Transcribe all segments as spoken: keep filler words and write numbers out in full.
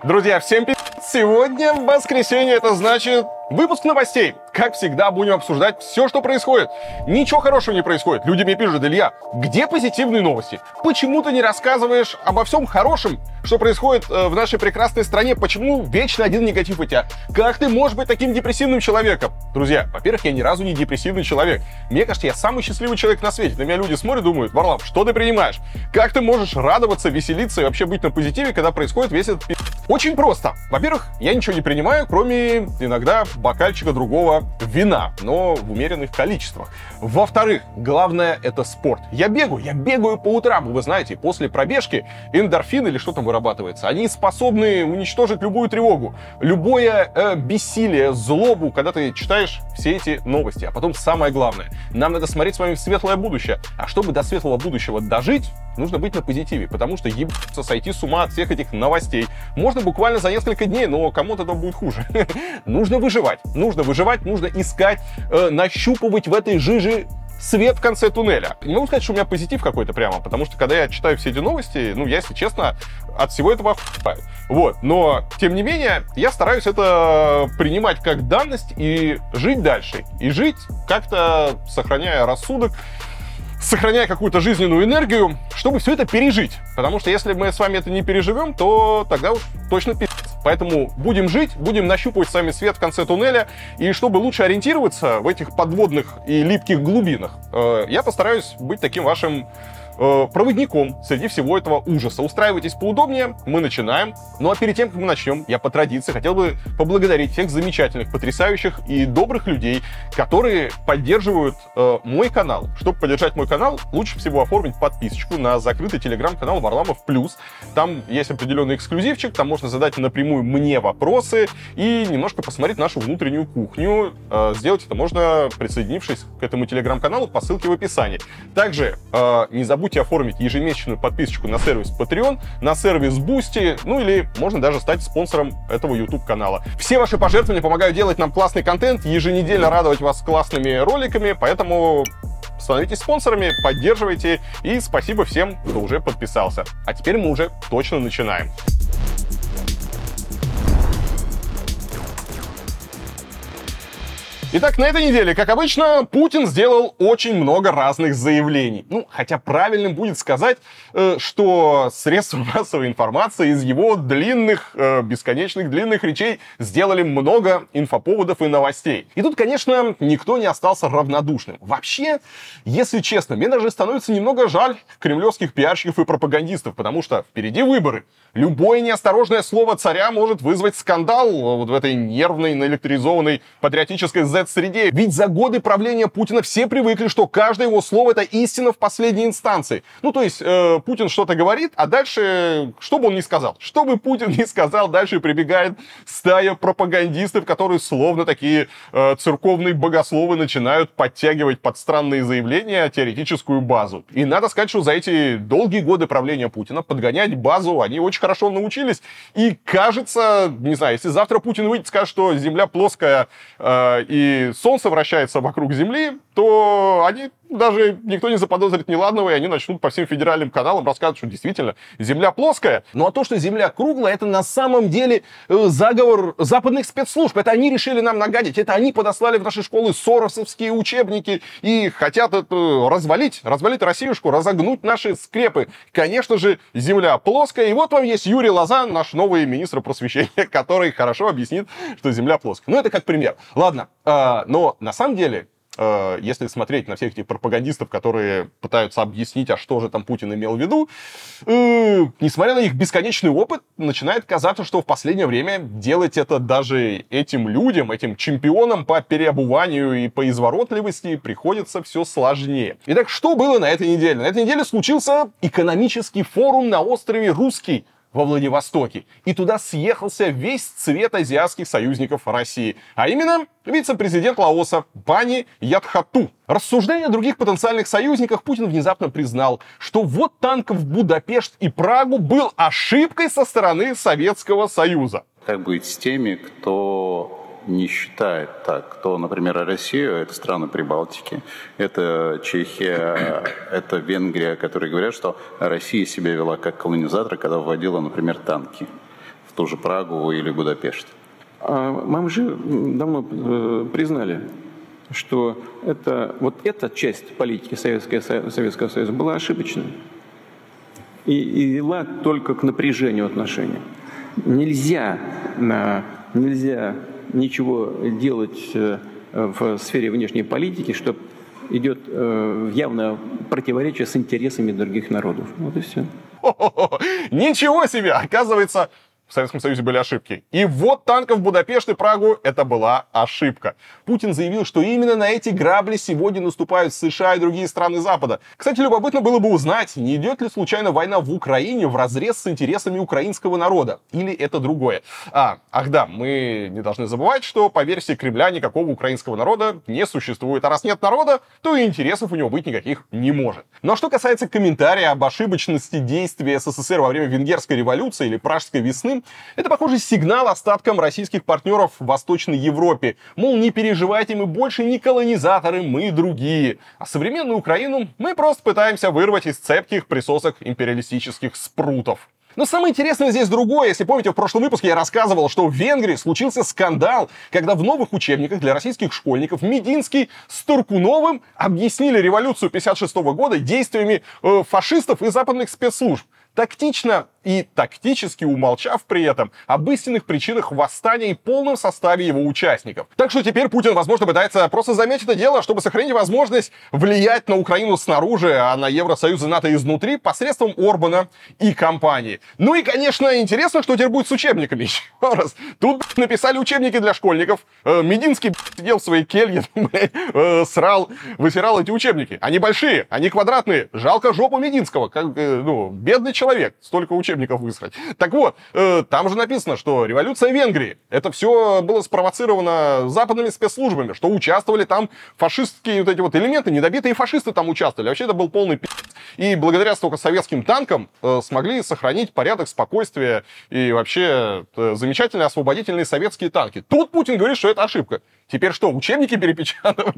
Друзья, всем привет! Сегодня воскресенье, это значит выпуск новостей. Как всегда, будем обсуждать все, что происходит. Ничего хорошего не происходит. Люди мне пишут: Илья, где позитивные новости? Почему ты не рассказываешь обо всем хорошем, что происходит э, в нашей прекрасной стране? Почему вечно один негатив у тебя? Как ты можешь быть таким депрессивным человеком? Друзья, во-первых, я ни разу не депрессивный человек. Мне кажется, я самый счастливый человек на свете. На меня люди смотрят, думают: Варлам, что ты принимаешь? Как ты можешь радоваться, веселиться и вообще быть на позитиве, когда происходит весь этот пи***? Очень просто. Во-первых, я ничего не принимаю, кроме иногда бокальчика другого вина, но в умеренных количествах. Во-вторых, главное — это спорт. Я бегаю, я бегаю по утрам. Вы знаете, после пробежки эндорфин или что там вырабатывается, они способны уничтожить любую тревогу, любое э, бессилие, злобу, когда ты читаешь все эти новости. А потом самое главное, нам надо смотреть с вами в светлое будущее. А чтобы до светлого будущего дожить, нужно быть на позитиве, потому что ебаться, сойти с ума от всех этих новостей можно буквально за несколько дней, но кому-то это будет хуже. Нужно выживать, нужно выживать, нужно искать, э, нащупывать в этой жиже свет в конце туннеля. Не могу сказать, что у меня позитив какой-то прямо, потому что когда я читаю все эти новости, ну, я, если честно, от всего этого охуеваю. Вот, но, тем не менее, я стараюсь это принимать как данность и жить дальше. И жить как-то, сохраняя рассудок, сохраняя какую-то жизненную энергию, чтобы все это пережить. Потому что если мы с вами это не переживем, то тогда уж точно пи***ц. Поэтому будем жить, будем нащупывать с вами свет в конце туннеля. И чтобы лучше ориентироваться в этих подводных и липких глубинах, э, я постараюсь быть таким вашим э, проводником среди всего этого ужаса. Устраивайтесь поудобнее, мы начинаем. Ну а перед тем, как мы начнем, я по традиции хотел бы поблагодарить всех замечательных, потрясающих и добрых людей, которые поддерживают э, мой канал. Чтобы поддержать мой канал, лучше всего оформить подписочку на закрытый телеграм-канал Варламов Плюс. Там есть определенный эксклюзивчик, там можно задать напрямую мне вопросы и немножко посмотреть нашу внутреннюю кухню. Э, сделать это можно, присоединившись к этому телеграм-каналу по ссылке в описании. Также э, не забудьте Будьте оформить ежемесячную подписочку на сервис Patreon, на сервис Boosty, ну или можно даже стать спонсором этого YouTube-канала. Все ваши пожертвования помогают делать нам классный контент, еженедельно радовать вас классными роликами, поэтому становитесь спонсорами, поддерживайте, и спасибо всем, кто уже подписался. А теперь мы уже точно начинаем. Итак, на этой неделе, как обычно, Путин сделал очень много разных заявлений. Ну, хотя правильным будет сказать, что средства массовой информации из его длинных, бесконечных длинных речей сделали много инфоповодов и новостей. И тут, конечно, никто не остался равнодушным. Вообще, если честно, мне даже становится немного жаль кремлевских пиарщиков и пропагандистов, потому что впереди выборы. Любое неосторожное слово царя может вызвать скандал вот в этой нервной, наэлектризованной патриотической Z-среде. Ведь за годы правления Путина все привыкли, что каждое его слово — это истина в последней инстанции. Ну, то есть, э, Путин что-то говорит, а дальше, что бы он ни сказал, что бы Путин ни сказал, дальше прибегает стая пропагандистов, которые словно такие э, церковные богословы начинают подтягивать под странные заявления теоретическую базу. И надо сказать, что за эти долгие годы правления Путина подгонять базу они очень хорошо научились. И кажется, не знаю, если завтра Путин выйдет и скажет, что Земля плоская э, и Солнце вращается вокруг Земли, то они даже никто не заподозрит неладного, и они начнут по всем федеральным каналам рассказывать, что действительно Земля плоская. Ну а то, что Земля круглая, это на самом деле э, заговор западных спецслужб. Это они решили нам нагадить, это они подослали в наши школы соросовские учебники и хотят это развалить, развалить Россиюшку, разогнуть наши скрепы. Конечно же, Земля плоская. И вот вам есть Юрий Лоза, наш новый министр просвещения, который хорошо объяснит, что Земля плоская. Ну это как пример. Ладно, э, но на самом деле, если смотреть на всех этих пропагандистов, которые пытаются объяснить, а что же там Путин имел в виду, э, несмотря на их бесконечный опыт, начинает казаться, что в последнее время делать это даже этим людям, этим чемпионам по переобуванию и по изворотливости приходится все сложнее. Итак, что было на этой неделе? На этой неделе случился экономический форум на острове Русский во Владивостоке. И туда съехался весь цвет азиатских союзников России. А именно, вице-президент Лаоса Пани Ятхату. Рассуждая о других потенциальных союзниках, Путин внезапно признал, что ввод танков в Будапешт и Прагу был ошибкой со стороны Советского Союза. Как быть с теми, кто не считает так, кто, например, Россию, это страны Прибалтики, это Чехия, это Венгрия, которые говорят, что Россия себя вела как колонизатор, когда вводила, например, танки. ту же Прагу или Будапешт. А мамжи давно э, признали, что это, вот эта часть политики Советского, Советского Союза была ошибочной и, и вела только к напряжению отношений. Нельзя, нельзя ничего делать в сфере внешней политики, что идет в явное противоречие с интересами других народов. Вот и все. О-о-о! Ничего себе! Оказывается, в Советском Союзе были ошибки. И ввод танков в Будапешт и Прагу — это была ошибка. Путин заявил, что именно на эти грабли сегодня наступают США и другие страны Запада. Кстати, любопытно было бы узнать, не идет ли случайно война в Украине вразрез с интересами украинского народа. Или это другое. А, ах да, мы не должны забывать, что по версии Кремля никакого украинского народа не существует. А раз нет народа, то и интересов у него быть никаких не может. Но что касается комментария об ошибочности действий СССР во время Венгерской революции или Пражской весны, это, похоже, сигнал остаткам российских партнеров в Восточной Европе. Мол, не переживайте, мы больше не колонизаторы, мы другие. А современную Украину мы просто пытаемся вырвать из цепких присосок империалистических спрутов. Но самое интересное здесь другое. Если помните, в прошлом выпуске я рассказывал, что в Венгрии случился скандал, когда в новых учебниках для российских школьников Мединский с Туркуновым объяснили революцию пятьдесят шестого года действиями э, фашистов и западных спецслужб. Тактично и тактически умолчав при этом об истинных причинах восстания и полном составе его участников. Так что теперь Путин, возможно, пытается просто заметить это дело, чтобы сохранить возможность влиять на Украину снаружи, а на Евросоюз и НАТО изнутри посредством Орбана и компании. Ну и, конечно, интересно, что теперь будет с учебниками. Еще раз. Тут написали учебники для школьников. Мединский сидел в своей келье, срал, вытирал эти учебники. Они большие, они квадратные. Жалко жопу Мединского. Как, ну, бедный человек. Человек, столько учебников высрать. Так вот, э, там же написано, что революция Венгрии, это все было спровоцировано западными спецслужбами, что участвовали там фашистские вот эти вот элементы, недобитые фашисты там участвовали. Вообще это был полный пи***. И благодаря столько советским танкам э, смогли сохранить порядок, спокойствие и вообще э, замечательные освободительные советские танки. Тут Путин говорит, что это ошибка. Теперь что, учебники перепечатывать?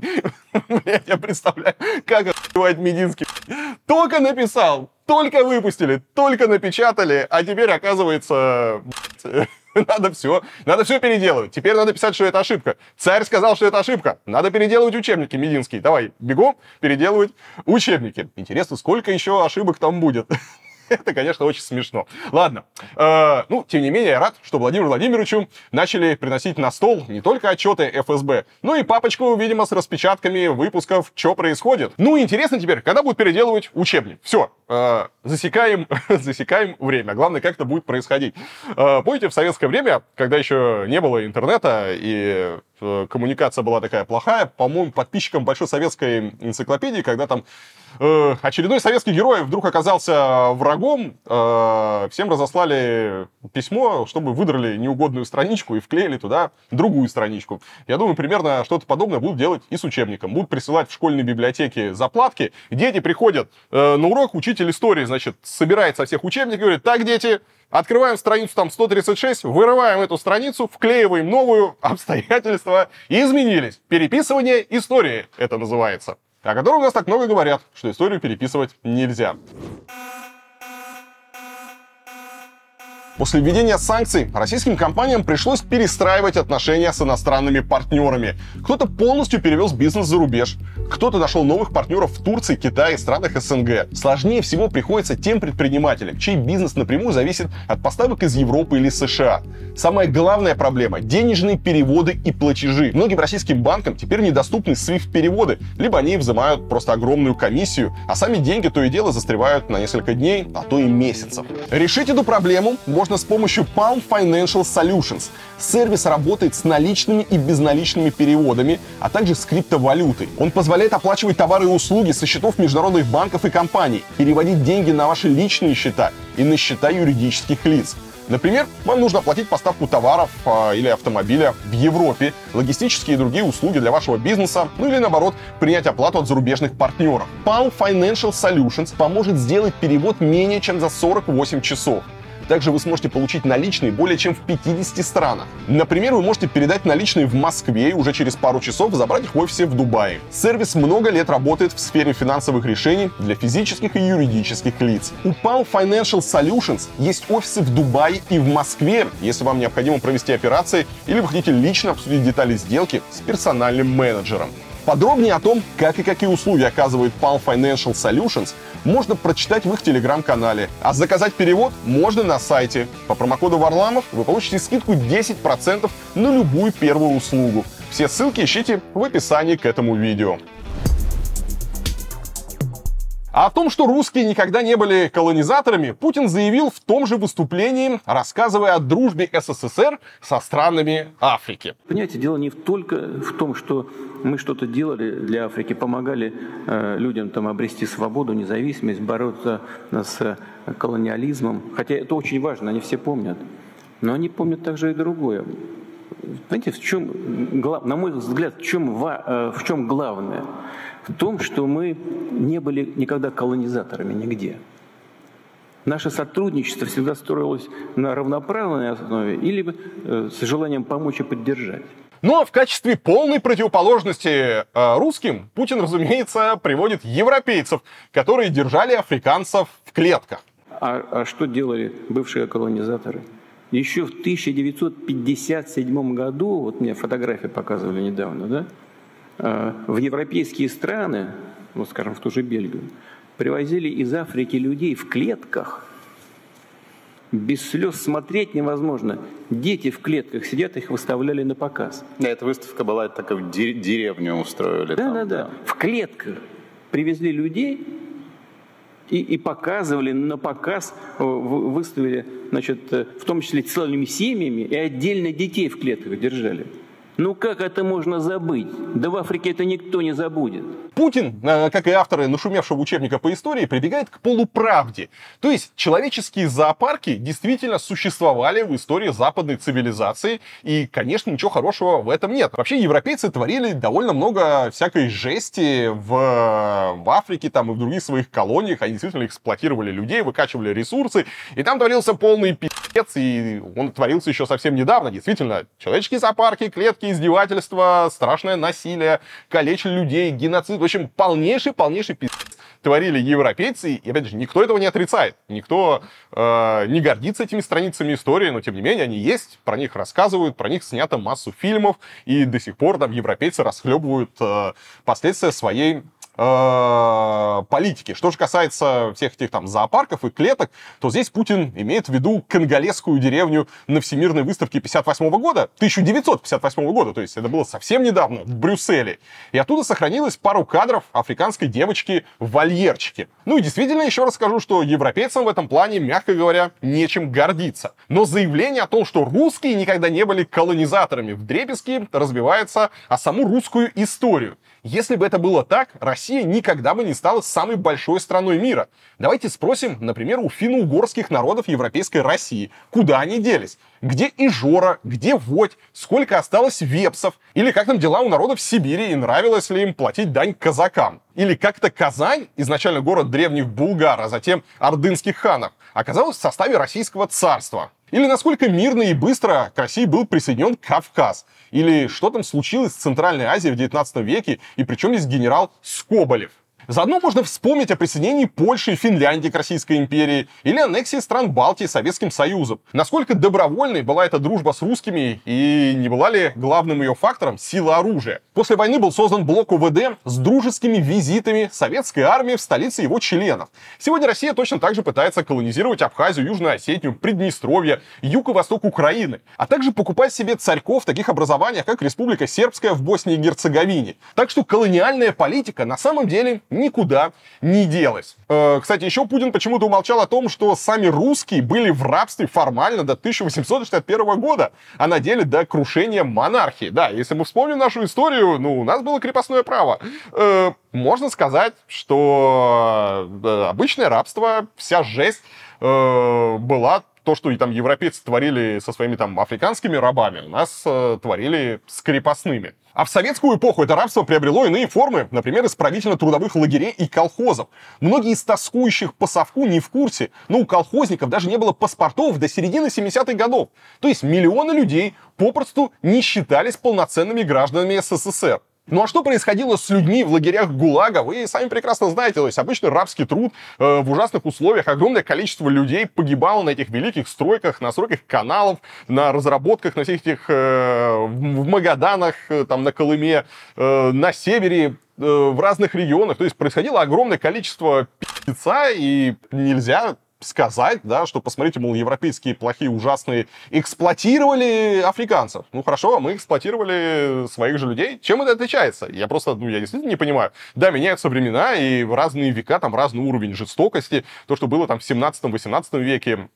Я представляю, как охуевает Мединский. Только написал, только выпустили, только напечатали, а теперь, оказывается, надо все, надо все переделывать. Теперь надо писать, что это ошибка. Царь сказал, что это ошибка. Надо переделывать учебники, Мединский. Давай, бегом переделывать учебники. Интересно, сколько еще ошибок там будет? Это, конечно, очень смешно. Ладно. Э, ну, тем не менее, я рад, что Владимиру Владимировичу начали приносить на стол не только отчеты эф эс бэ, но и папочку, видимо, с распечатками выпусков, что происходит. Ну, интересно теперь, когда будут переделывать учебник. Все. Э, засекаем, засекаем время. Главное, как это будет происходить. Э, помните, в советское время, когда еще не было интернета и э, коммуникация была такая плохая, по-моему, подписчикам Большой советской энциклопедии, когда там э, очередной советский герой вдруг оказался врагом, э, всем разослали письмо, чтобы выдрали неугодную страничку и вклеили туда другую страничку. Я думаю, примерно что-то подобное будут делать и с учебником. Будут присылать в школьные библиотеки заплатки. Дети приходят э, на урок, учитель истории, значит, собирает со всех учебников и говорит: так, дети, открываем страницу там сто тридцать шесть, вырываем эту страницу, вклеиваем новую, обстоятельства изменились. Переписывание истории это называется. О котором у нас так много говорят, что историю переписывать нельзя. После введения санкций российским компаниям пришлось перестраивать отношения с иностранными партнерами. Кто-то полностью перевез бизнес за рубеж, кто-то нашел новых партнеров в Турции, Китае и странах эс эн гэ. Сложнее всего приходится тем предпринимателям, чей бизнес напрямую зависит от поставок из Европы или эс ша а. Самая главная проблема — денежные переводы и платежи. Многим российским банкам теперь недоступны свифт-переводы, либо они взимают просто огромную комиссию, а сами деньги то и дело застревают на несколько дней, а то и месяцев. Решить эту проблему можно с помощью Palm Financial Solutions. Сервис работает с наличными и безналичными переводами, а также с криптовалютой. Он позволяет оплачивать товары и услуги со счетов международных банков и компаний, переводить деньги на ваши личные счета и на счета юридических лиц. Например, вам нужно оплатить поставку товаров э, или автомобиля в Европе, логистические и другие услуги для вашего бизнеса, ну или наоборот, принять оплату от зарубежных партнеров. Palm Financial Solutions поможет сделать перевод менее чем за сорок восемь часов. Также вы сможете получить наличные более чем в пятидесяти странах. Например, вы можете передать наличные в Москве и уже через пару часов забрать их в офисе в Дубае. Сервис много лет работает в сфере финансовых решений для физических и юридических лиц. У Palm Financial Solutions есть офисы в Дубае и в Москве, если вам необходимо провести операции или вы хотите лично обсудить детали сделки с персональным менеджером. Подробнее о том, как и какие услуги оказывает Palm Financial Solutions, можно прочитать в их телеграм-канале. А заказать перевод можно на сайте. По промокоду Варламов вы получите скидку десять процентов на любую первую услугу. Все ссылки ищите в описании к этому видео. А о том, что русские никогда не были колонизаторами, Путин заявил в том же выступлении, рассказывая о дружбе СССР со странами Африки. Понимаете, дело не только в том, что мы что-то делали для Африки, помогали э, людям там обрести свободу, независимость, бороться с колониализмом. Хотя это очень важно, они все помнят. Но они помнят также и другое. Понимаете, в чем, на мой взгляд, в чем, в чем главное? В том, что мы не были никогда колонизаторами нигде. Наше сотрудничество всегда строилось на равноправной основе или э, с желанием помочь и поддержать. Ну а в качестве полной противоположности э, русским Путин, разумеется, приводит европейцев, которые держали африканцев в клетках. А, а что делали бывшие колонизаторы? Еще в тысяча девятьсот пятьдесят седьмом году, вот мне фотографии показывали недавно, да, в европейские страны, вот скажем, в ту же Бельгию, привозили из Африки людей в клетках. Без слез смотреть невозможно. Дети в клетках сидят, их выставляли на показ. Да, эта выставка была, так и в деревню устроили. Да, там, да, да. В клетках привезли людей и, и показывали на показ, выставили, значит, в том числе целыми семьями, и отдельно детей в клетках держали. Ну как это можно забыть? Да в Африке это никто не забудет. Путин, как и авторы нашумевшего учебника по истории, прибегает к полуправде. То есть человеческие зоопарки действительно существовали в истории западной цивилизации, и, конечно, ничего хорошего в этом нет. Вообще, европейцы творили довольно много всякой жести в, в Африке там, и в других своих колониях. Они действительно эксплуатировали людей, выкачивали ресурсы, и там творился полный пи***ц, и он творился еще совсем недавно. Действительно, человеческие зоопарки, клетки, издевательства, страшное насилие, калечили людей, геноцид. В общем, полнейший-полнейший пиздец творили европейцы, и, опять же, никто этого не отрицает. Никто э, не гордится этими страницами истории, но, тем не менее, они есть, про них рассказывают, про них снято массу фильмов, и до сих пор там европейцы расхлебывают э, последствия своей э, политики. Что же касается всех этих там зоопарков и клеток, то здесь Путин имеет в виду конголезскую деревню на Всемирной выставке пятьдесят восьмого года, тысяча девятьсот пятьдесят восьмого года, то есть это было совсем недавно, в Брюсселе. И оттуда сохранилось пару кадров африканской девочки в вольерчике. Ну и действительно, еще раз скажу, что европейцам в этом плане, мягко говоря, нечем гордиться. Но заявление о том, что русские никогда не были колонизаторами, вдребезги разбивается о саму русскую историю. Если бы это было так, Россия никогда бы не стала самой большой страной мира. Давайте спросим, например, у финно-угорских народов Европейской России, куда они делись? Где Ижора, где Водь, сколько осталось вепсов? Или как там дела у народов Сибири и нравилось ли им платить дань казакам? Или как-то Казань, изначально город древних булгар, а затем ордынских ханов, оказалась в составе Российского царства? Или насколько мирно и быстро к России был присоединен Кавказ? Или что там случилось в Центральной Азии в девятнадцатом веке, и причем здесь генерал Скоболев? Заодно можно вспомнить о присоединении Польши и Финляндии к Российской империи или аннексии стран Балтии Советским Союзом. Насколько добровольной была эта дружба с русскими и не была ли главным ее фактором сила оружия? После войны был создан блок ОВД с дружескими визитами советской армии в столице его членов. Сегодня Россия точно так же пытается колонизировать Абхазию, Южную Осетию, Приднестровье, юг и восток Украины, а также покупать себе царьков в таких образованиях, как Республика Сербская в Боснии и Герцеговине. Так что колониальная политика на самом деле никуда не делась. Э, кстати, еще Путин почему-то умолчал о том, что сами русские были в рабстве формально до тысяча восемьсот шестьдесят первого года, а на деле до крушения монархии. Да, если мы вспомним нашу историю, ну, у нас было крепостное право. Э, можно сказать, что э, обычное рабство, вся жесть э, была то, что и там европейцы творили со своими там африканскими рабами, у нас э, творили с крепостными. А в советскую эпоху это рабство приобрело иные формы, например, исправительно-трудовых лагерей и колхозов. Многие из тоскующих по совку не в курсе, но у колхозников даже не было паспортов до середины семидесятых годов. То есть миллионы людей попросту не считались полноценными гражданами СССР. Ну а что происходило с людьми в лагерях ГУЛАГа, вы сами прекрасно знаете. То есть обычный рабский труд э, в ужасных условиях. Огромное количество людей погибало на этих великих стройках, на стройках каналов, на разработках, на всех этих э, в Магаданах, э, там на Колыме, э, на севере, э, в разных регионах. То есть происходило огромное количество пи***ца, и нельзя сказать, да, что, посмотрите, мол, европейские плохие, ужасные, эксплуатировали африканцев. Ну, хорошо, а мы эксплуатировали своих же людей. Чем это отличается? Я просто, ну, я действительно не понимаю. Да, меняются времена, и в разные века, там, разный уровень жестокости. То, что было там в семнадцатом-восемнадцатом веке,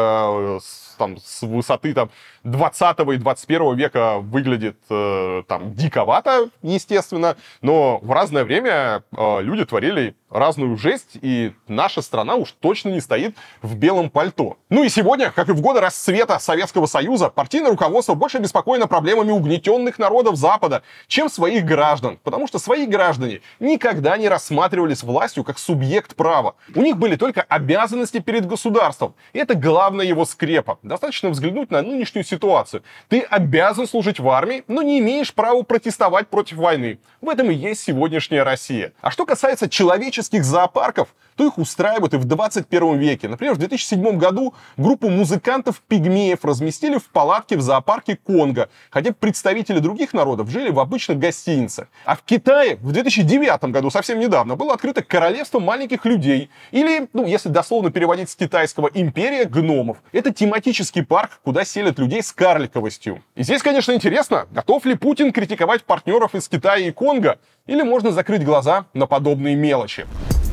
э, с, там, с высоты там двадцатого и двадцать первого века выглядит э, там диковато, естественно, но в разное время э, люди творили разную жесть, и наша страна уж точно не стоит в белом пальто. Ну и сегодня, как и в годы расцвета Советского Союза, партийное руководство больше обеспокоено проблемами угнетенных народов Запада, чем своих граждан, потому что свои граждане никогда не рассматривались властью как субъект права. У них были только обязанности перед государством, и это главная его скрепа. Достаточно взглянуть на нынешнюю ситуацию. Ты обязан служить в армии, но не имеешь права протестовать против войны. В этом и есть сегодняшняя Россия. А что касается человеческих зоопарков, то их устраивают и в двадцать первом веке. Например, в две тысячи седьмом году группу музыкантов-пигмеев разместили в палатке в зоопарке Конго, хотя представители других народов жили в обычных гостиницах. А в Китае в две тысячи девятом году, совсем недавно, было открыто королевство маленьких людей, или, ну, если дословно переводить с китайского, империя гномов. Это тематический парк, куда селят людей с карликовостью. И здесь, конечно, интересно, готов ли Путин критиковать партнеров из Китая и Конго, или можно закрыть глаза на подобные мелочи.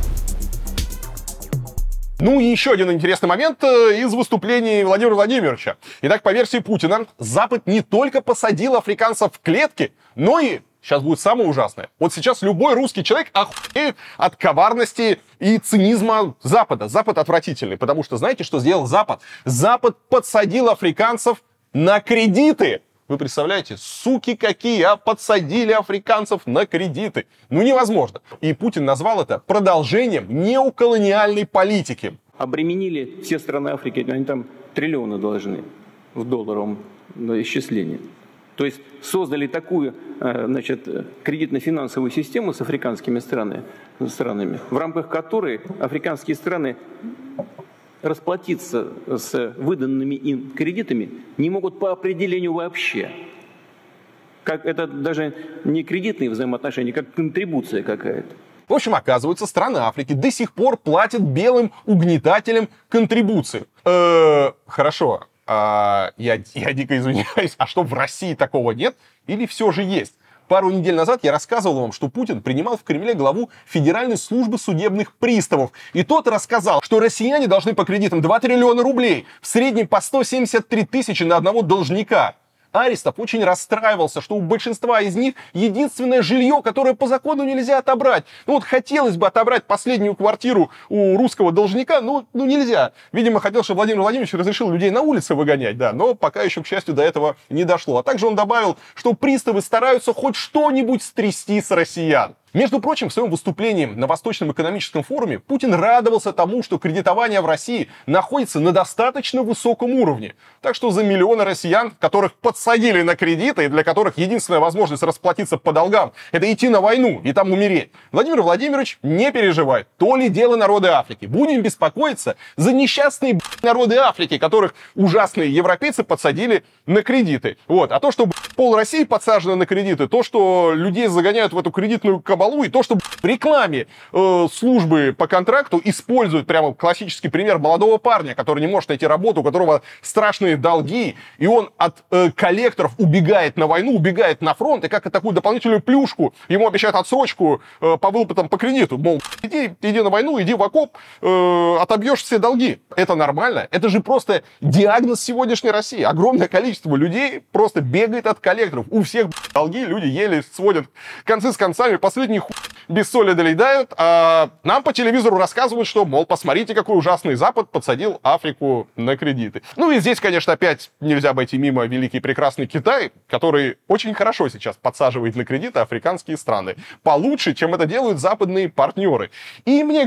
Ну и еще один интересный момент из выступлений Владимира Владимировича. Итак, по версии Путина, Запад не только посадил африканцев в клетки, но и, сейчас будет самое ужасное, вот сейчас любой русский человек охуеет от коварности и цинизма Запада. Запад отвратительный, потому что знаете, что сделал Запад? Запад подсадил африканцев на кредиты. Вы представляете, суки какие, а подсадили африканцев на кредиты. Ну невозможно. И Путин назвал это продолжением неоколониальной политики. Обременили все страны Африки, они там триллионы должны в долларовом исчислении. То есть создали такую, значит, кредитно-финансовую систему с африканскими странами, странами, в рамках которой африканские страны расплатиться с выданными им кредитами не могут по определению вообще. Как это даже не кредитные взаимоотношения, как контрибуция какая-то. В общем, оказывается, страны Африки до сих пор платят белым угнетателям контрибуции. Э-э, хорошо, а, я, я дико извиняюсь, а что, в России такого нет? Или все же есть? Пару недель назад я рассказывал вам, что Путин принимал в Кремле главу Федеральной службы судебных приставов. И тот рассказал, что россияне должны по кредитам два триллиона рублей, в среднем по сто семьдесят три тысячи на одного должника. Аристов очень расстраивался, что у большинства из них единственное жилье, которое по закону нельзя отобрать. Ну вот хотелось бы отобрать последнюю квартиру у русского должника, но ну, нельзя. Видимо, хотел, чтобы Владимир Владимирович разрешил людей на улице выгонять, да, но пока еще, к счастью, до этого не дошло. А также он добавил, что приставы стараются хоть что-нибудь стрясти с россиян. Между прочим, в своем выступлении на Восточном экономическом форуме Путин радовался тому, что кредитование в России находится на достаточно высоком уровне. Так что за миллионы россиян, которых подсадили на кредиты и для которых единственная возможность расплатиться по долгам — это идти на войну и там умереть, Владимир Владимирович не переживает. То ли дело народы Африки. Будем беспокоиться за несчастные народы Африки, которых ужасные европейцы подсадили на кредиты. Вот. А то, что пол России подсажено на кредиты, то, что людей загоняют в эту кредитную кабалу, и то, что в рекламе э, службы по контракту используют прямо классический пример молодого парня, который не может найти работу, у которого страшные долги, и он от э, коллекторов убегает на войну, убегает на фронт, и как такую дополнительную плюшку ему обещают отсрочку э, по выплатам по кредиту. Мол, иди, иди на войну, иди в окоп, э, отобьешь все долги. Это нормально? Это же просто диагноз сегодняшней России. Огромное количество людей просто бегает от коллекторов. У всех долги, люди еле сводят концы с концами. Последний хуй без соли доедают, а нам по телевизору рассказывают, что, мол, посмотрите, какой ужасный Запад подсадил Африку на кредиты. Ну и здесь, конечно, опять нельзя обойти мимо великий прекрасный Китай, который очень хорошо сейчас подсаживает на кредиты африканские страны. Получше, чем это делают западные партнеры. И мне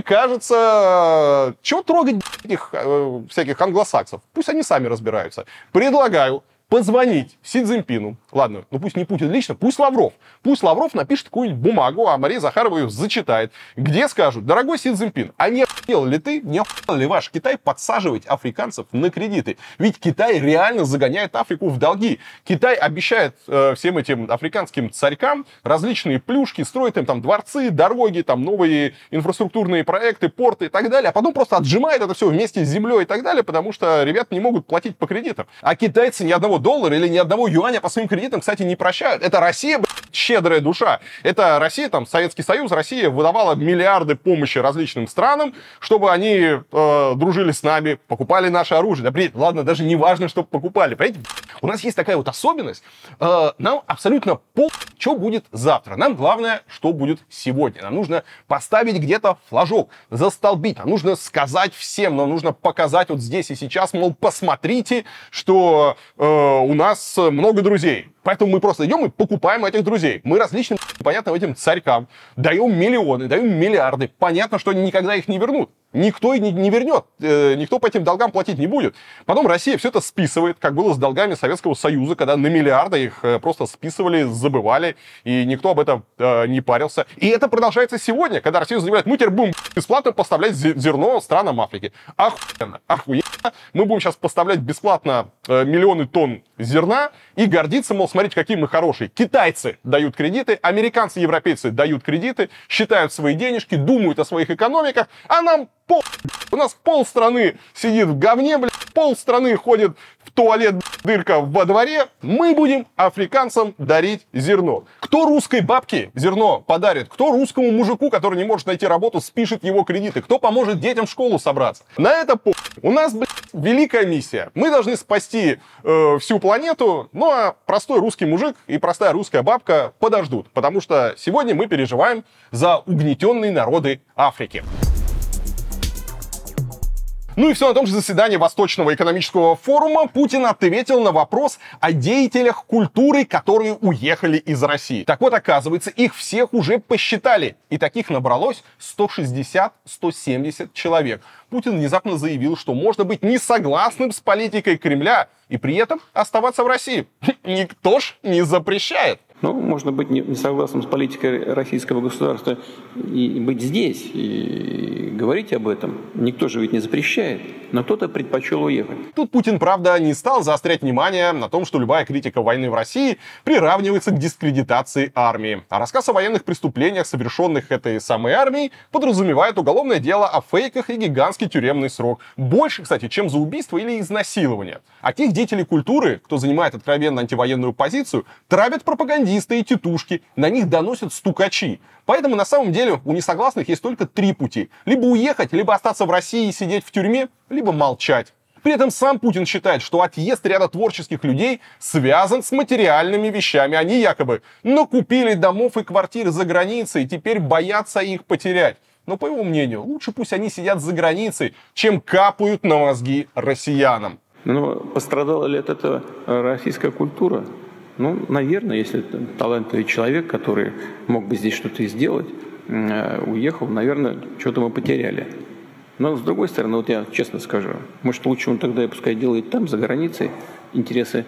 кажется, чего трогать этих э, всяких англосаксов? Пусть они сами разбираются. Предлагаю позвонить Си Цзиньпину. Ладно, ну пусть не Путин лично, пусть Лавров. Пусть Лавров напишет какую-нибудь бумагу, а Мария Захарова ее зачитает. Где скажут: дорогой Си Цзиньпин, а не охуел ли ты, не охуел ли ваш Китай подсаживать африканцев на кредиты? Ведь Китай реально загоняет Африку в долги. Китай обещает э, всем этим африканским царькам различные плюшки, строит им там дворцы, дороги, там новые инфраструктурные проекты, порты и так далее, а потом просто отжимает это все вместе с землей и так далее, потому что ребята не могут платить по кредитам. А китайцы ни одного доллара или ни одного юаня по своим кредитам, кстати, не прощают. Это Россия, блядь, щедрая душа. Это Россия, там, Советский Союз, Россия выдавала миллиарды помощи различным странам, чтобы они э, дружили с нами, покупали наше оружие. Да, блин, ладно, даже не важно, чтобы покупали. Понимаете, у нас есть такая вот особенность. Э, нам абсолютно по... что будет завтра. Нам главное, что будет сегодня. Нам нужно поставить где-то флажок, застолбить. Нам нужно сказать всем, нам нужно показать вот здесь и сейчас, мол, посмотрите, что э, у нас много друзей. Поэтому мы просто идем и покупаем этих друзей. Мы различным, понятно, этим царькам даем миллионы, даем миллиарды. Понятно, что они никогда их не вернут. Никто и не, не вернет. Э, никто по этим долгам платить не будет. Потом Россия все это списывает, как было с долгами Советского Союза, когда на миллиарды их э, просто списывали, забывали, и никто об этом э, не парился. И это продолжается сегодня, когда Россия заявляет: мы теперь будем бесплатно поставлять зерно странам Африки. Охуенно, охуенно. Мы будем сейчас поставлять бесплатно э, миллионы тонн зерна и гордиться, мол, смотрите, какие мы хорошие. Китайцы дают кредиты, американцы, европейцы дают кредиты, считают свои денежки, думают о своих экономиках, а нам пол... У нас полстраны сидит в говне, блядь, полстраны ходит в туалет, дырка во дворе. Мы будем африканцам дарить зерно. Кто русской бабке зерно подарит? Кто русскому мужику, который не может найти работу, спишет его кредиты? Кто поможет детям в школу собраться? На это по... У нас, блядь, великая миссия. Мы должны спасти э, всю планету, ну а простой русский мужик и простая русская бабка подождут, потому что сегодня мы переживаем за угнетенные народы Африки. Ну и все, на том же заседании Восточного экономического форума Путин ответил на вопрос о деятелях культуры, которые уехали из России. Так вот, оказывается, их всех уже посчитали. И таких набралось сто шестьдесят - сто семьдесят человек. Путин внезапно заявил, что можно быть не согласным с политикой Кремля и при этом оставаться в России. Никто ж не запрещает. Ну, можно быть не согласным с политикой российского государства и быть здесь, и говорить об этом. Никто же ведь не запрещает, но кто-то предпочел уехать. Тут Путин, правда, не стал заострять внимание на том, что любая критика войны в России приравнивается к дискредитации армии. А рассказ о военных преступлениях, совершенных этой самой армией, подразумевает уголовное дело о фейках и гигантский тюремный срок. Больше, кстати, чем за убийство или изнасилование. А тех деятелей культуры, кто занимает откровенно антивоенную позицию, травят пропагандисты и тетушки, на них доносят стукачи. Поэтому на самом деле у несогласных есть только три пути. Либо уехать, либо остаться в России и сидеть в тюрьме, либо молчать. При этом сам Путин считает, что отъезд ряда творческих людей связан с материальными вещами. Они якобы накупили домов и квартир за границей и теперь боятся их потерять. Но, по его мнению, лучше пусть они сидят за границей, чем капают на мозги россиянам. Но пострадала ли от этого российская культура? Ну, наверное, если талантливый человек, который мог бы здесь что-то и сделать, уехал, наверное, что-то мы потеряли. Но, с другой стороны, вот я честно скажу, может, лучше он тогда пускай делает там, за границей, интересы,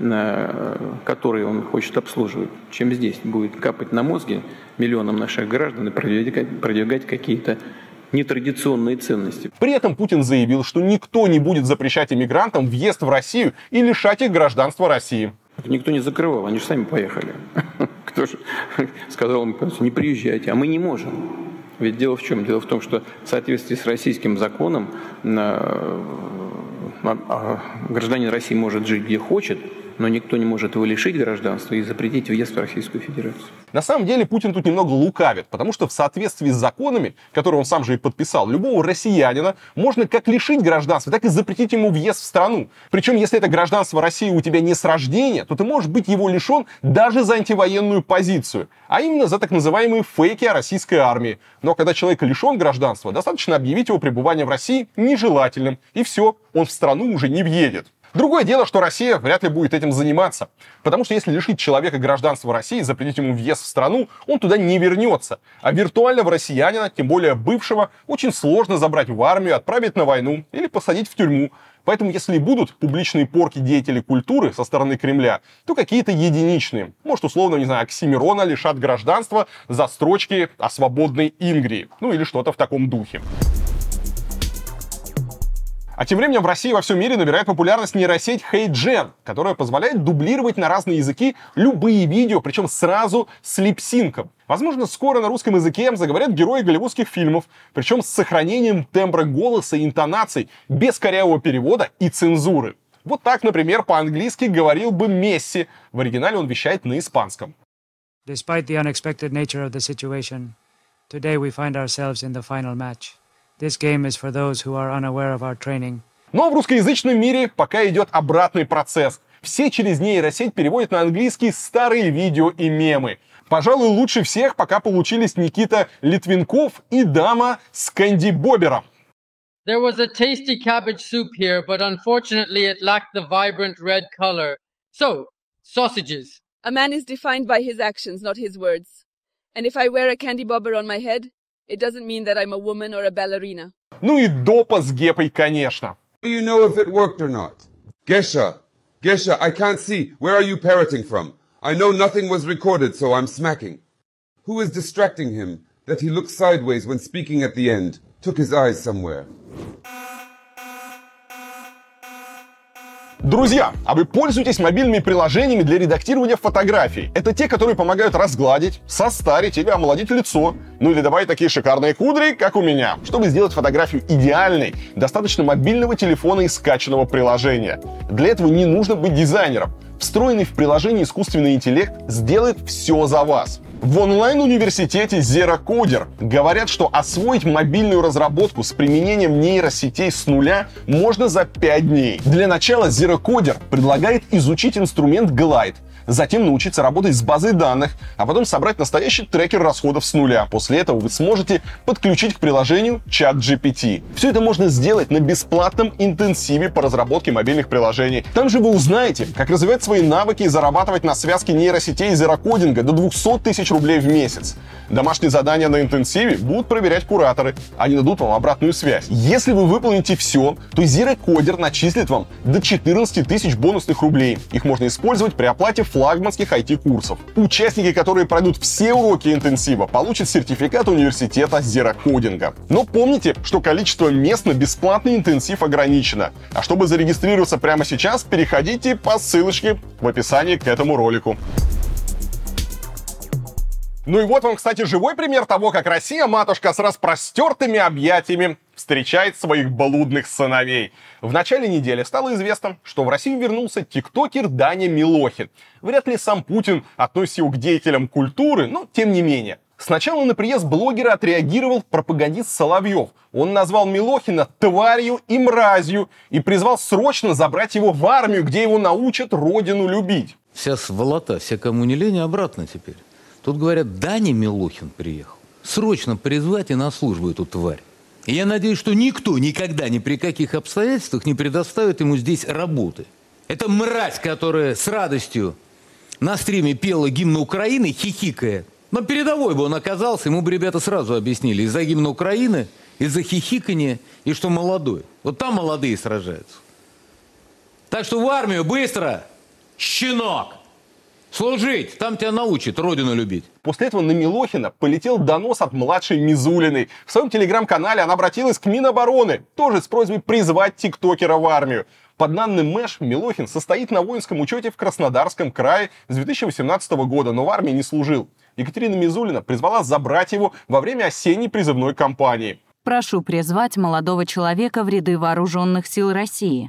которые он хочет обслуживать, чем здесь. Будет капать на мозги миллионам наших граждан и продвигать, продвигать какие-то нетрадиционные ценности. При этом Путин заявил, что никто не будет запрещать иммигрантам въезд в Россию и лишать их гражданства России. Никто не закрывал, они же сами поехали. Кто же сказал им: не приезжайте, а мы не можем. Ведь дело в чем? Дело в том, что в соответствии с российским законом гражданин России может жить где хочет, но никто не может его лишить гражданства и запретить въезд в Российскую Федерацию. На самом деле Путин тут немного лукавит, потому что в соответствии с законами, которые он сам же и подписал, любого россиянина можно как лишить гражданства, так и запретить ему въезд в страну. Причем, если это гражданство России у тебя не с рождения, то ты можешь быть его лишен даже за антивоенную позицию, а именно за так называемые фейки о российской армии. Но когда человек лишен гражданства, достаточно объявить его пребывание в России нежелательным, и все, он в страну уже не въедет. Другое дело, что Россия вряд ли будет этим заниматься. Потому что если лишить человека гражданства России и запретить ему въезд в страну, он туда не вернется. А виртуального россиянина, тем более бывшего, очень сложно забрать в армию, отправить на войну или посадить в тюрьму. Поэтому если будут публичные порки деятелей культуры со стороны Кремля, то какие-то единичные. Может, условно, не знаю, Оксимирона лишат гражданства за строчки о свободной Ингрии. Ну или что-то в таком духе. А тем временем в России во всем мире набирает популярность нейросеть HeyGen, которая позволяет дублировать на разные языки любые видео, причем сразу с липсинком. Возможно, скоро на русском языке заговорят герои голливудских фильмов, причем с сохранением тембра голоса и интонаций, без корявого перевода и цензуры. Вот так, например, по-английски говорил бы Месси. В оригинале он вещает на испанском. Despite the unexpected nature of the situation, today we find ourselves in the final match. This game is for those who are unaware of our training. Но в русскоязычном мире пока идет обратный процесс. Все через нейросеть переводят на английский старые видео и мемы. Пожалуй, лучше всех пока получились Никита Литвинков и дама с Кэнди Бобером. There was a tasty cabbage soup here, but unfortunately it lacked the vibrant red color. So, sausages. A man is defined by his actions, not his words. And if I wear a candy bobber on my head, it doesn't mean that I'm a woman or a ballerina. Ну и допа с Гепой, конечно. Do you know if it worked or not? Gesha, Gesha, I can't see. Where are you parroting from? I know nothing was recorded, so I'm smacking. Who is distracting him, that he looks sideways when speaking at the end? Took his eyes somewhere. Друзья, а вы пользуетесь мобильными приложениями для редактирования фотографий? Это те, которые помогают разгладить, состарить или омолодить лицо. Ну или добавить такие шикарные кудри, как у меня. Чтобы сделать фотографию идеальной, достаточно мобильного телефона и скачанного приложения. Для этого не нужно быть дизайнером. Встроенный в приложение искусственный интеллект сделает все за вас. В онлайн-университете ZeroCoder говорят, что освоить мобильную разработку с применением нейросетей с нуля можно за пять дней. Для начала ZeroCoder предлагает изучить инструмент Glide, затем научиться работать с базой данных, а потом собрать настоящий трекер расходов с нуля. После этого вы сможете подключить к приложению чат джи пи ти. Все это можно сделать на бесплатном интенсиве по разработке мобильных приложений. Там же вы узнаете, как развивать свои навыки и зарабатывать на связке нейросетей зерокодинга до двухсот тысяч рублей в месяц. Домашние задания на интенсиве будут проверять кураторы. Они дадут вам обратную связь. Если вы выполните все, то ZeroCoder начислит вам до четырнадцати тысяч бонусных рублей. Их можно использовать при оплате флагманских ай ти-курсов. Участники, которые пройдут все уроки интенсива, получат сертификат университета зерокодинга. Но помните, что количество мест на бесплатный интенсив ограничено. А чтобы зарегистрироваться прямо сейчас, переходите по ссылочке в описании к этому ролику. Ну и вот вам, кстати, живой пример того, как Россия, матушка, с распростертыми объятиями встречает своих блудных сыновей. В начале недели стало известно, что в Россию вернулся тиктокер Даня Милохин. Вряд ли сам Путин относится его к деятелям культуры, но тем не менее. Сначала на приезд блогера отреагировал пропагандист Соловьев. Он назвал Милохина тварью и мразью и призвал срочно забрать его в армию, где его научат родину любить. Вся сволота, вся кому не лень, обратно теперь. Тут, говорят, Даня Милохин приехал. Срочно призвать и на службу эту тварь. И я надеюсь, что никто никогда ни при каких обстоятельствах не предоставит ему здесь работы. Это мразь, которая с радостью на стриме пела гимн Украины, хихикая. Но передовой бы он оказался, ему бы ребята сразу объяснили. Из-за гимна Украины, из-за хихикания и что молодой. Вот там молодые сражаются. Так что в армию быстро, щенок! Служить! Там тебя научат родину любить. После этого на Милохина полетел донос от младшей Мизулиной. В своем телеграм-канале она обратилась к Минобороны, тоже с просьбой призвать тиктокера в армию. Под данным Мэш, Милохин состоит на воинском учете в Краснодарском крае с две тысячи восемнадцатого года, но в армии не служил. Екатерина Мизулина призвала забрать его во время осенней призывной кампании. Прошу призвать молодого человека в ряды вооруженных сил России.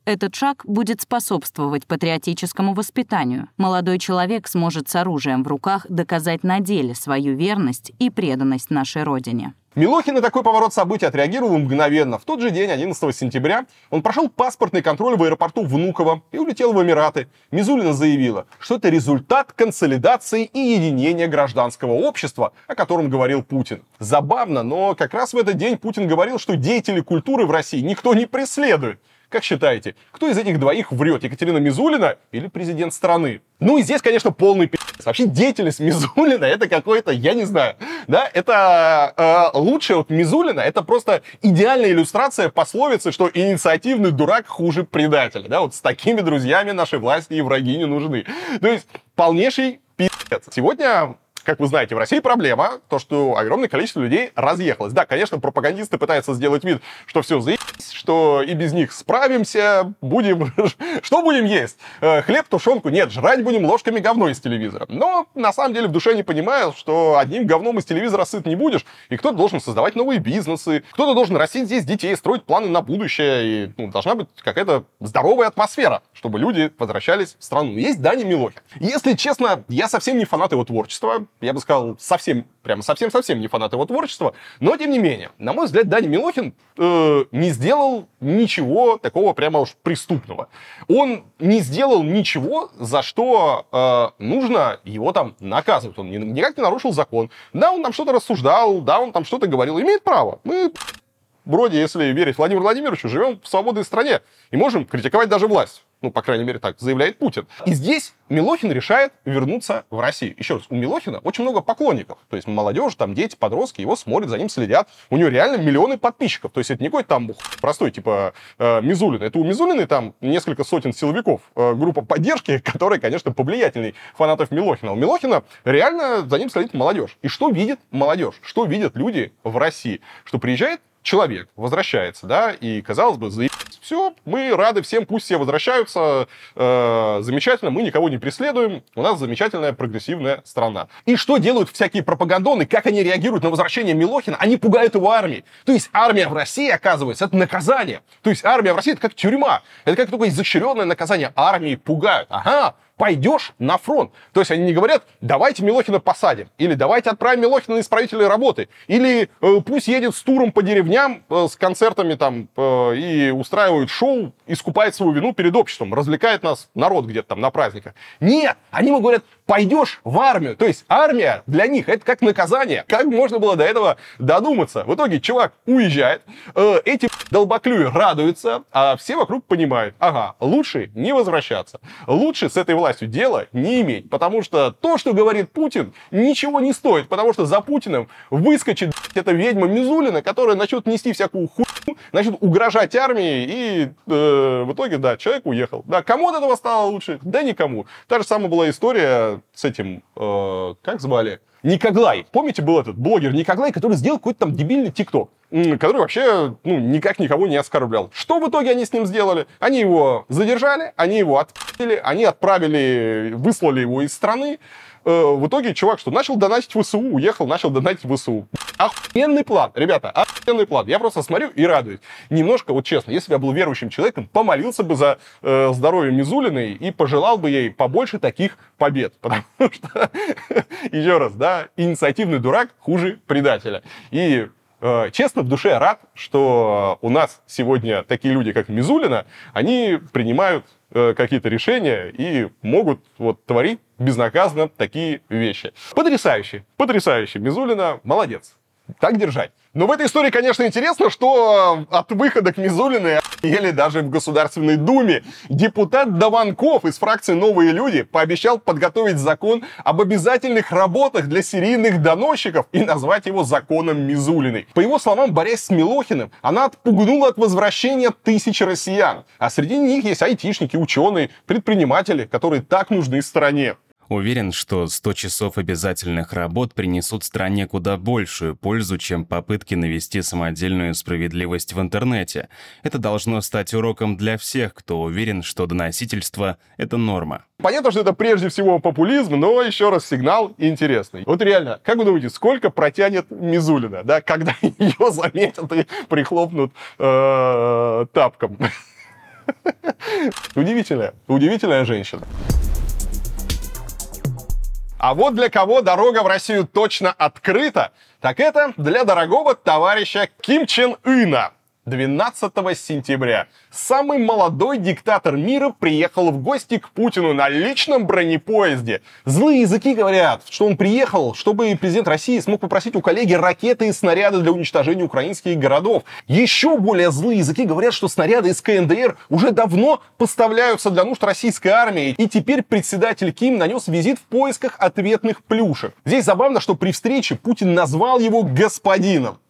Этот шаг будет способствовать патриотическому воспитанию. Молодой человек сможет с оружием в руках доказать на деле свою верность и преданность нашей Родине. Милохин на такой поворот событий отреагировал мгновенно. В тот же день, одиннадцатого сентября, он прошел паспортный контроль в аэропорту Внуково и улетел в Эмираты. Мизулина заявила, что это результат консолидации и единения гражданского общества, о котором говорил Путин. Забавно, но как раз в этот день Путин говорил, что деятелей культуры в России никто не преследует. Как считаете, кто из этих двоих врет, Екатерина Мизулина или президент страны? Ну и здесь, конечно, полный пи***ц. Вообще деятельность Мизулина это какой-то, я не знаю, да, это э, лучшее от Мизулина, это просто идеальная иллюстрация пословицы, что инициативный дурак хуже предателя, да, вот с такими друзьями нашей власти и враги не нужны. То есть полнейший пи***ц. Сегодня... Как вы знаете, в России проблема, то, что огромное количество людей разъехалось. Да, конечно, пропагандисты пытаются сделать вид, что все заебись, что и без них справимся, будем... Что будем есть? Хлеб, тушенку? Нет, жрать будем ложками говно из телевизора. Но, на самом деле, в душе не понимают, что одним говном из телевизора сыт не будешь, и кто-то должен создавать новые бизнесы, кто-то должен растить здесь детей, строить планы на будущее, и ну, должна быть какая-то здоровая атмосфера, чтобы люди возвращались в страну. Есть Даня Милохин. Если честно, я совсем не фанат его творчества, я бы сказал, совсем, прямо совсем-совсем не фанат его творчества, но, тем не менее, на мой взгляд, Даня Милохин э, не сделал ничего такого прямо уж преступного. Он не сделал ничего, за что э, нужно его там наказывать. Он никак не нарушил закон. Да, он там что-то рассуждал, да, он там что-то говорил. Имеет право. Мы, вроде, если верить Владимиру Владимировичу, живем в свободной стране и можем критиковать даже власть. Ну, по крайней мере, так заявляет Путин. И здесь Милохин решает вернуться в Россию. Еще раз, у Милохина очень много поклонников. То есть молодежь, там дети, подростки его смотрят, за ним следят. У него реально миллионы подписчиков. То есть это не какой-то там простой, типа э, Мизулин. Это у Мизулиной там несколько сотен силовиков. Э, группа поддержки, которая, конечно, повлиятельней фанатов Милохина. У Милохина реально за ним следит молодежь. И что видит молодежь? Что видят люди в России? Что приезжает человек, возвращается, да, и, казалось бы, заебись, все, мы рады всем, пусть все возвращаются, э, замечательно, мы никого не преследуем, у нас замечательная прогрессивная страна. И что делают всякие пропагандоны, как они реагируют на возвращение Милохина? Они пугают его армией. То есть армия в России, оказывается, это наказание. То есть армия в России это как тюрьма, это как такое изощренное наказание. Армии пугают. Ага, пойдешь на фронт. То есть они не говорят, давайте Милохина посадим, или давайте отправим Милохина на исправительные работы, или э, пусть едет с туром по деревням, э, с концертами там, э, и устраивает шоу, искупает свою вину перед обществом, развлекает нас народ где-то там на праздниках. Нет, они ему говорят, пойдешь в армию. То есть армия для них это как наказание. Как можно было до этого додуматься? В итоге чувак уезжает, э, эти долбоклюи радуются, а все вокруг понимают, ага, лучше не возвращаться, лучше с этой властью дела не иметь, потому что то, что говорит Путин, ничего не стоит, потому что за Путиным выскочит эта ведьма Мизулина, которая начнет нести всякую хуйню, начнет угрожать армии, и э, в итоге, да, человек уехал. Да, кому от этого стало лучше? Да никому. Та же самая была история с этим, э, как звали? Никоглай. Помните, был этот блогер Никоглай, который сделал какой-то там дебильный ТикТок, который вообще ну, никак никого не оскорблял. Что в итоге они с ним сделали? Они его задержали, они его отпили, они отправили, выслали его из страны. В итоге чувак что, начал донатить в ВСУ, уехал, начал донатить в ВСУ. Охуенный план, ребята, охуенный план. Я просто смотрю и радуюсь. Немножко, вот честно, если бы я был верующим человеком, помолился бы за э, здоровье Мизулиной и пожелал бы ей побольше таких побед. Потому что, еще раз, да, инициативный дурак хуже предателя. И э, честно, в душе рад, что у нас сегодня такие люди, как Мизулина, они принимают э, какие-то решения и могут вот творить безнаказанно такие вещи. Потрясающе, потрясающе. Мизулина молодец. Так держать. Но в этой истории, конечно, интересно, что от выхода к Мизулиной охуели даже в Государственной Думе. Депутат Даванков из фракции «Новые люди» пообещал подготовить закон об обязательных работах для серийных доносчиков и назвать его законом Мизулиной. По его словам, борясь с Милохиным, она отпугнула от возвращения тысяч россиян. А среди них есть айтишники, ученые, предприниматели, которые так нужны стране. Уверен, что сто часов обязательных работ принесут стране куда большую пользу, чем попытки навести самодельную справедливость в интернете. Это должно стать уроком для всех, кто уверен, что доносительство — это норма. Понятно, что это прежде всего популизм, но еще раз сигнал интересный. Вот реально, как вы думаете, сколько протянет Мизулина, да, когда ее заметят и прихлопнут э, тапком? Удивительная, удивительная женщина. А вот для кого дорога в Россию точно открыта, так это для дорогого товарища Ким Чен Ына. двенадцатого сентября самый молодой диктатор мира приехал в гости к Путину на личном бронепоезде. Злые языки говорят, что он приехал, чтобы президент России смог попросить у коллеги ракеты и снаряды для уничтожения украинских городов. Еще более злые языки говорят, что снаряды из ка эн дэ эр уже давно поставляются для нужд российской армии, и теперь председатель Ким нанес визит в поисках ответных плюшек. Здесь забавно, что при встрече Путин назвал его господином.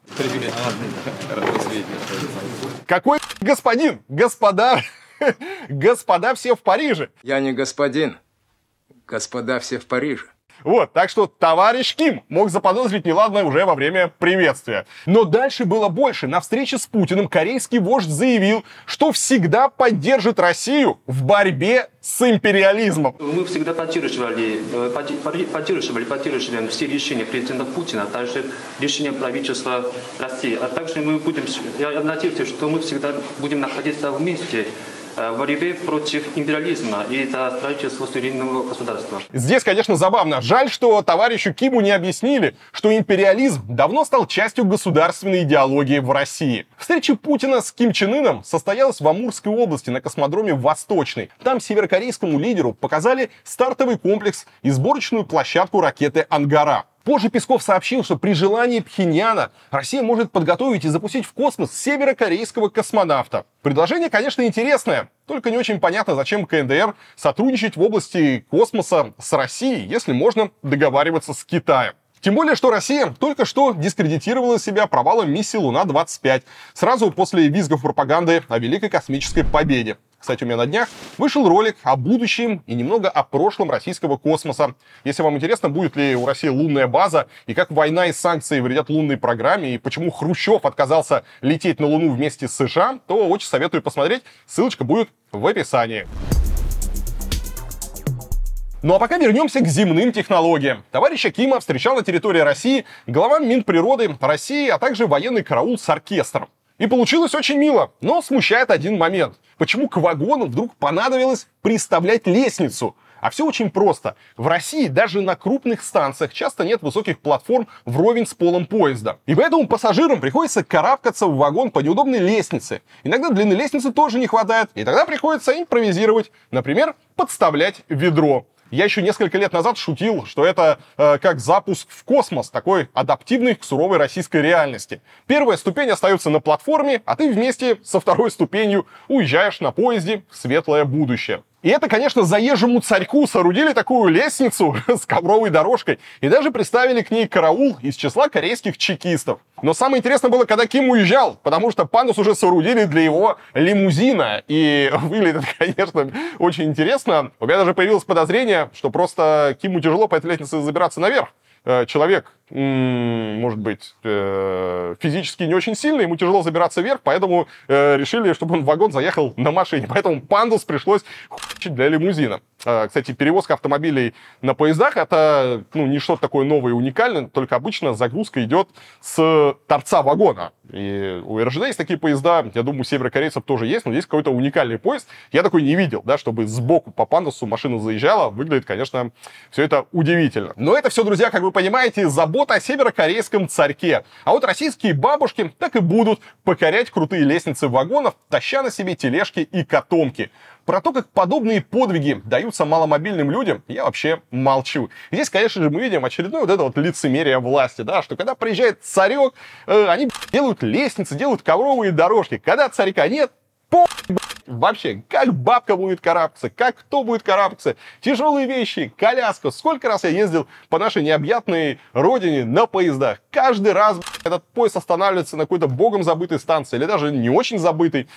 Какой господин? Господа, господа все в Париже. Я не господин. Господа все в Париже. Вот, так что товарищ Ким мог заподозрить неладное уже во время приветствия. Но дальше было больше. На встрече с Путиным корейский вождь заявил, что всегда поддержит Россию в борьбе с империализмом. Мы всегда поддерживали, поддерживали, поддерживаем все решения президента Путина, а также решения правительства России. А также мы будем, я надеюсь, что мы всегда будем находиться вместе в борьбе против империализма и это строительство суверенного государства. Здесь, конечно, забавно. Жаль, что товарищу Киму не объяснили, что империализм давно стал частью государственной идеологии в России. Встреча Путина с Ким Чен Ыном состоялась в Амурской области на космодроме Восточный. Там северокорейскому лидеру показали стартовый комплекс и сборочную площадку ракеты «Ангара». Позже Песков сообщил, что при желании Пхеньяна Россия может подготовить и запустить в космос северокорейского космонавта. Предложение, конечно, интересное, только не очень понятно, зачем ка эн дэ эр сотрудничать в области космоса с Россией, если можно договариваться с Китаем. Тем более, что Россия только что дискредитировала себя провалом миссии Луна-двадцать пять, сразу после визгов пропаганды о великой космической победе. Кстати, у меня на днях вышел ролик о будущем и немного о прошлом российского космоса. Если вам интересно, будет ли у России лунная база, и как война и санкции вредят лунной программе, и почему Хрущев отказался лететь на Луну вместе с США, то очень советую посмотреть. Ссылочка будет в описании. Ну а пока вернемся к земным технологиям. Товарища Кима встречал на территории России глава Минприроды России, а также военный караул с оркестром. И получилось очень мило, но смущает один момент. Почему к вагону вдруг понадобилось приставлять лестницу? А все очень просто. В России даже на крупных станциях часто нет высоких платформ вровень с полом поезда. И поэтому пассажирам приходится карабкаться в вагон по неудобной лестнице. Иногда длины лестницы тоже не хватает, и тогда приходится импровизировать. Например, подставлять ведро. Я еще несколько лет назад шутил, что это э, как запуск в космос, такой адаптивный к суровой российской реальности. Первая ступень остается на платформе, а ты вместе со второй ступенью уезжаешь на поезде в светлое будущее. И это, конечно, заезжему царьку соорудили такую лестницу с ковровой дорожкой и даже приставили к ней караул из числа корейских чекистов. Но самое интересное было, когда Ким уезжал, потому что пандус уже соорудили для его лимузина. И выглядит, конечно, очень интересно. У меня даже появилось подозрение, что просто Киму тяжело по этой лестнице забираться наверх. Человек, может быть, физически не очень сильный, ему тяжело забираться вверх, поэтому решили, чтобы он в вагон заехал на машине. Поэтому пандус пришлось хуйчить для лимузина. Кстати, перевозка автомобилей на поездах — это ну, не что-то такое новое и уникальное, только обычно загрузка идет с торца вагона. И у эр жэ дэ есть такие поезда, я думаю, у северокорейцев тоже есть, но здесь какой-то уникальный поезд. Я такой не видел, да, чтобы сбоку по пандусу машина заезжала. Выглядит, конечно, все это удивительно. Но это все, друзья, как вы понимаете, забота о северокорейском царьке. А вот российские бабушки так и будут покорять крутые лестницы вагонов, таща на себе тележки и котомки. Про то, как подобные подвиги даются маломобильным людям, я вообще молчу. И здесь, конечно же, мы видим очередное вот это вот лицемерие власти, да, что когда приезжает царек, э, они делают лестницы, делают ковровые дорожки. Когда царька нет, по вообще, как бабка будет карабкаться, как кто будет карабкаться, тяжелые вещи, коляска. Сколько раз я ездил по нашей необъятной родине на поездах. Каждый раз этот поезд останавливается на какой-то богом забытой станции, или даже не очень забытой,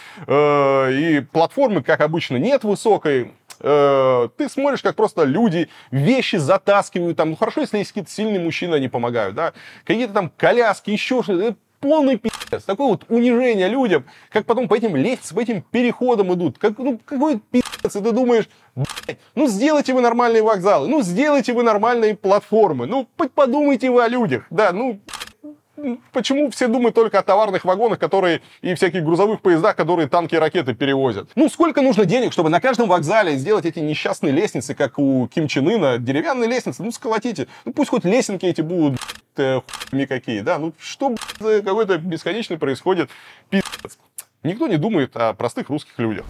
и платформы, как обычно, нет высокой. Ты смотришь, как просто люди вещи затаскивают, там, ну хорошо, если есть какие-то сильные мужчины, они помогают, да, какие-то там коляски, еще что-то. Полный пиздец, такое вот унижение людям, как потом по этим лестницам, по этим переходам идут, как, ну, какой пиздец, и ты думаешь, блядь, ну сделайте вы нормальные вокзалы, ну сделайте вы нормальные платформы, ну подумайте вы о людях, да, ну почему все думают только о товарных вагонах, которые и всяких грузовых поездах, которые танки и ракеты перевозят? Ну, сколько нужно денег, чтобы на каждом вокзале сделать эти несчастные лестницы, как у Ким Чен Ына, деревянные лестницы? Ну, сколотите. Ну, пусть хоть лесенки эти будут хуйни какие, да? Ну, что какой-то бесконечный происходит пиздец. Никто не думает о простых русских людях.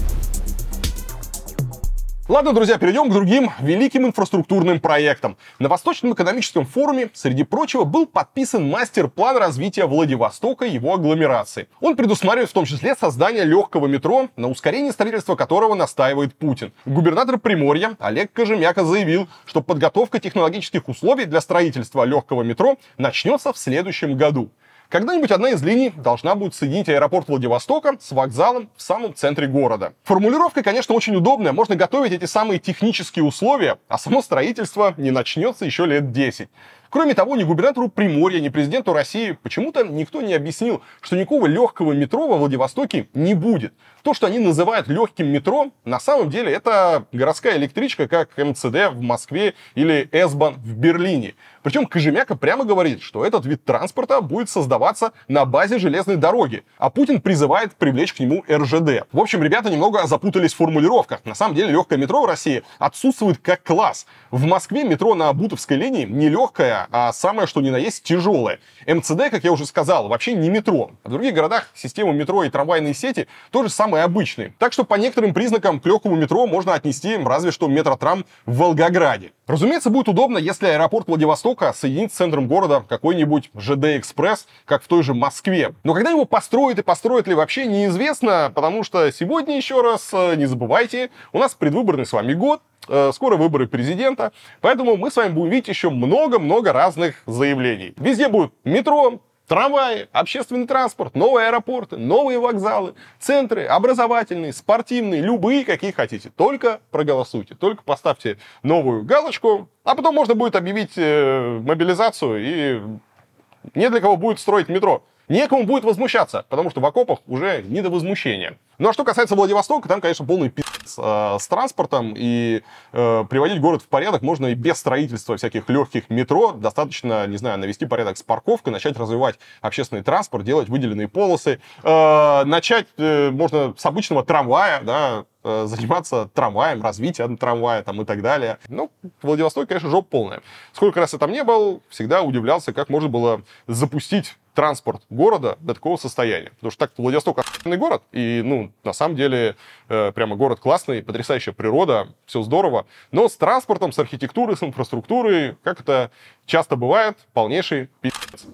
Ладно, друзья, перейдем к другим великим инфраструктурным проектам. На Восточном экономическом форуме, среди прочего, был подписан мастер-план развития Владивостока и его агломерации. Он предусматривает в том числе создание легкого метро, на ускорение строительства которого настаивает Путин. Губернатор Приморья Олег Кожемяка заявил, что подготовка технологических условий для строительства легкого метро начнется в следующем году. Когда-нибудь одна из линий должна будет соединить аэропорт Владивостока с вокзалом в самом центре города. Формулировка, конечно, очень удобная. Можно готовить эти самые технические условия, а само строительство не начнется еще лет десять. Кроме того, ни губернатору Приморья, ни президенту России почему-то никто не объяснил, что никакого легкого метро во Владивостоке не будет. То, что они называют легким метро, на самом деле это городская электричка, как эм цэ дэ в Москве или эс-бан в Берлине. Причем Кожемяка прямо говорит, что этот вид транспорта будет создаваться на базе железной дороги, а Путин призывает привлечь к нему эр жэ дэ. В общем, ребята немного запутались в формулировках. На самом деле легкое метро в России отсутствует как класс. В Москве метро на Бутовской линии не легкое, а самое что ни на есть тяжелое. эм цэ дэ, как я уже сказал, вообще не метро. В других городах система метро и трамвайные сети тоже самые обычные. Так что по некоторым признакам к легкому метро можно отнести разве что метротрам в Волгограде. Разумеется, будет удобно, если аэропорт Владивостока соединит с центром города какой-нибудь жэ дэ-экспресс, как в той же Москве. Но когда его построят и построят ли вообще неизвестно, потому что сегодня, еще раз, не забывайте, у нас предвыборный с вами год, скоро выборы президента, поэтому мы с вами будем видеть еще много-много разных заявлений. Везде будет метро, трамваи, общественный транспорт, новые аэропорты, новые вокзалы, центры образовательные, спортивные, любые, какие хотите. Только проголосуйте, только поставьте новую галочку, а потом можно будет объявить э, мобилизацию, и не для кого будет строить метро. Некому будет возмущаться, потому что в окопах уже не до возмущения. Ну а что касается Владивостока, там, конечно, полный пиздец э, с транспортом, и э, приводить город в порядок можно и без строительства всяких легких метро. Достаточно, не знаю, навести порядок с парковкой, начать развивать общественный транспорт, делать выделенные полосы. Э, начать э, можно с обычного трамвая, да, э, заниматься трамваем, развитием трамвая там, и так далее. Ну, Владивосток, конечно, жопа полная. Сколько раз я там не был, всегда удивлялся, как можно было запустить транспорт города до такого состояния. Потому что так Владивосток охуенный город, и, ну, на самом деле, э, прямо город классный, потрясающая природа, все здорово. Но с транспортом, с архитектурой, с инфраструктурой, как это часто бывает, полнейший пиздец.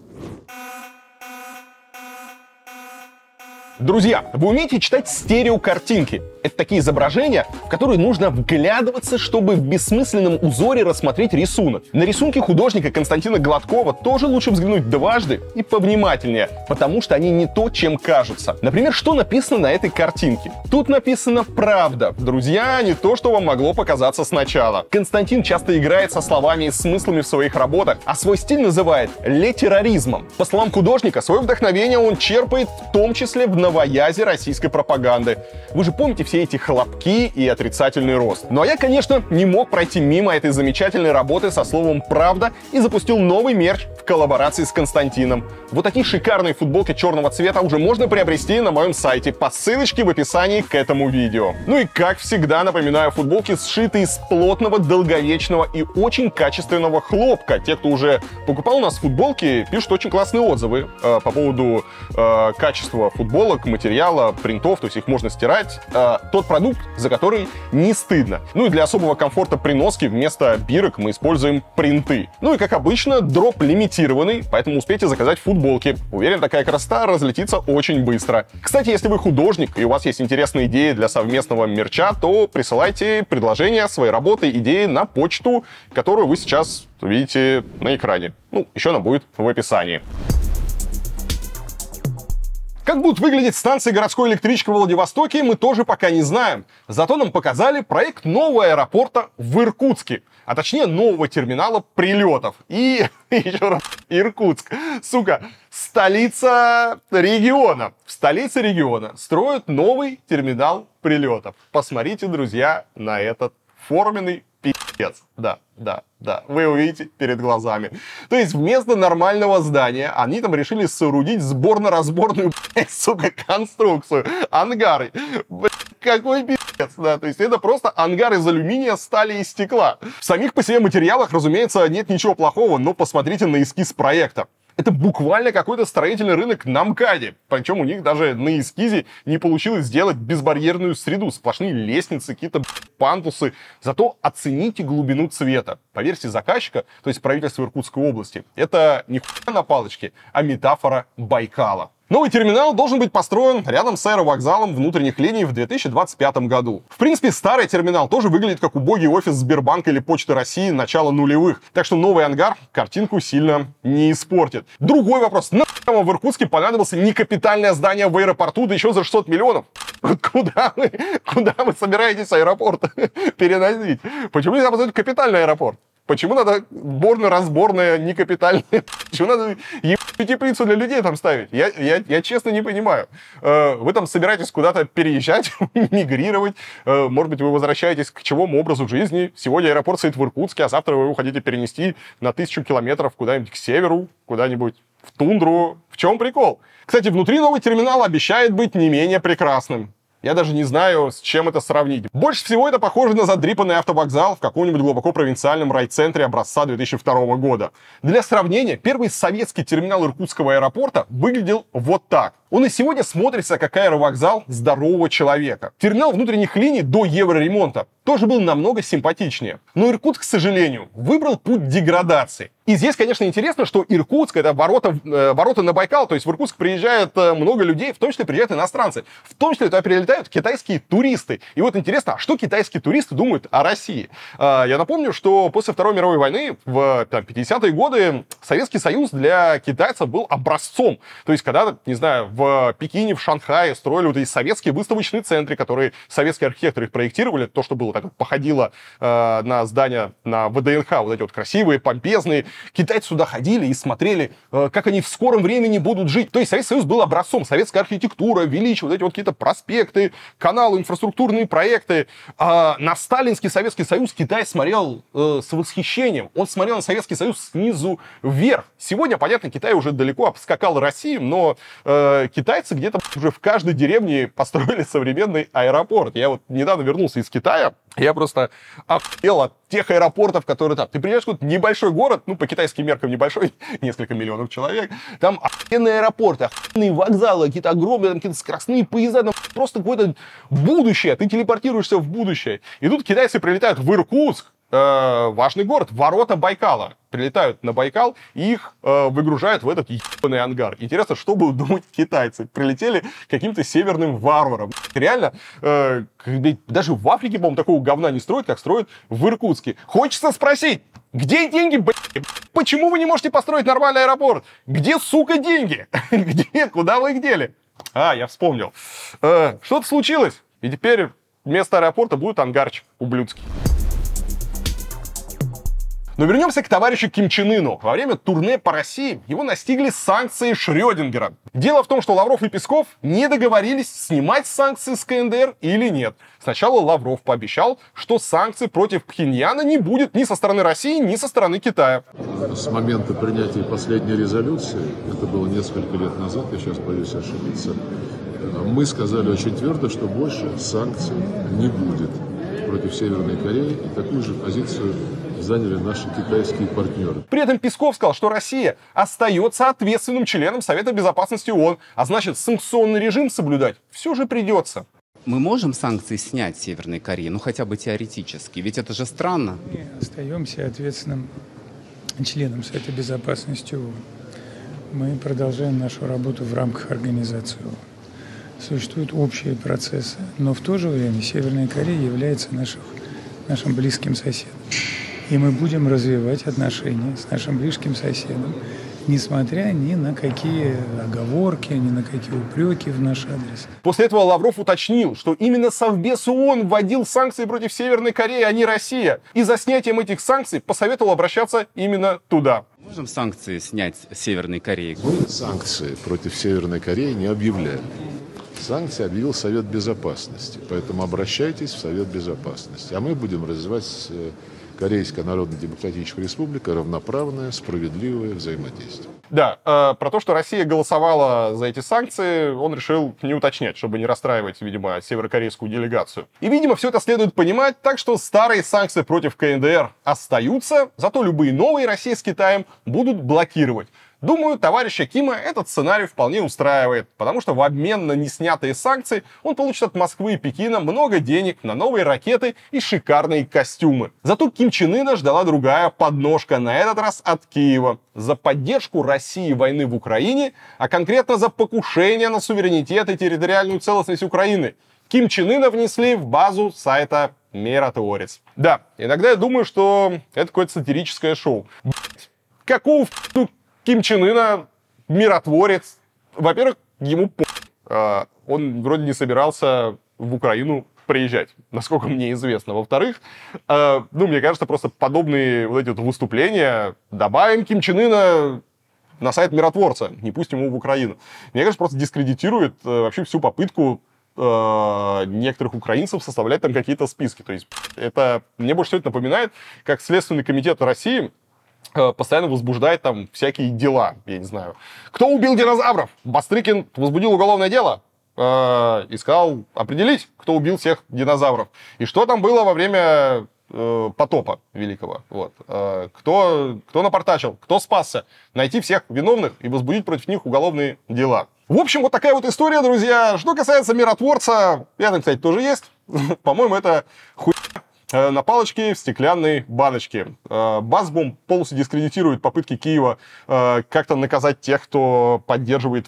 Друзья, вы умеете читать стереокартинки? Это такие изображения, в которые нужно вглядываться, чтобы в бессмысленном узоре рассмотреть рисунок. На рисунки художника Константина Гладкова тоже лучше взглянуть дважды и повнимательнее, потому что они не то, чем кажутся. Например, что написано на этой картинке? Тут написано «Правда». Друзья, не то, что вам могло показаться сначала. Константин часто играет со словами и смыслами в своих работах, а свой стиль называет летераризмом. По словам художника, свое вдохновение он черпает в том числе в новоязе российской пропаганды. Вы же помните все эти хлопки и отрицательный рост. Ну а я, конечно, не мог пройти мимо этой замечательной работы со словом «правда» и запустил новый мерч в коллаборации с Константином. Вот такие шикарные футболки черного цвета уже можно приобрести на моем сайте по ссылочке в описании к этому видео. Ну и как всегда, напоминаю, футболки сшиты из плотного, долговечного и очень качественного хлопка. Те, кто уже покупал у нас футболки, пишут очень классные отзывы э, по поводу э, качества футболок, материала, принтов, то есть их можно стирать. Э, тот продукт, за который не стыдно. Ну и для особого комфорта при носке вместо бирок мы используем принты. Ну и как обычно, дроп лимитированный, поэтому успейте заказать футболки. Уверен, такая красота разлетится очень быстро. Кстати, если вы художник и у вас есть интересные идеи для совместного мерча, то присылайте предложения своей работы, идеи на почту, которую вы сейчас видите на экране. Ну, еще она будет в описании. Как будут выглядеть станции городской электрички в Владивостоке, мы тоже пока не знаем. Зато нам показали проект нового аэропорта в Иркутске. А точнее, нового терминала прилетов. И еще раз, Иркутск. Сука, столица региона. В столице региона строят новый терминал прилетов. Посмотрите, друзья, на этот форменный пи***ц. пи***ц. Да, да, да. Вы увидите перед глазами. То есть вместо нормального здания они там решили соорудить сборно-разборную, блядь, сука, конструкцию. Ангары. Блядь, какой пи***ц, да. То есть это просто ангар из алюминия, стали и стекла. В самих по себе материалах, разумеется, нет ничего плохого, но посмотрите на эскиз проекта. Это буквально какой-то строительный рынок на МКАДе. Причем у них даже на эскизе не получилось сделать безбарьерную среду. Сплошные лестницы, какие-то пандусы. Зато оцените глубину цвета. По версии заказчика, то есть правительства Иркутской области, это не хуйня на палочке, а метафора Байкала. Новый терминал должен быть построен рядом с аэровокзалом внутренних линий в две тысячи двадцать пятом году. В принципе, старый терминал тоже выглядит как убогий офис Сбербанка или Почты России начала нулевых. Так что новый ангар картинку сильно не испортит. Другой вопрос. Нахуй вам в Иркутске понадобился некапитальное здание в аэропорту, да еще за шестьсот миллионов? Куда вы, куда вы собираетесь аэропорт переносить? Почему нельзя построить капитальный аэропорт? Почему надо сборно-разборное, некапитальное? Почему надо ебаную теплицу для людей там ставить? Я, я, я честно не понимаю. Вы там собираетесь куда-то переезжать, мигрировать. Может быть, вы возвращаетесь к чему образу жизни. Сегодня аэропорт стоит в Иркутске, а завтра вы его хотите перенести на тысячу километров куда-нибудь к северу, куда-нибудь в тундру. В чем прикол? Кстати, внутри новый терминал обещает быть не менее прекрасным. Я даже не знаю, с чем это сравнить. Больше всего это похоже на задрипанный автовокзал в каком-нибудь глубоко провинциальном райцентре образца две тысячи второго года. Для сравнения, первый советский терминал Иркутского аэропорта выглядел вот так. Он и сегодня смотрится как аэровокзал здорового человека. Терминал внутренних линий до евроремонта тоже был намного симпатичнее. Но Иркутск, к сожалению, выбрал путь деградации. И здесь, конечно, интересно, что Иркутск — это ворота, э, ворота на Байкал, то есть в Иркутск приезжает э, много людей, в том числе приезжают иностранцы. В том числе туда прилетают китайские туристы. И вот интересно, а что китайские туристы думают о России? Э, я напомню, что после Второй мировой войны в там, пятидесятые годы Советский Союз для китайцев был образцом. То есть когда, не знаю, в Пекине, в Шанхае строили вот эти советские выставочные центры, которые советские архитекторы их проектировали, то, что было так походило э, на здания на ВДНХ, вот эти вот красивые, помпезные. Китайцы сюда ходили и смотрели, э, как они в скором времени будут жить. То есть Советский Союз был образцом. Советская архитектура, величие, вот эти вот какие-то проспекты, каналы, инфраструктурные проекты. А на сталинский Советский Союз Китай смотрел э, с восхищением. Он смотрел на Советский Союз снизу вверх. Сегодня, понятно, Китай уже далеко обскакал Россию, но э, китайцы где-то уже в каждой деревне построили современный аэропорт. Я вот недавно вернулся из Китая. Я просто охуел от тех аэропортов, которые там. Ты приезжаешь в какой-то небольшой город, ну, по китайским меркам небольшой, несколько миллионов человек. Там охуенные аэропорты, охуенные вокзалы, какие-то огромные, какие-то скоростные поезда. Там просто какое-то будущее. Ты телепортируешься в будущее. И тут китайцы прилетают в Иркутск, э, важный город, ворота Байкала. Прилетают на Байкал и их э, выгружают в этот ебаный ангар. Интересно, что будут думать китайцы? Прилетели каким-то северным варваром. Реально, э, даже в Африке, по-моему, такого говна не строят, как строят в Иркутске. Хочется спросить, где деньги, блядь? Почему вы не можете построить нормальный аэропорт? Где, сука, деньги? Где? Куда вы их дели? А, я вспомнил. Э, что-то случилось, и теперь вместо аэропорта будет ангарчик ублюдский. Но вернемся к товарищу Ким Чен Ыну. Во время турне по России его настигли санкции Шрёдингера. Дело в том, что Лавров и Песков не договорились, снимать санкции с КНДР или нет. Сначала Лавров пообещал, что санкций против Пхеньяна не будет ни со стороны России, ни со стороны Китая. С момента принятия последней резолюции, это было несколько лет назад, я сейчас боюсь ошибиться, мы сказали очень твердо, что больше санкций не будет против Северной Кореи, и такую же позицию заняли наши китайские партнеры. При этом Песков сказал, что Россия остается ответственным членом Совета Безопасности ООН, а значит, санкционный режим соблюдать все же придется. Мы можем санкции снять с Северной Кореи, ну хотя бы теоретически, ведь это же странно. Мы остаемся ответственным членом Совета Безопасности ООН. Мы продолжаем нашу работу в рамках организации ООН. Существуют общие процессы, но в то же время Северная Корея является наших, нашим близким соседом. И мы будем развивать отношения с нашим близким соседом, несмотря ни на какие оговорки, ни на какие упреки в наш адрес. После этого Лавров уточнил, что именно Совбез ООН вводил санкции против Северной Кореи, а не Россия. И за снятием этих санкций посоветовал обращаться именно туда. Можем санкции снять с Северной Кореи? Мы санкции против Северной Кореи не объявляем. Санкции объявил Совет Безопасности, поэтому обращайтесь в Совет Безопасности. А мы будем развивать Корейская Народно-Демократическая Республика равноправное, справедливое взаимодействие. Да, э, про то, что Россия голосовала за эти санкции, он решил не уточнять, чтобы не расстраивать, видимо, северокорейскую делегацию. И, видимо, все это следует понимать так, что старые санкции против КНДР остаются, зато любые новые Россия с Китаем будут блокировать. Думаю, товарища Кима этот сценарий вполне устраивает, потому что в обмен на неснятые санкции он получит от Москвы и Пекина много денег на новые ракеты и шикарные костюмы. Зато Ким Чен Ына ждала другая подножка, на этот раз от Киева. За поддержку России войны в Украине, а конкретно за покушение на суверенитет и территориальную целостность Украины, Ким Чен Ына внесли в базу сайта Миротворец. Да, иногда я думаю, что это какое-то сатирическое шоу. Блять, какого в*** Ким Чен Ына миротворец? Во-первых, ему по... Он вроде не собирался в Украину приезжать, насколько мне известно. Во-вторых, ну, мне кажется, просто подобные вот эти вот выступления добавим Ким Чен Ына на сайт миротворца, не пустим его в Украину. Мне кажется, просто дискредитирует вообще всю попытку некоторых украинцев составлять там какие-то списки. То есть это мне больше всего это напоминает, как Следственный комитет России постоянно возбуждает там всякие дела, я не знаю. Кто убил динозавров? Бастрыкин возбудил уголовное дело э, и сказал определить, кто убил всех динозавров. И что там было во время э, потопа великого. Вот. Э, кто, кто напортачил, кто спасся. Найти всех виновных и возбудить против них уголовные дела. В общем, вот такая вот история, друзья. Что касается миротворца, я там, кстати, тоже есть. По-моему, это хуйня на палочке в стеклянной баночке. Базбом полностью дискредитирует попытки Киева как-то наказать тех, кто поддерживает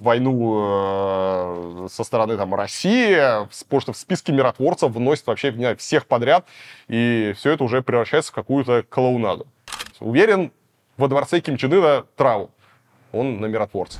войну со стороны там, России, потому что в списке миротворцев вносят вообще не, всех подряд, и все это уже превращается в какую-то клоунаду. Уверен, во дворце Ким Чен Ына траву. Он на миротворце.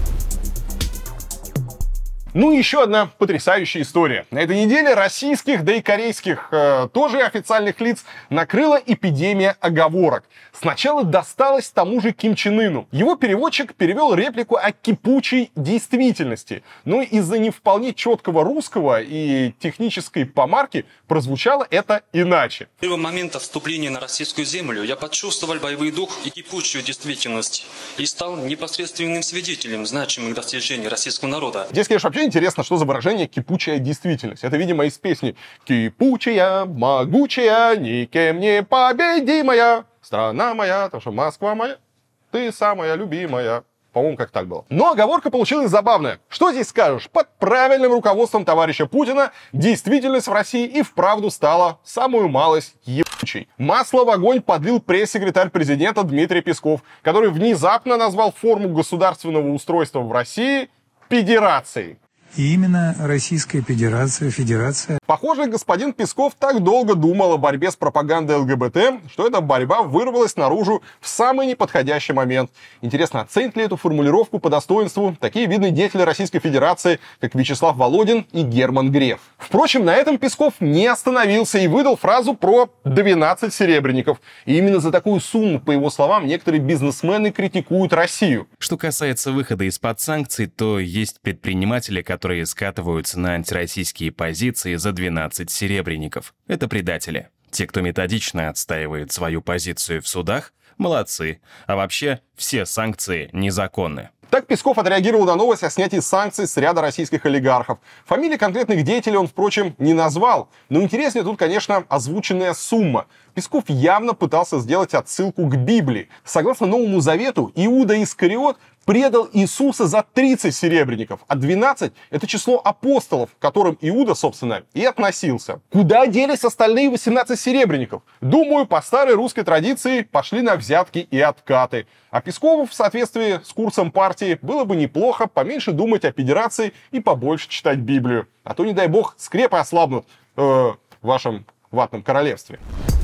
Ну и еще одна потрясающая история. На этой неделе российских, да и корейских э, тоже официальных лиц накрыла эпидемия оговорок. Сначала досталось тому же Ким Чен Ыну. Его переводчик перевел реплику о кипучей действительности. Но из-за не вполне четкого русского и технической помарки прозвучало это иначе. С первого момента вступления на российскую землю я почувствовал боевой дух и кипучую действительность и стал непосредственным свидетелем значимых достижений российского народа. Здесь, конечно, вообще интересно, что за выражение «кипучая действительность». Это, видимо, из песни «Кипучая, могучая, никем не победимая, страна моя, то что Москва моя, ты самая любимая». По-моему, как так было. Но оговорка получилась забавная. Что здесь скажешь? Под правильным руководством товарища Путина действительность в России и вправду стала самую малость ебучей. Масло в огонь подлил пресс-секретарь президента Дмитрий Песков, который внезапно назвал форму государственного устройства в России педерацией. И именно Российская Федерация, Федерация... Похоже, господин Песков так долго думал о борьбе с пропагандой ЛГБТ, что эта борьба вырвалась наружу в самый неподходящий момент. Интересно, оценят ли эту формулировку по достоинству такие видные деятели Российской Федерации, как Вячеслав Володин и Герман Греф? Впрочем, на этом Песков не остановился и выдал фразу про двенадцать серебряников. И именно за такую сумму, по его словам, некоторые бизнесмены критикуют Россию. Что касается выхода из-под санкций, то есть предприниматели, которые которые скатываются на антироссийские позиции за двенадцать серебряников. Это предатели. Те, кто методично отстаивает свою позицию в судах, молодцы. А вообще, все санкции незаконны. Так Песков отреагировал на новость о снятии санкций с ряда российских олигархов. Фамилии конкретных деятелей он, впрочем, не назвал. Но интереснее тут, конечно, озвученная сумма. Песков явно пытался сделать отсылку к Библии. Согласно Новому Завету, Иуда Искариот предал Иисуса за тридцать серебряников, а двенадцать — это число апостолов, к которым Иуда, собственно, и относился. Куда делись остальные восемнадцать серебряников? Думаю, по старой русской традиции пошли на взятки и откаты. А Пескову, в соответствии с курсом партии, было бы неплохо поменьше думать о педерации и побольше читать Библию. А то, не дай бог, скрепы ослабнут э, в вашем ватном королевстве.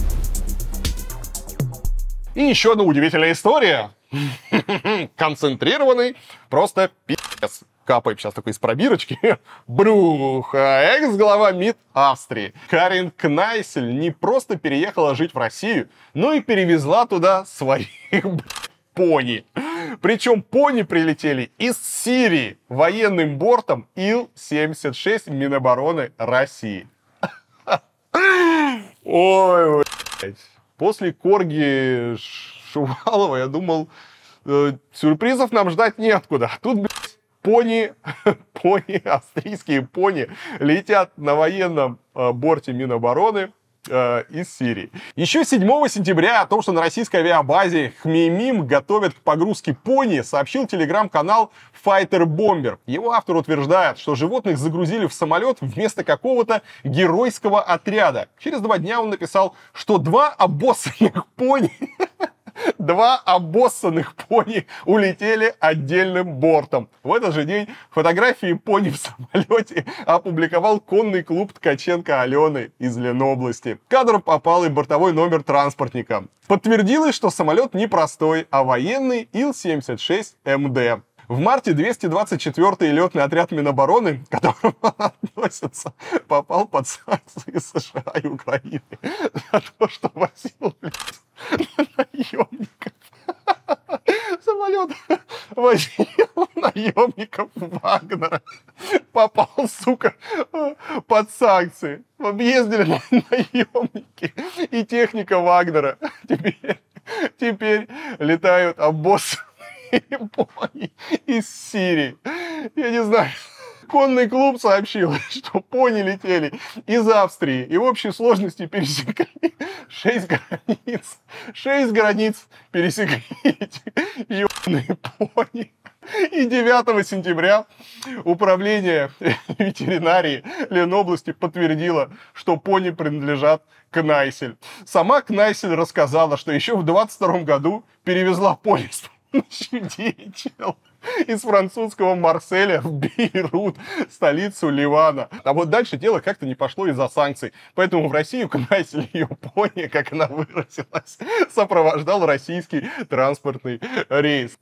И еще одна удивительная история. Концентрированный просто пи***ц. Капаем сейчас такой из пробирочки. Брух. Экс-глава МИД Австрии Карин Кнайсель не просто переехала жить в Россию, но и перевезла туда своих пони. Причем пони прилетели из Сирии военным бортом Ил семьдесят шесть Минобороны России. Ой, блядь. После Корги Шувалова я думал, э, сюрпризов нам ждать неоткуда. Тут, блядь, пони, пони, австрийские пони летят на военном э, борте Минобороны э, из Сирии. Еще седьмого сентября о том, что на российской авиабазе Хмеймим готовят к погрузке пони, сообщил телеграм-канал Fighter Bomber. Его автор утверждает, что животных загрузили в самолет вместо какого-то геройского отряда. Через два дня он написал, что два обоссанных пони... Два обоссанных пони улетели отдельным бортом. В этот же день фотографии пони в самолете опубликовал конный клуб Ткаченко Алены из Ленобласти. В кадр попал и бортовой номер транспортника. Подтвердилось, что самолет не простой, а военный Ил семьдесят шесть эм дэ. В марте двести двадцать четвёртый летный отряд Минобороны, к которому он относится, попал под санкции США и Украины за то, что возил наемников. Самолет возил наемников Вагнера. Попал, сука, под санкции. Объездили наемники и техника Вагнера. Теперь, теперь летают обоссанные пони из Сирии. Я не знаю. Конный клуб сообщил, что пони летели из Австрии и в общей сложности пересекли шесть границ. Шесть границ пересекли эти ебаные пони. И девятого сентября управление ветеринарии Ленобласти подтвердило, что пони принадлежат Кнайсель. Сама Кнайсель рассказала, что еще в двадцать втором году перевезла пони с помощью ди эйч эл из французского Марселя в Бейрут, столицу Ливана. А вот дальше дело как-то не пошло из-за санкций. Поэтому в Россию Кнайсель ее пони, как она выразилась, сопровождал российский транспортный рейс.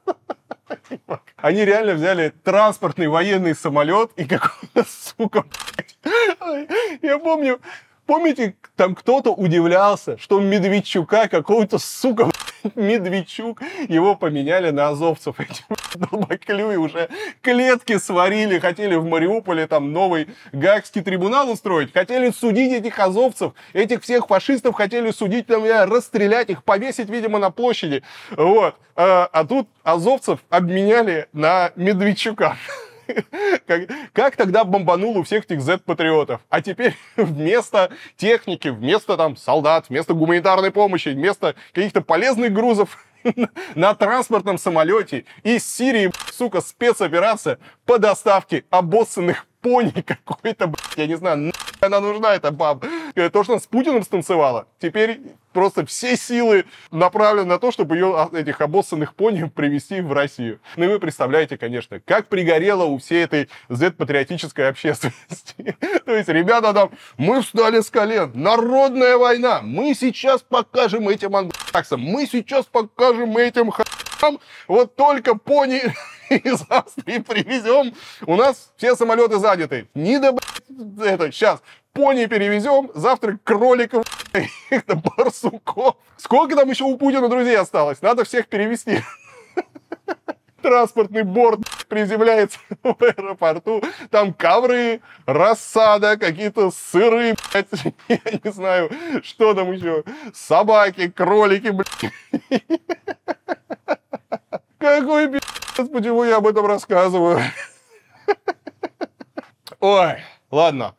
Они реально взяли транспортный военный самолет и какого-то, сука, блядь. Я помню, помните, там кто-то удивлялся, что Медведчука, какого-то, сука, Медведчук, его поменяли на азовцев. Эти долбоклюи уже клетки сварили, хотели в Мариуполе там новый гаагский трибунал устроить, хотели судить этих азовцев, этих всех фашистов хотели судить, там, расстрелять их, повесить, видимо, на площади. Вот. А, а тут азовцев обменяли на Медведчука. Как, как тогда бомбанул у всех этих зет-патриотов. А теперь вместо техники, вместо там солдат, вместо гуманитарной помощи, вместо каких-то полезных грузов на транспортном самолете из Сирии, сука, спецоперация по доставке обоссанных пони какой-то, блядь, я не знаю, нахуй она нужна, эта баба. То, что она с Путиным станцевала, теперь просто все силы направлены на то, чтобы ее, этих обоссанных пони, привезти в Россию. Ну и вы представляете, конечно, как пригорело у всей этой зет-патриотической общественности. То есть, ребята там, мы встали с колен, народная война, мы сейчас покажем этим англосаксам, мы сейчас покажем этим х**ам, вот только пони из Австрии привезем, у нас все самолеты заняты. Не до, блядь, это, сейчас, пони перевезем, завтра кроликов, каких-то барсуков. Сколько там еще у Путина друзей осталось? Надо всех перевезти. Транспортный борт приземляется в аэропорту, там ковры, рассада, какие-то сыры, блядь, я не знаю, что там еще, собаки, кролики, блядь. Какой пи***ц, почему я об этом рассказываю? Ой, ладно.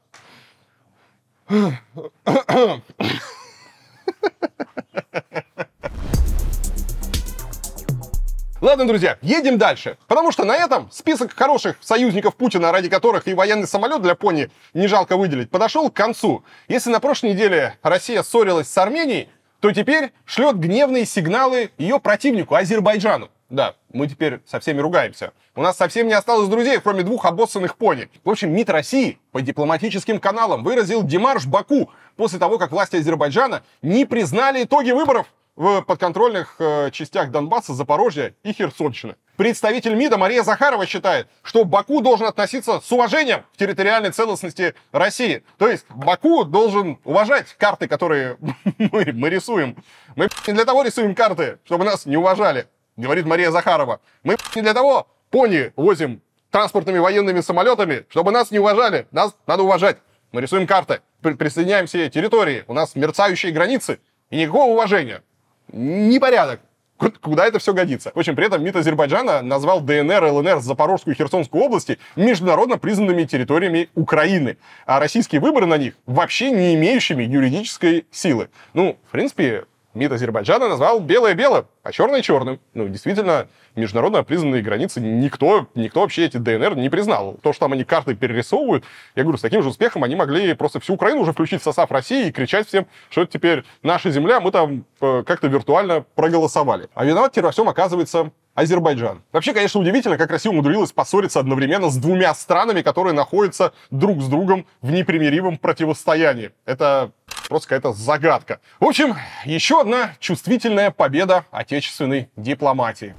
Ладно, друзья, едем дальше. Потому что на этом список хороших союзников Путина, ради которых и военный самолет для пони не жалко выделить, подошел к концу. Если на прошлой неделе Россия ссорилась с Арменией, то теперь шлет гневные сигналы ее противнику, Азербайджану. Да, мы теперь со всеми ругаемся. У нас совсем не осталось друзей, кроме двух обоссанных пони. В общем, МИД России по дипломатическим каналам выразил демарш Баку после того, как власти Азербайджана не признали итоги выборов в подконтрольных э, частях Донбасса, Запорожья и Херсонщины. Представитель МИДа Мария Захарова считает, что Баку должен относиться с уважением к территориальной целостности России. То есть Баку должен уважать карты, которые мы, мы рисуем. Мы не для того рисуем карты, чтобы нас не уважали, говорит Мария Захарова. Мы не для того пони возим транспортными военными самолетами, чтобы нас не уважали. Нас надо уважать. Мы рисуем карты, присоединяем все территории. У нас мерцающие границы. и никакого уважения. Непорядок. Куда это все годится? В общем, при этом МИД Азербайджана назвал ДНР, ЛНР, Запорожскую и Херсонскую области международно признанными территориями Украины, а российские выборы на них вообще не имеющими юридической силы. Ну, в принципе, МИД Азербайджана назвал белое белым, а черное черным. Ну, действительно, международно признанные границы никто, никто вообще эти ДНР не признал. То, что там они карты перерисовывают, я говорю, с таким же успехом они могли просто всю Украину уже включить в состав России и кричать всем, что это теперь наша земля, мы там э, как-то виртуально проголосовали. А виноват теперь во всем оказывается Азербайджан. Вообще, конечно, удивительно, как Россия умудрилась поссориться одновременно с двумя странами, которые находятся друг с другом в непримиримом противостоянии. Это просто какая-то загадка. В общем, еще одна чувствительная победа отечественной дипломатии.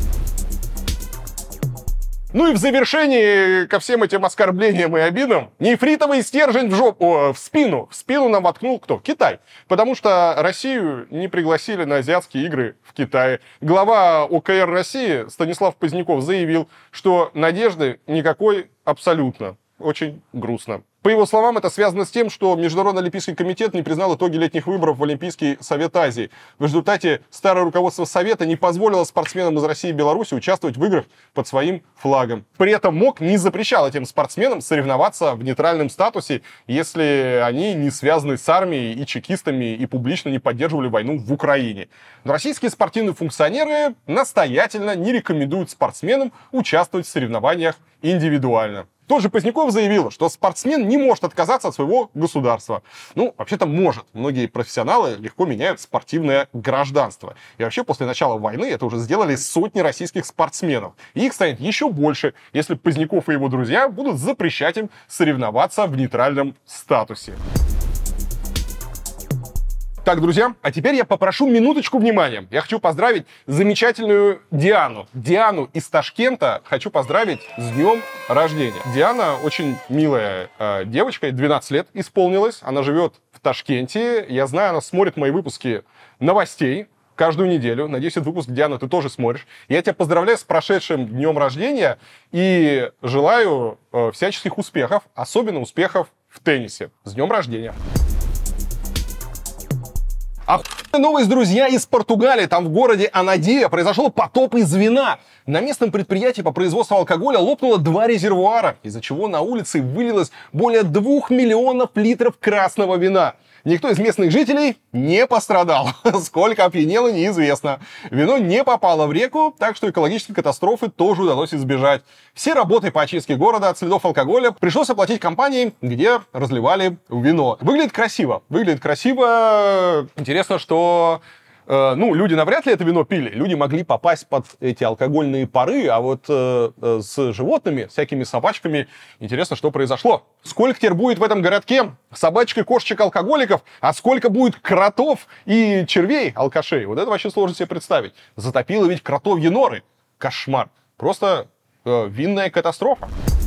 Ну и в завершении ко всем этим оскорблениям и обидам нефритовый стержень в жопу, о, в спину. В спину нам воткнул кто? Китай. Потому что Россию не пригласили на азиатские игры в Китае. Глава ОКР России Станислав Поздняков заявил, что надежды никакой абсолютно. Очень грустно. По его словам, это связано с тем, что Международный олимпийский комитет не признал итоги летних выборов в Олимпийский совет Азии. В результате старое руководство Совета не позволило спортсменам из России и Беларуси участвовать в играх под своим флагом. При этом МОК не запрещал этим спортсменам соревноваться в нейтральном статусе, если они не связаны с армией и чекистами и публично не поддерживали войну в Украине. Но российские спортивные функционеры настоятельно не рекомендуют спортсменам участвовать в соревнованиях индивидуально. Тот же Поздняков заявил, что спортсмен не может отказаться от своего государства. Ну, вообще-то может. Многие профессионалы легко меняют спортивное гражданство. И вообще после начала войны это уже сделали сотни российских спортсменов. И их станет еще больше, если Поздняков и его друзья будут запрещать им соревноваться в нейтральном статусе. Так, друзья, а теперь я попрошу минуточку внимания. Я хочу поздравить замечательную Диану. Диану из Ташкента хочу поздравить с днем рождения. Диана очень милая э, девочка, двенадцать лет исполнилось. Она живет в Ташкенте. Я знаю, она смотрит мои выпуски новостей каждую неделю. Надеюсь, этот выпуск, Диана, ты тоже смотришь. Я тебя поздравляю с прошедшим днем рождения и желаю э, всяческих успехов, особенно успехов в теннисе. С днем рождения! Охуенная новость, друзья, из Португалии. Там в городе Анадия произошел потоп из вина. На местном предприятии по производству алкоголя лопнуло два резервуара, из-за чего на улице вылилось более двух миллионов литров красного вина. Никто из местных жителей не пострадал. Сколько опьянело, неизвестно. Вино не попало в реку, так что экологической катастрофы тоже удалось избежать. Все работы по очистке города от следов алкоголя пришлось оплатить компании, где разливали вино. Выглядит красиво. Выглядит красиво. Интересно, что... Ну, люди навряд ли это вино пили. Люди могли попасть под эти алкогольные пары, а вот э, с животными, всякими собачками, интересно, что произошло. Сколько теперь будет в этом городке собачек и кошечек алкоголиков, а сколько будет кротов и червей алкашей? Вот это вообще сложно себе представить. Затопило ведь кротовьи норы. Кошмар. Просто э, винная катастрофа.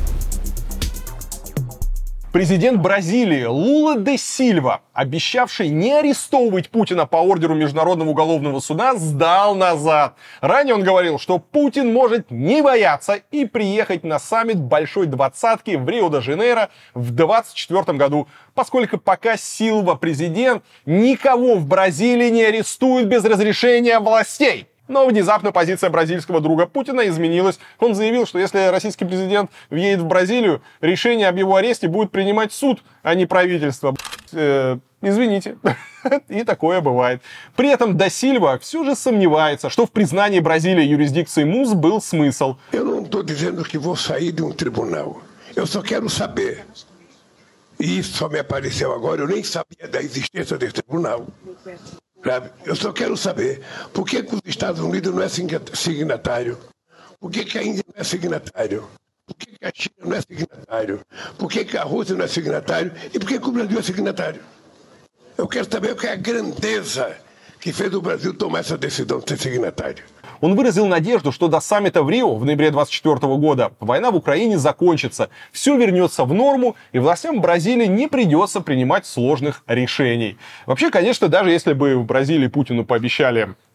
Президент Бразилии Лула де Сильва, обещавший не арестовывать Путина по ордеру Международного уголовного суда, сдал назад. Ранее он говорил, что Путин может не бояться и приехать на саммит Большой Двадцатки в Рио-де-Жанейро в двадцать четвёртом году, поскольку пока Сильва президент, никого в Бразилии не арестуют без разрешения властей. Но внезапно позиция бразильского друга Путина изменилась. Он заявил, что если российский президент въедет в Бразилию, решение об его аресте будет принимать суд, а не правительство. Э, извините. И такое бывает. При этом да Сильва все же сомневается, что в признании Бразилии юрисдикции МУС был смысл. Я не estou dizendo que vou sair de um tribunal. Eu só quero saber. E isso só me apareceu agora. Eu nem sabia da existência desse tribunal. Eu só quero saber por que, que os Estados Unidos não é signatário, por que, que a Índia não é signatário, por que, que a China não é signatário, por que, que a Rússia não é signatário e por que, que o Brasil é signatário. Eu quero saber o que é a grandeza que fez o Brasil tomar essa decisão de ser signatário. Он выразил надежду, что до саммита в Рио в ноябре двадцать четвёртого года война в Украине закончится, все вернется в норму, и властям Бразилии не придется принимать сложных решений. Вообще, конечно, даже если бы в Бразилии Путину пообещали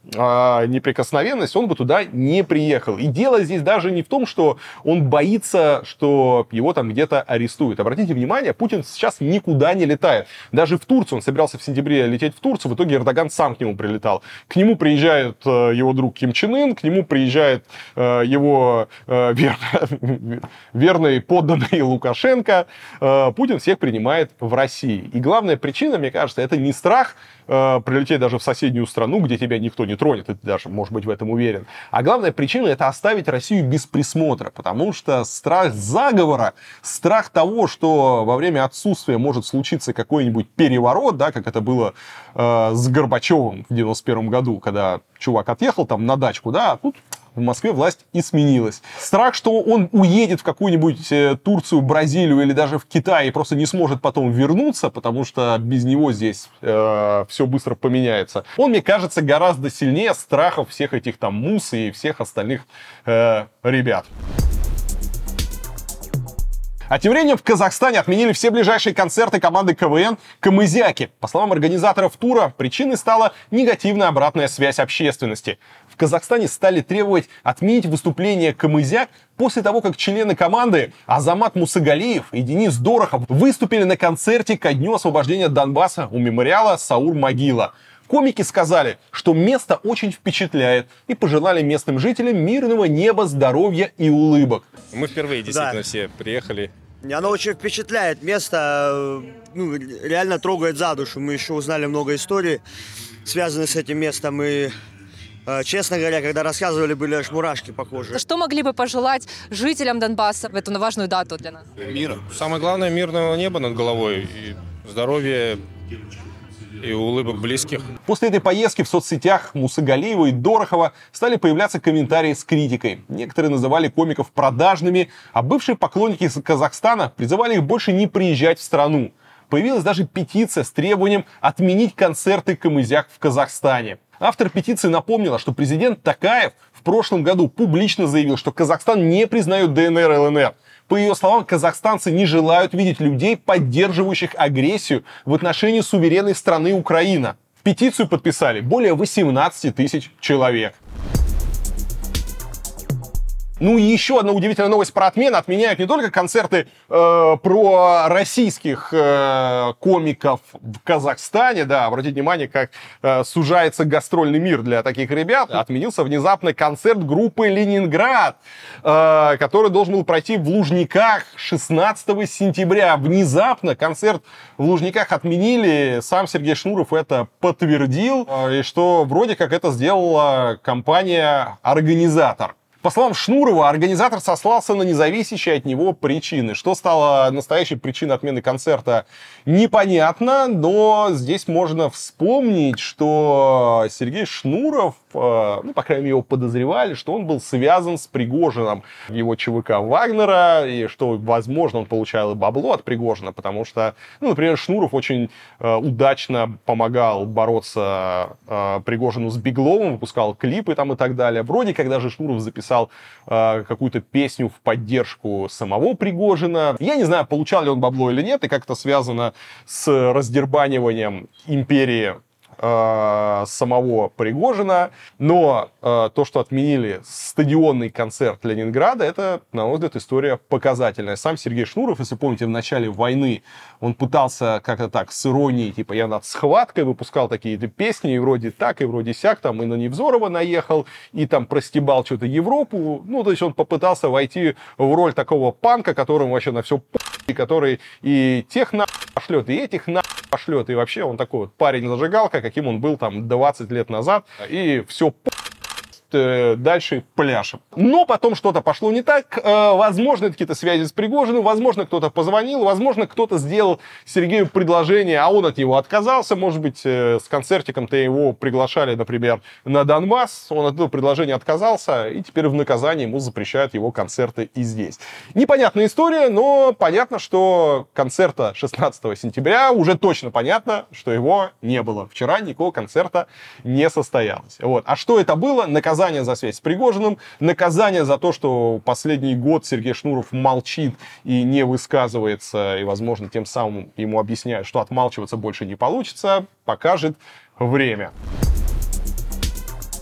э, неприкосновенность, он бы туда не приехал. И дело здесь даже не в том, что он боится, что его там где-то арестуют. Обратите внимание, Путин сейчас никуда не летает. Даже в Турцию, он собирался в сентябре лететь в Турцию, в итоге Эрдоган сам к нему прилетал. К нему приезжает э, его друг Ким Чен Ын, к нему приезжает э, его э, верно, верный подданный Лукашенко. Э, Путин всех принимает в России. И главная причина, мне кажется, это не страх э, прилететь даже в соседнюю страну, где тебя никто не тронет, и ты даже, может быть, в этом уверен. А главная причина — это оставить Россию без присмотра, потому что страх заговора, страх того, что во время отсутствия может случиться какой-нибудь переворот, да, как это было э, с Горбачевым в девяносто первом году, когда чувак отъехал там на дачку, да, а тут в Москве власть и сменилась. Страх, что он уедет в какую-нибудь э, Турцию, Бразилию или даже в Китай и просто не сможет потом вернуться, потому что без него здесь э, все быстро поменяется. Он, мне кажется, гораздо сильнее страхов всех этих там мус и всех остальных э, ребят. А тем временем в Казахстане отменили все ближайшие концерты команды КВН «Камызяки». По словам организаторов тура, причиной стала негативная обратная связь общественности. В Казахстане стали требовать отменить выступление «Камызяк» после того, как члены команды Азамат Мусагалиев и Денис Дорохов выступили на концерте ко дню освобождения Донбасса у мемориала Саур-Могила. Комики сказали, что место очень впечатляет, и пожелали местным жителям мирного неба, здоровья и улыбок. Мы впервые действительно Да. все приехали. Оно очень впечатляет. Место ну, реально трогает за душу. Мы еще узнали много историй, связанных с этим местом. И, э, честно говоря, когда рассказывали, были аж мурашки похожи. Что могли бы пожелать жителям Донбасса в эту важную дату для нас? Мира. Самое главное — мирного неба над головой и здоровья и улыбок близких. После этой поездки в соцсетях Мусагалиева и Дорохова стали появляться комментарии с критикой. Некоторые называли комиков продажными, а бывшие поклонники из Казахстана призывали их больше не приезжать в страну. Появилась даже петиция с требованием отменить концерты «Камызяк» в Казахстане. Автор петиции напомнила, что президент Токаев в прошлом году публично заявил, что Казахстан не признает ДНР и ЛНР. По ее словам, казахстанцы не желают видеть людей, поддерживающих агрессию в отношении суверенной страны Украина. Петицию подписали более восемнадцати тысяч человек. Ну и еще одна удивительная новость про отмену. Отменяют не только концерты э, про российских э, комиков в Казахстане. Да, обратите внимание, как э, сужается гастрольный мир для таких ребят. Отменился внезапно концерт группы «Ленинград», э, который должен был пройти в Лужниках шестнадцатого сентября. Внезапно концерт в Лужниках отменили. Сам Сергей Шнуров это подтвердил. Э, и что вроде как это сделала компания-организатор. По словам Шнурова, организатор сослался на независящие от него причины. Что стало настоящей причиной отмены концерта, непонятно, но здесь можно вспомнить, что Сергей Шнуров, ну, по крайней мере, его подозревали, что он был связан с Пригожиным, его ЧВК Вагнера, и что, возможно, он получал и бабло от Пригожина, потому что, ну, например, Шнуров очень э, удачно помогал бороться э, Пригожину с Бегловым, выпускал клипы там и так далее. Вроде как даже Шнуров записал э, какую-то песню в поддержку самого Пригожина. Я не знаю, получал ли он бабло или нет, и как это связано с раздербаниванием империи э, самого Пригожина. Но э, то, что отменили стадионный концерт Ленинграда, это, на мой взгляд, история показательная. Сам Сергей Шнуров, если помните, в начале войны он пытался как-то так с иронией, типа я над схваткой выпускал такие песни, и вроде так, и вроде сяк, там и на Невзорова наехал, и там простебал что-то Европу. Ну, то есть он попытался войти в роль такого панка, которому вообще на все и который и тех на пошлет, и этих на пошлет, и вообще он такой вот парень-зажигалка, каким он был там двадцать лет назад, и все дальше пляшем. Но потом что-то пошло не так. Возможно, это какие-то связи с Пригожиным, возможно, кто-то позвонил, возможно, кто-то сделал Сергею предложение, а он от него отказался. Может быть, с концертиком-то его приглашали, например, на Донбасс, он от этого предложения отказался, и теперь в наказание ему запрещают его концерты и здесь. Непонятная история, но понятно, что концерта шестнадцатого сентября уже точно понятно, что его не было. Вчера никакого концерта не состоялось. Вот. А что это было? Наказание за связь с Пригожиным, наказание за то, что последний год Сергей Шнуров молчит и не высказывается, и, возможно, тем самым ему объясняют, что отмалчиваться больше не получится, покажет время.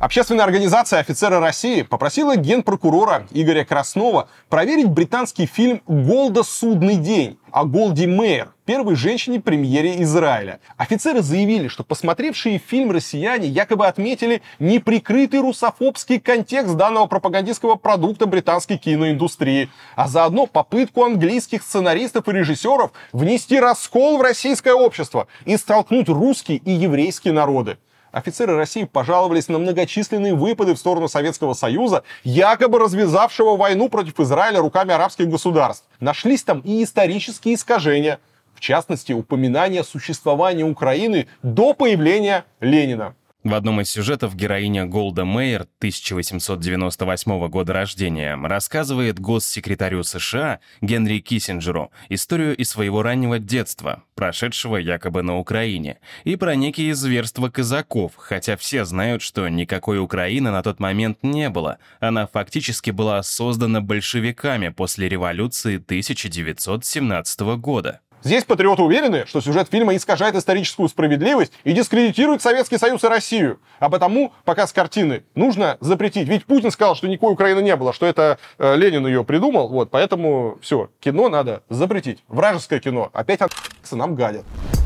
Общественная организация «Офицеры России» попросила генпрокурора Игоря Краснова проверить британский фильм «Голда. Судный день» о Голди Меир, первой женщине-премьере Израиля. Офицеры заявили, что посмотревшие фильм россияне якобы отметили неприкрытый русофобский контекст данного пропагандистского продукта британской киноиндустрии, а заодно попытку английских сценаристов и режиссеров внести раскол в российское общество и столкнуть русские и еврейские народы. Офицеры России пожаловались на многочисленные выпады в сторону Советского Союза, якобы развязавшего войну против Израиля руками арабских государств. Нашлись там и исторические искажения, в частности, упоминание существования Украины до появления Ленина. В одном из сюжетов героиня Голда Меир, тысяча восемьсот девяносто восьмого года рождения, рассказывает госсекретарю США Генри Киссинджеру историю из своего раннего детства, прошедшего якобы на Украине, и про некие зверства казаков, хотя все знают, что никакой Украины на тот момент не было. Она фактически была создана большевиками после революции тысяча девятьсот семнадцатого года. Здесь патриоты уверены, что сюжет фильма искажает историческую справедливость и дискредитирует Советский Союз и Россию. А потому показ картины нужно запретить. Ведь Путин сказал, что никакой Украины не было, что это э, Ленин ее придумал. Вот, поэтому все, кино надо запретить. Вражеское кино. Опять от***цы нам гадят.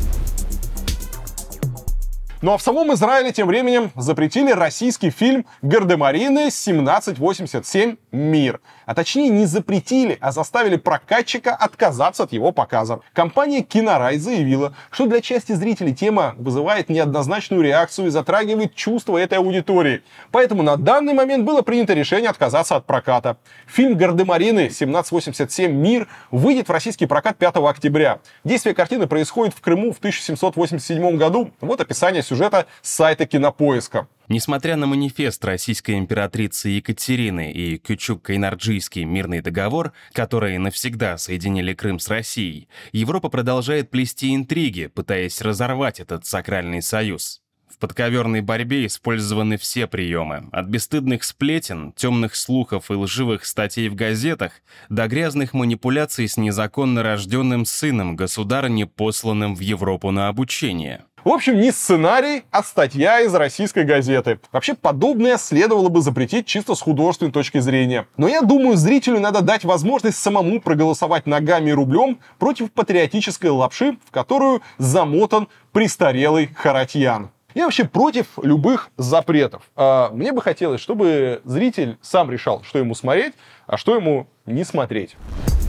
Ну а в самом Израиле тем временем запретили российский фильм «Гардемарины семнадцать восемьдесят семь. Мир». А точнее не запретили, а заставили прокатчика отказаться от его показа. Компания «Кинорай» заявила, что для части зрителей тема вызывает неоднозначную реакцию и затрагивает чувства этой аудитории. Поэтому на данный момент было принято решение отказаться от проката. Фильм «Гардемарины семнадцать восемьдесят семь. Мир» выйдет в российский прокат пятого октября. Действие картины происходит в Крыму в тысяча семьсот восемьдесят седьмом году. Вот описание сюжета с сайта Кинопоиска. Несмотря на манифест российской императрицы Екатерины и Кючук-Кайнарджийский мирный договор, которые навсегда соединили Крым с Россией, Европа продолжает плести интриги, пытаясь разорвать этот сакральный союз. В подковерной борьбе использованы все приемы, от бесстыдных сплетен, темных слухов и лживых статей в газетах до грязных манипуляций с незаконно рожденным сыном государыни, посланным в Европу на обучение. В общем, не сценарий, а статья из российской газеты. Вообще, подобное следовало бы запретить чисто с художественной точки зрения. Но я думаю, зрителю надо дать возможность самому проголосовать ногами и рублем против патриотической лапши, в которую замотан престарелый Харатьян. Я вообще против любых запретов. Мне бы хотелось, чтобы зритель сам решал, что ему смотреть, а что ему не смотреть.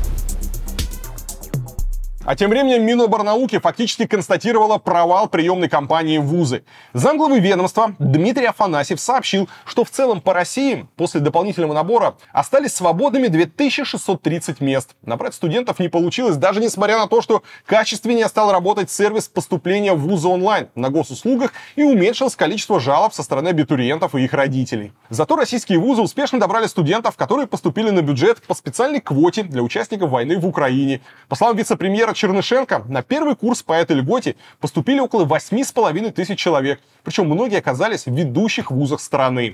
А тем временем Миноборнауки фактически констатировала провал приемной кампании в вузы. Замглавы ведомства Дмитрий Афанасьев сообщил, что в целом по России после дополнительного набора остались свободными две тысячи шестьсот тридцать мест. Набрать студентов не получилось, даже несмотря на то, что качественнее стал работать сервис поступления в вузы онлайн на госуслугах и уменьшилось количество жалоб со стороны абитуриентов и их родителей. Зато российские вузы успешно добрали студентов, которые поступили на бюджет по специальной квоте для участников войны в Украине. По словам вице-премьера Чернышенко, на первый курс по этой льготе поступили около восьми с половиной тысяч человек. Причем многие оказались в ведущих вузах страны.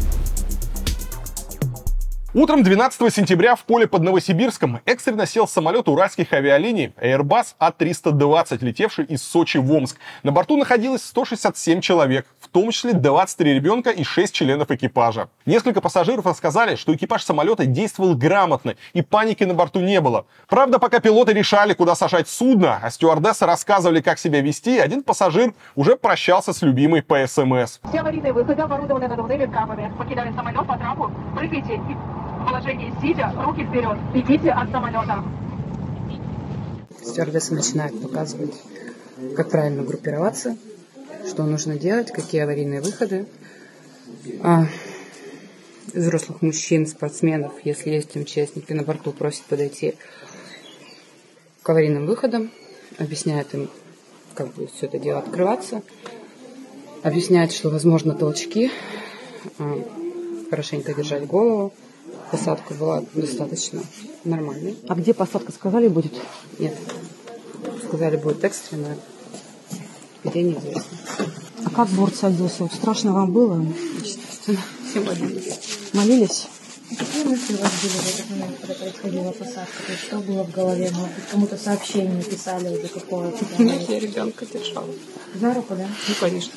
Утром двенадцатого сентября в поле под Новосибирском экстренно сел самолет уральских авиалиний Airbus А триста двадцать, летевший из Сочи в Омск. На борту находилось сто шестьдесят семь человек, в том числе двадцать три ребенка и шесть членов экипажа. Несколько пассажиров рассказали, что экипаж самолета действовал грамотно и паники на борту не было. Правда, пока пилоты решали, куда сажать судно, а стюардессы рассказывали, как себя вести, один пассажир уже прощался с любимой по СМС. Все аварийные выходы оборудованы надувными камерами. Покидали самолет по трапу, прыгайте и в положении сидя, руки вперед, бегите от самолета. Стюардесса начинает показывать, как правильно группироваться, что нужно делать, какие аварийные выходы. А взрослых мужчин, спортсменов, если есть участники на борту, просят подойти к аварийным выходам, объясняет им, как будет все это дело открываться, объясняет, что возможно толчки, хорошенько держать голову. Посадка была достаточно нормальной. А где посадка, сказали, будет? Нет. Сказали, будет экстренная. Где неизвестно. А как борт садился? Страшно вам было? Естественно. Все молились. Молились? Какие мысли у вас были в этот момент, когда происходила посадка? То есть что было в голове? Может быть, кому-то сообщение писали уже какое-то? Нет, я ребенка держала. За руку, да? Ну, конечно.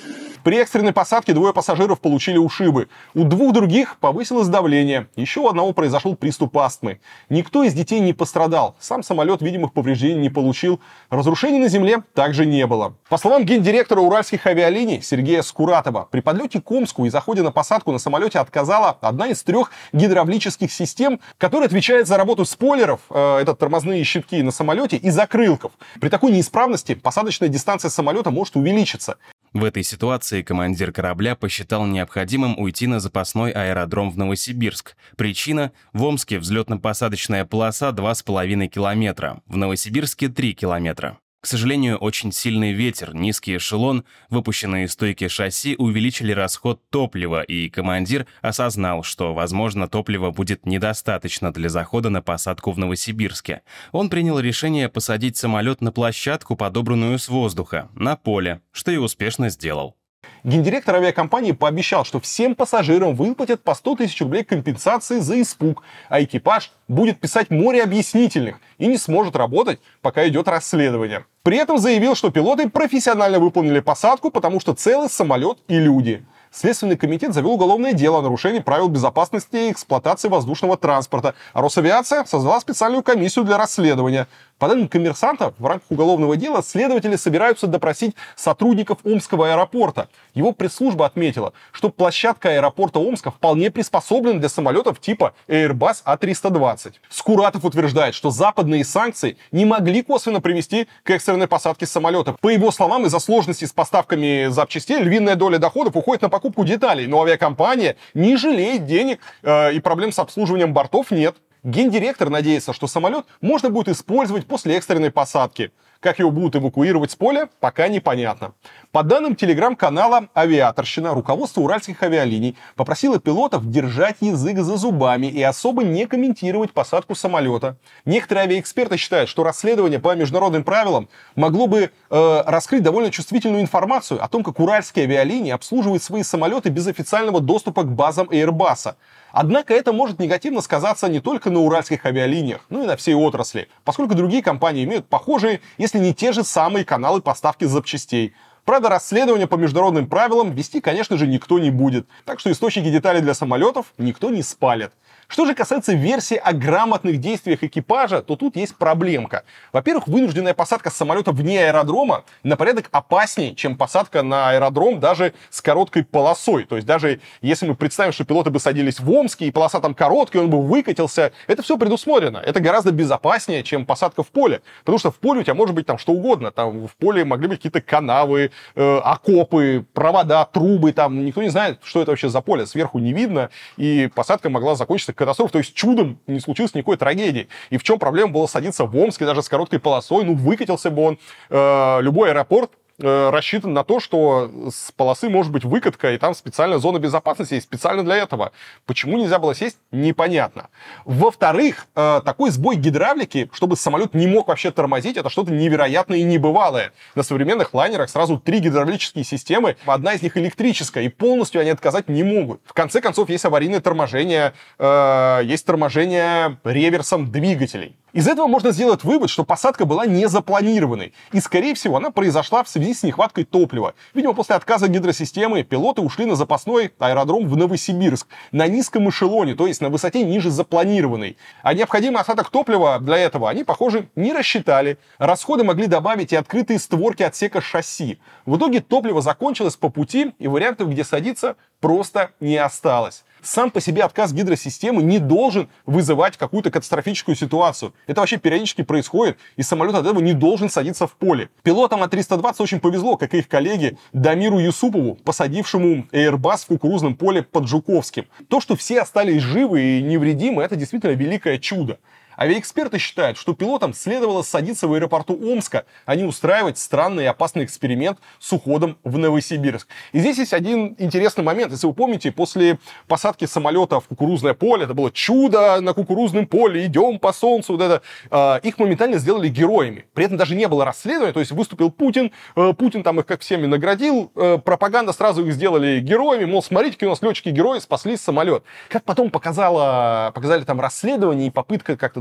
При экстренной посадке двое пассажиров получили ушибы. У двух других повысилось давление. Еще у одного произошел приступ астмы. Никто из детей не пострадал. Сам самолет видимых повреждений не получил. Разрушений на земле также не было. По словам гендиректора Уральских авиалиний Сергея Скуратова, при подлете к Омску и заходе на посадку на самолете отказала одна из трех гидравлических систем, которая отвечает за работу спойлеров, э, это тормозные щитки на самолете, и закрылков. При такой неисправности посадочная дистанция самолета может увеличиться. В этой ситуации командир корабля посчитал необходимым уйти на запасной аэродром в Новосибирск. Причина – в Омске взлетно-посадочная полоса два с половиной километра, в Новосибирске три километра. К сожалению, очень сильный ветер, низкий эшелон, выпущенные стойки шасси увеличили расход топлива, и командир осознал, что, возможно, топлива будет недостаточно для захода на посадку в Новосибирске. Он принял решение посадить самолет на площадку, подобранную с воздуха, на поле, что и успешно сделал. Гендиректор авиакомпании пообещал, что всем пассажирам выплатят по сто тысяч рублей компенсации за испуг, а экипаж будет писать море объяснительных и не сможет работать, пока идет расследование. При этом заявил, что пилоты профессионально выполнили посадку, потому что целый самолет и люди. Следственный комитет завел уголовное дело о нарушении правил безопасности и эксплуатации воздушного транспорта, а Росавиация создала специальную комиссию для расследования. По данным «Коммерсанта», в рамках уголовного дела следователи собираются допросить сотрудников Омского аэропорта. Его пресс-служба отметила, что площадка аэропорта Омска вполне приспособлена для самолетов типа Airbus А триста двадцать. Скуратов утверждает, что западные санкции не могли косвенно привести к экстренной посадке самолета. По его словам, из-за сложности с поставками запчастей львиная доля доходов уходит на покупку деталей, но авиакомпания не жалеет денег э, и проблем с обслуживанием бортов нет. Гендиректор надеется, что самолет можно будет использовать после экстренной посадки. Как его будут эвакуировать с поля, пока непонятно. По данным телеграм-канала «Авиаторщина», руководство Уральских авиалиний попросило пилотов держать язык за зубами и особо не комментировать посадку самолета. Некоторые авиаэксперты считают, что расследование по международным правилам могло бы э, раскрыть довольно чувствительную информацию о том, как Уральские авиалинии обслуживают свои самолеты без официального доступа к базам Airbus. Однако это может негативно сказаться не только на Уральских авиалиниях, но и на всей отрасли, поскольку другие компании имеют похожие, если не те же самые каналы поставки запчастей. Правда, расследование по международным правилам вести, конечно же, никто не будет, так что источники деталей для самолетов никто не спалит. Что же касается версии о грамотных действиях экипажа, то тут есть проблемка. Во-первых, вынужденная посадка самолета вне аэродрома на порядок опаснее, чем посадка на аэродром даже с короткой полосой. То есть даже если мы представим, что пилоты бы садились в Омске, и полоса там короткая, он бы выкатился, это все предусмотрено. Это гораздо безопаснее, чем посадка в поле. Потому что в поле у тебя может быть там что угодно. Там в поле могли быть какие-то канавы, э, окопы, провода, трубы. Там никто не знает, что это вообще за поле. Сверху не видно, и посадка могла закончиться катастроф, то есть чудом не случилось никакой трагедии. И в чем проблема было садиться в Омске даже с короткой полосой? Ну, выкатился бы он. Э, любой аэропорт э, рассчитан на то, что с полосы может быть выкатка, и там специальная зона безопасности есть специально для этого. Почему нельзя было сесть, непонятно. Во-вторых, э, такой сбой гидравлики, чтобы самолет не мог вообще тормозить, это что-то невероятное и небывалое. На современных лайнерах сразу три гидравлические системы, одна из них электрическая, и полностью они отказать не могут. В конце концов, есть аварийное торможение, э, есть торможение реверсом двигателей. Из этого можно сделать вывод, что посадка была не запланированной, и, скорее всего, она произошла в связи с нехваткой топлива. Видимо, после отказа гидросистемы пилоты ушли на запасной аэродром в Новосибирск на низком эшелоне, то есть на высоте ниже запланированной. А необходимый остаток топлива для этого они, похоже, не рассчитали. Расходы могли добавить и открытые створки отсека шасси. В итоге топливо закончилось по пути, и вариантов, где садиться, просто не осталось. Сам по себе отказ гидросистемы не должен вызывать какую-то катастрофическую ситуацию. Это вообще периодически происходит, и самолет от этого не должен садиться в поле. Пилотам А триста двадцать очень повезло, как и их коллеге Дамиру Юсупову, посадившему Airbus в кукурузном поле под Жуковским. То, что все остались живы и невредимы, это действительно великое чудо. Авиаэксперты считают, что пилотам следовало садиться в аэропорту Омска, а не устраивать странный и опасный эксперимент с уходом в Новосибирск. И здесь есть один интересный момент. Если вы помните, после посадки самолета в кукурузное поле, это было чудо на кукурузном поле, идем по солнцу, вот это, э, их моментально сделали героями. При этом даже не было расследования, то есть выступил Путин, э, Путин там их как всеми наградил, э, пропаганда сразу их сделали героями, мол, смотрите, какие у нас летчики-герои, спасли самолет. Как потом показало, показали там расследование и попытка как-то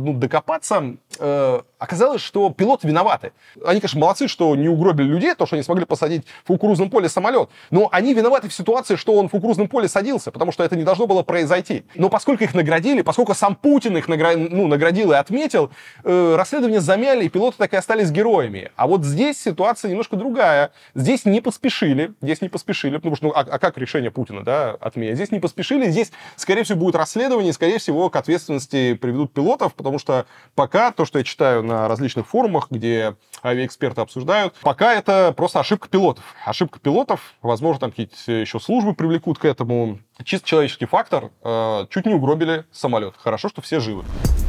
ну, докопаться, э, оказалось, что пилоты виноваты. Они, конечно, молодцы, что не угробили людей, то, что они смогли посадить в кукурузном поле самолет, но они виноваты в ситуации, что он в кукурузном поле садился, потому что это не должно было произойти. Но поскольку их наградили, поскольку сам Путин их награ... ну, наградил и отметил, э, расследование замяли, и пилоты так и остались героями. А вот здесь ситуация немножко другая. Здесь не поспешили, здесь не поспешили, потому что, ну, а, а как решение Путина, да, отменять? Здесь не поспешили, здесь, скорее всего, будет расследование, скорее всего, к ответственности приведут пилотов, потому что пока, то, что я читаю на различных форумах, где авиаэксперты обсуждают, пока это просто ошибка пилотов. Ошибка пилотов, возможно, там какие-то еще службы привлекут к этому. Чисто человеческий фактор, э, чуть не угробили самолет. Хорошо, что все живы.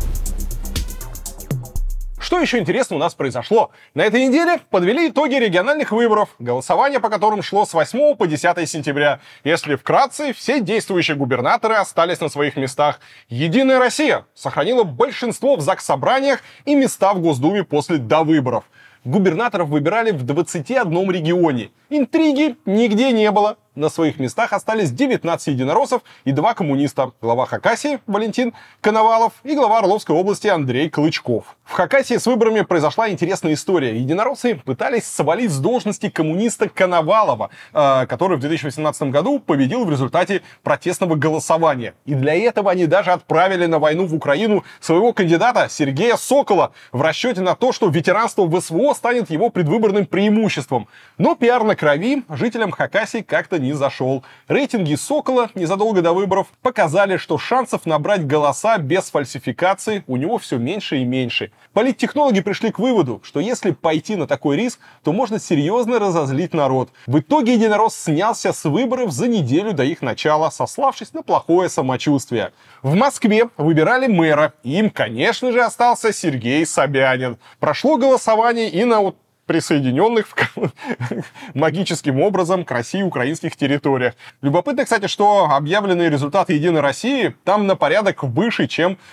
Что еще интересно у нас произошло? На этой неделе подвели итоги региональных выборов, голосование по которым шло с восьмого по десятое сентября. Если вкратце, все действующие губернаторы остались на своих местах. Единая Россия сохранила большинство в заксобраниях и места в Госдуме после довыборов. Губернаторов выбирали в двадцати одном регионе. Интриги нигде не было. На своих местах остались девятнадцать единороссов и два коммуниста. Глава Хакасии Валентин Коновалов и глава Орловской области Андрей Клычков. В Хакасии с выборами произошла интересная история. Единороссы пытались свалить с должности коммуниста Коновалова, который в две тысячи восемнадцатом году победил в результате протестного голосования. И для этого они даже отправили на войну в Украину своего кандидата Сергея Сокола в расчете на то, что ветеранство в СВО станет его предвыборным преимуществом. Но пиар на крови жителям Хакасии как-то не зашел. Рейтинги Сокола незадолго до выборов показали, что шансов набрать голоса без фальсификации у него все меньше и меньше. Политтехнологи пришли к выводу, что если пойти на такой риск, то можно серьезно разозлить народ. В итоге единорос снялся с выборов за неделю до их начала, сославшись на плохое самочувствие. В Москве выбирали мэра, и им, конечно же, остался Сергей Собянин. Прошло голосование и на вот присоединенных магическим образом к России украинских территориях. Любопытно, кстати, что объявленные результаты Единой России там на порядок выше, чем э,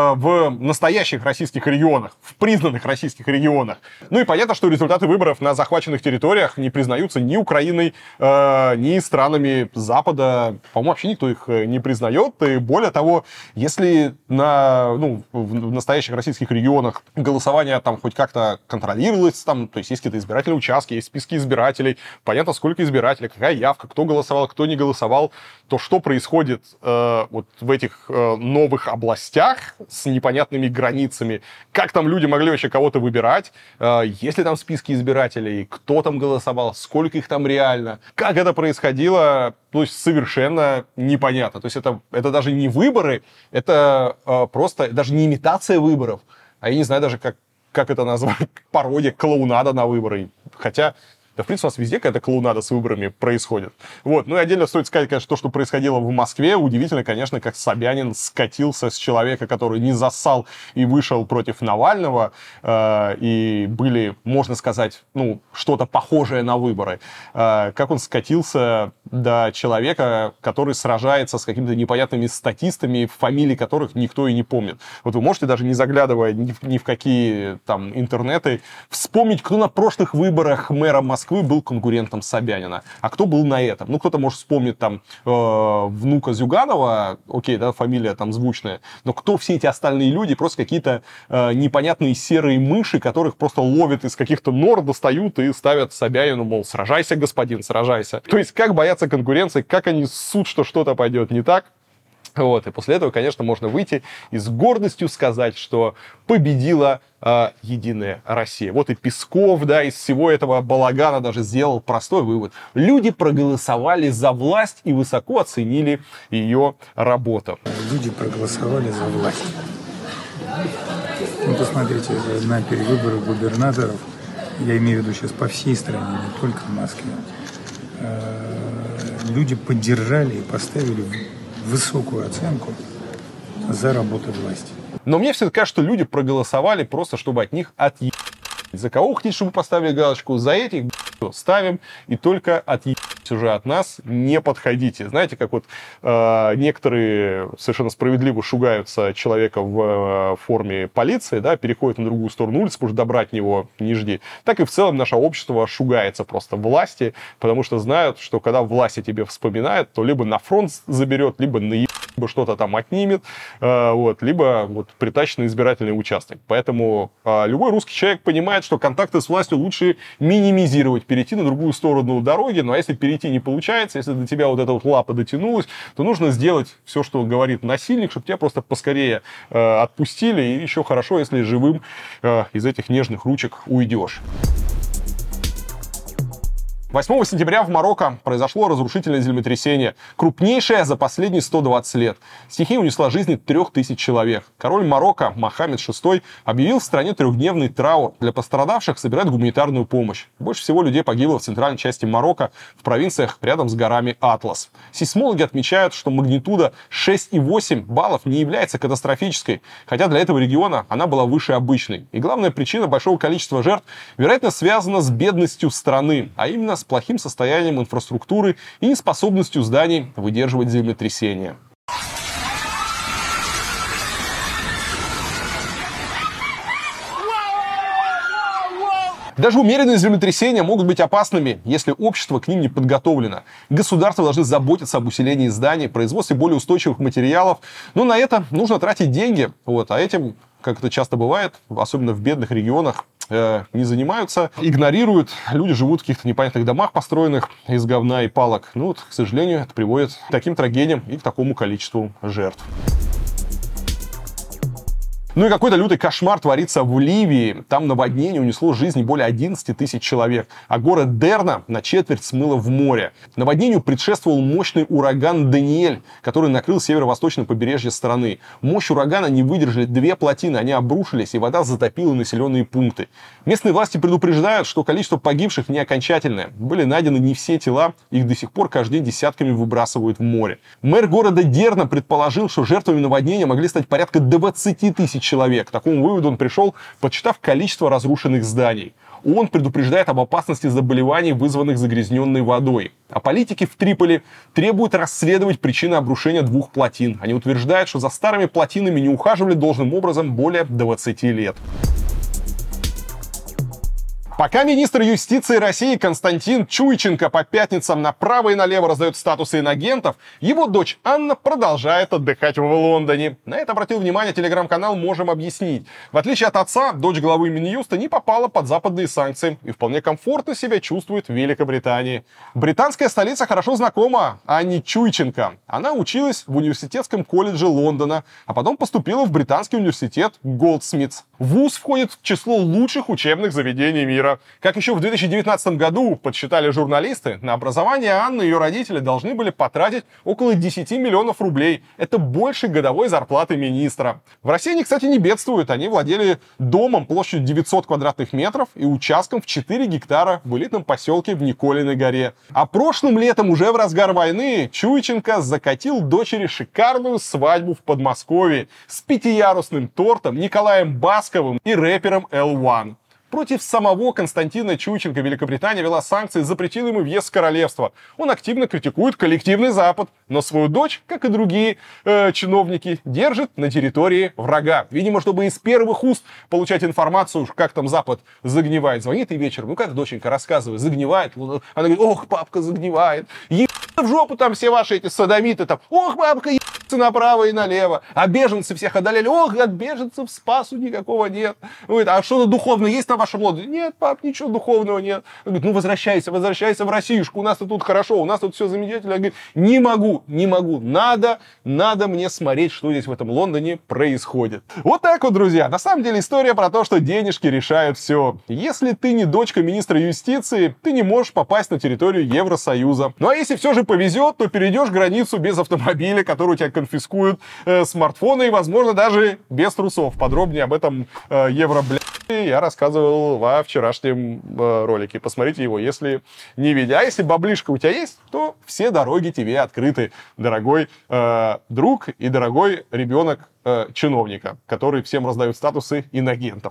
в настоящих российских регионах, в признанных российских регионах. Ну и понятно, что результаты выборов на захваченных территориях не признаются ни Украиной, э, ни странами Запада. По-моему, вообще никто их не признает. И более того, если на, ну, в настоящих российских регионах голосование там хоть как-то контролировалось, там, то есть есть какие-то избирательные участки, есть списки избирателей, понятно, сколько избирателей, какая явка, кто голосовал, кто не голосовал, то что происходит э, вот в этих э, новых областях с непонятными границами, как там люди могли вообще кого-то выбирать, э, есть ли там списки избирателей, кто там голосовал, сколько их там реально, как это происходило, то есть совершенно непонятно. То есть это, это даже не выборы, это э, просто даже не имитация выборов, а я не знаю даже, как как это назвать, пародия, клоунада на выборы. Хотя, да, в принципе, у нас везде какая-то клоунада с выборами происходит. Вот. Ну и отдельно стоит сказать, конечно, то, что происходило в Москве. Удивительно, конечно, как Собянин скатился с человека, который не зассал и вышел против Навального. Э, и были, можно сказать, ну, что-то похожее на выборы. Э, как он скатился до человека, который сражается с какими-то непонятными статистами, фамилии которых никто и не помнит. Вот вы можете, даже не заглядывая ни в, ни в какие там интернеты, вспомнить, кто на прошлых выборах мэра Москвы был конкурентом Собянина, а кто был на этом. Ну, кто-то может вспомнить там э, внука Зюганова, окей, да, фамилия там звучная, но кто все эти остальные люди? Просто какие-то э, непонятные серые мыши, которых просто ловят из каких-то нор, достают и ставят Собянину, мол, сражайся, господин, сражайся. То есть, как боятся конкуренции, как они ссут, что что-то пойдет не так. Вот. И после этого, конечно, можно выйти и с гордостью сказать, что победила э, Единая Россия. Вот и Песков, да, из всего этого балагана даже сделал простой вывод. Люди проголосовали за власть и высоко оценили ее работу. Люди проголосовали за власть. Ну, посмотрите, на перевыборы губернаторов, я имею в виду сейчас по всей стране, не только в Москве, люди поддержали и поставили высокую оценку за работу власти. Но мне все-таки кажется, что люди проголосовали просто, чтобы от них отъебать. За кого хотите, чтобы поставили галочку, за этих ставим, и только отъебать уже от нас не подходите. Знаете, как вот э, некоторые совершенно справедливо шугаются человека в э, форме полиции, да, переходят на другую сторону улицы, потому что добрать него не жди. Так и в целом наше общество шугается просто власти, потому что знают, что когда власть о тебе вспоминает, то либо на фронт заберет, либо наеб либо что-то там отнимет, э, вот, либо вот, притащит на избирательный участок. Поэтому э, любой русский человек понимает, что контакты с властью лучше минимизировать, перейти на другую сторону дороги. Ну а если перейти не получается, если до тебя вот эта вот лапа дотянулась, то нужно сделать все, что говорит насильник, чтобы тебя просто поскорее э, отпустили. И еще хорошо, если живым э, из этих нежных ручек уйдешь. восьмого сентября в Марокко произошло разрушительное землетрясение, крупнейшее за последние сто двадцать лет. Стихия унесла жизни трех тысяч человек. Король Марокко Мохаммед шестой объявил в стране трехдневный траур. Для пострадавших собирают гуманитарную помощь. Больше всего людей погибло в центральной части Марокко, в провинциях рядом с горами Атлас. Сейсмологи отмечают, что магнитуда шесть и восемь баллов не является катастрофической, хотя для этого региона она была выше обычной. И главная причина большого количества жертв, вероятно, связана с бедностью страны, а именно с плохим состоянием инфраструктуры и неспособностью зданий выдерживать землетрясения. Даже умеренные землетрясения могут быть опасными, если общество к ним не подготовлено. Государства должны заботиться об усилении зданий, производстве более устойчивых материалов. Но на это нужно тратить деньги. Вот, а этим, как это часто бывает, особенно в бедных регионах, э, не занимаются, игнорируют. Люди живут в каких-то непонятных домах, построенных из говна и палок. Ну вот, к сожалению, это приводит к таким трагедиям и к такому количеству жертв. Ну и какой-то лютый кошмар творится в Ливии. Там наводнение унесло жизни более одиннадцати тысяч человек, а город Дерна на четверть смыло в море. Наводнению предшествовал мощный ураган Даниэль, который накрыл северо-восточное побережье страны. Мощь урагана не выдержали две плотины, они обрушились, и вода затопила населенные пункты. Местные власти предупреждают, что количество погибших не окончательное. Были найдены не все тела, их до сих пор каждый день десятками выбрасывают в море. Мэр города Дерна предположил, что жертвами наводнения могли стать порядка двадцати тысяч человек. К такому выводу он пришел, подсчитав количество разрушенных зданий. Он предупреждает об опасности заболеваний, вызванных загрязненной водой. А политики в Триполи требуют расследовать причины обрушения двух плотин. Они утверждают, что за старыми плотинами не ухаживали должным образом более двадцати лет. Пока министр юстиции России Константин Чуйченко по пятницам направо и налево раздает статусы инагентов, его дочь Анна продолжает отдыхать в Лондоне. На это обратил внимание телеграм-канал «Можем объяснить». В отличие от отца, дочь главы Минюста не попала под западные санкции и вполне комфортно себя чувствует в Великобритании. Британская столица хорошо знакома Анне Чуйченко. Она училась в университетском колледже Лондона, а потом поступила в британский университет Голдсмитс. Вуз входит в число лучших учебных заведений мира. Как еще в две тысячи девятнадцатом году подсчитали журналисты, на образование Анны и ее родители должны были потратить около десяти миллионов рублей. Это больше годовой зарплаты министра. В России они, кстати, не бедствуют. Они владели домом площадью девятьсот квадратных метров и участком в четыре гектара в элитном поселке в Николиной горе. А прошлым летом, уже в разгар войны, Чуйченко закатил дочери шикарную свадьбу в Подмосковье с пятиярусным тортом, Николаем Басковым и рэпером эл один. Против самого Константина Чуйченко Великобритания ввела санкции и запретила ему въезд в королевство. Он активно критикует коллективный Запад, но свою дочь, как и другие э, чиновники, держит на территории врага. Видимо, чтобы из первых уст получать информацию, как там Запад загнивает. Звонит и вечером, ну как, доченька, рассказывай, загнивает? Она говорит, ох, папка, загнивает. Ебаться в жопу там все ваши эти содомиты там. Ох, бабка, ебаться направо и налево. А беженцы всех одолели. Ох, от беженцев спасу никакого нет. Говорит, а что-то духовное есть на вашем лоне? Нет, пап, ничего духовного нет. Он говорит, ну возвращайся, возвращайся в Россиюшку, у нас тут хорошо, у нас тут все замечательно. Я говорю, не могу, не могу, надо, надо мне смотреть, что здесь в этом Лондоне происходит. Вот так вот, друзья. На самом деле история про то, что денежки решают все. Если ты не дочка министра юстиции, ты не можешь попасть на территорию Евросоюза. Ну а если все же повезет, то перейдешь границу без автомобиля, который у тебя конфискуют, э, смартфона и, возможно, даже без трусов. Подробнее об этом э, евро, бля, я рассказывал во вчерашнем э, ролике. Посмотрите его, если не видя. А если баблишка у тебя есть, то все дороги тебе открыты, дорогой э, друг и дорогой ребенок э, чиновника, который всем раздает статусы инагентов.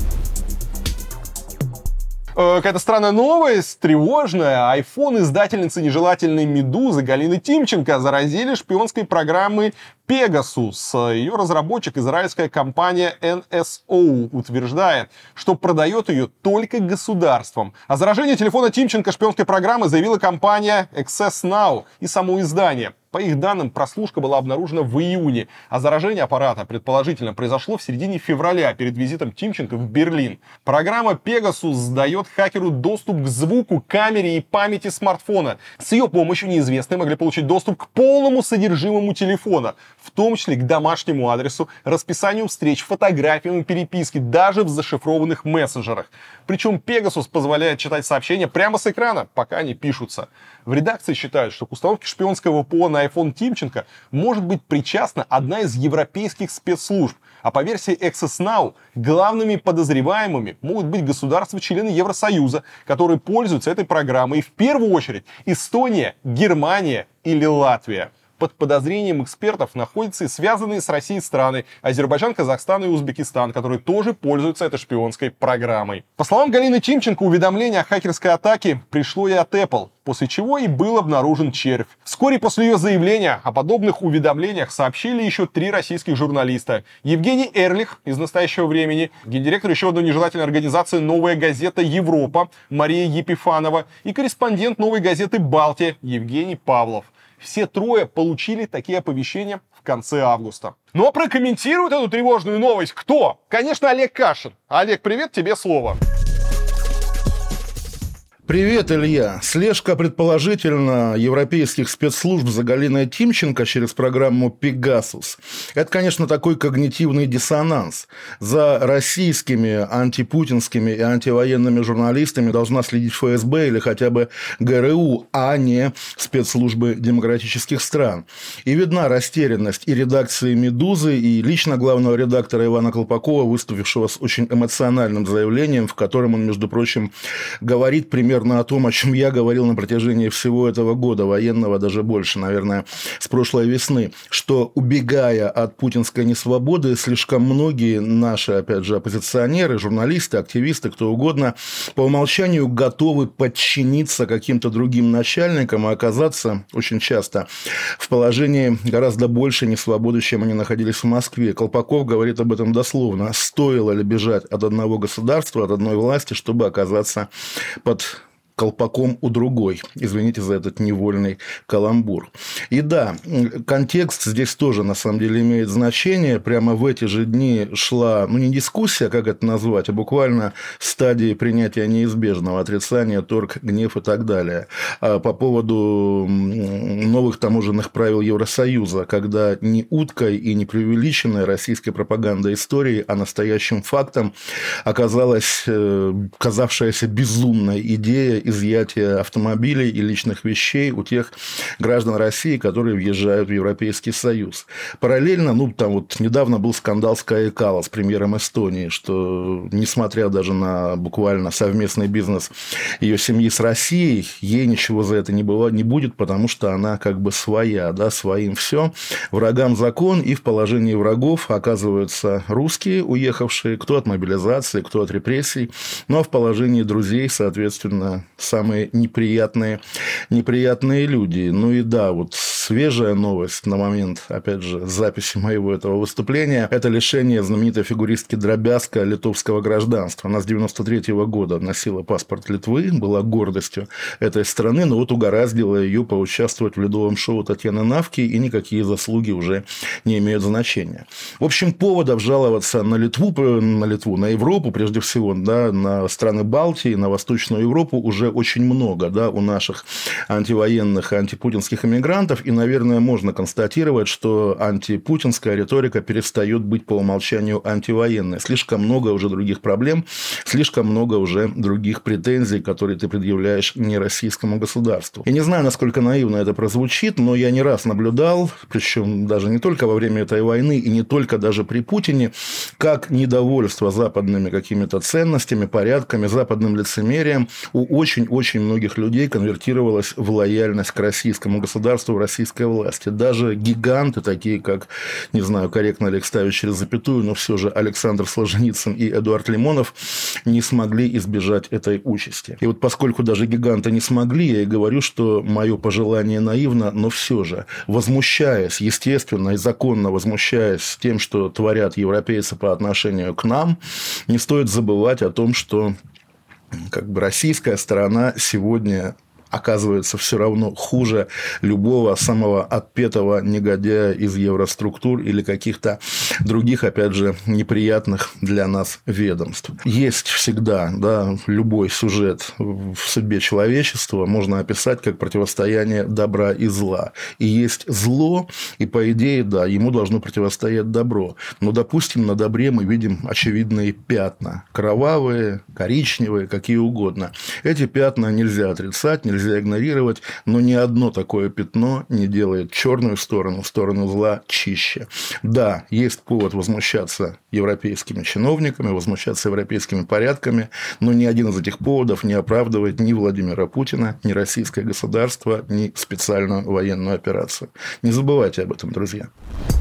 Какая-то странная новость, тревожная. Айфон издательницы нежелательной «Медузы» Галины Тимченко заразили шпионской программой Pegasus. Ее разработчик, израильская компания эн эс о, утверждает, что продает ее только государством. О заражении телефона Тимченко шпионской программы заявила компания Access Now и само издание. По их данным, прослушка была обнаружена в июне, а заражение аппарата, предположительно, произошло в середине февраля перед визитом Тимченко в Берлин. Программа Pegasus дает хакеру доступ к звуку, камере и памяти смартфона. С ее помощью неизвестные могли получить доступ к полному содержимому телефона, в том числе к домашнему адресу, расписанию встреч, фотографиям и переписке, даже в зашифрованных мессенджерах. Причем Pegasus позволяет читать сообщения прямо с экрана, пока они пишутся. В редакции считают, что к установке шпионского ПО на iPhone Тимченко может быть причастна одна из европейских спецслужб. А по версии Access Now, главными подозреваемыми могут быть государства-члены Евросоюза, которые пользуются этой программой, и в первую очередь Эстония, Германия или Латвия. Под подозрением экспертов находятся и связанные с Россией страны Азербайджан, Казахстан и Узбекистан, которые тоже пользуются этой шпионской программой. По словам Галины Тимченко, уведомление о хакерской атаке пришло и от Apple, после чего и был обнаружен червь. Вскоре после ее заявления о подобных уведомлениях сообщили еще три российских журналиста. Евгений Эрлих из «Настоящего времени», гендиректор еще одной нежелательной организации «Новая газета Европа» Мария Епифанова и корреспондент «Новой газеты Балтия» Евгений Павлов. Все трое получили такие оповещения в конце августа. Ну а прокомментирует эту тревожную новость кто? Конечно, Олег Кашин. Олег, привет, тебе слово. Привет, Илья. Слежка, предположительно, европейских спецслужб за Галиной Тимченко через программу Pegasus. Это, конечно, такой когнитивный диссонанс. За российскими антипутинскими и антивоенными журналистами должна следить эф эс бэ или хотя бы гэ эр у, а не спецслужбы демократических стран. И видна растерянность и редакции «Медузы», и лично главного редактора Ивана Колпакова, выступившего с очень эмоциональным заявлением, в котором он, между прочим, говорит примерно о том, о чем я говорил на протяжении всего этого года, военного даже больше, наверное, с прошлой весны, что, убегая от путинской несвободы, слишком многие наши, опять же, оппозиционеры, журналисты, активисты, кто угодно, по умолчанию готовы подчиниться каким-то другим начальникам и оказаться очень часто в положении гораздо больше несвободы, чем они находились в Москве. Колпаков говорит об этом дословно. Стоило ли бежать от одного государства, от одной власти, чтобы оказаться под колпаком у другой. Извините за этот невольный каламбур. И да, контекст здесь тоже, на самом деле, имеет значение. Прямо в эти же дни шла, ну, не дискуссия, как это назвать, а буквально стадии принятия неизбежного, отрицания, торг, гнев и так далее. По поводу новых таможенных правил Евросоюза, когда не уткой и не преувеличенной российской пропагандой истории, а настоящим фактом оказалась казавшаяся безумной идея изъятия автомобилей и личных вещей у тех граждан России, которые въезжают в Европейский Союз. Параллельно, ну, там вот недавно был скандал с Каей Каллас, премьером Эстонии, что, несмотря даже на буквально совместный бизнес ее семьи с Россией, ей ничего за это не, бывает, не будет, потому что она как бы своя, да, своим все. Врагам закон, и в положении врагов оказываются русские, уехавшие, кто от мобилизации, кто от репрессий, ну, а в положении друзей, соответственно, самые неприятные, неприятные люди. Ну и да, вот свежая новость на момент, опять же, записи моего этого выступления, это лишение знаменитой фигуристки Дробязко литовского гражданства. Она с девяносто третьего года носила паспорт Литвы, была гордостью этой страны, но вот угораздило ее поучаствовать в ледовом шоу Татьяны Навки, и никакие заслуги уже не имеют значения. В общем, поводов жаловаться на Литву, на Литву, на Европу, прежде всего, да, на страны Балтии, на Восточную Европу уже очень много, да, у наших антивоенных и антипутинских иммигрантов, и, наверное, можно констатировать, что антипутинская риторика перестает быть по умолчанию антивоенной. Слишком много уже других проблем, слишком много уже других претензий, которые ты предъявляешь не российскому государству. Я не знаю, насколько наивно это прозвучит, но я не раз наблюдал, причем даже не только во время этой войны и не только даже при Путине, как недовольство западными какими-то ценностями, порядками, западным лицемерием у очень-очень многих людей конвертировалось в лояльность к российскому государству, в российской власти. Даже гиганты, такие как, не знаю, корректно ли их ставить через запятую, но все же Александр Солженицын и Эдуард Лимонов не смогли избежать этой участи. И вот поскольку даже гиганты не смогли, я и говорю, что мое пожелание наивно, но все же, возмущаясь, естественно и законно возмущаясь тем, что творят европейцы по отношению к нам, не стоит забывать о том, что как бы российская сторона сегодня оказывается все равно хуже любого самого отпетого негодяя из евроструктур или каких-то других, опять же, неприятных для нас ведомств. Есть всегда, да, любой сюжет в судьбе человечества можно описать как противостояние добра и зла. И есть зло, и по идее, да, ему должно противостоять добро. Но, допустим, на добре мы видим очевидные пятна. Кровавые, коричневые, какие угодно. Эти пятна нельзя отрицать, нельзя игнорировать, но ни одно такое пятно не делает черную сторону, сторону зла чище. Да, есть повод возмущаться европейскими чиновниками, возмущаться европейскими порядками, но ни один из этих поводов не оправдывает ни Владимира Путина, ни российское государство, ни специальную военную операцию. Не забывайте об этом, друзья.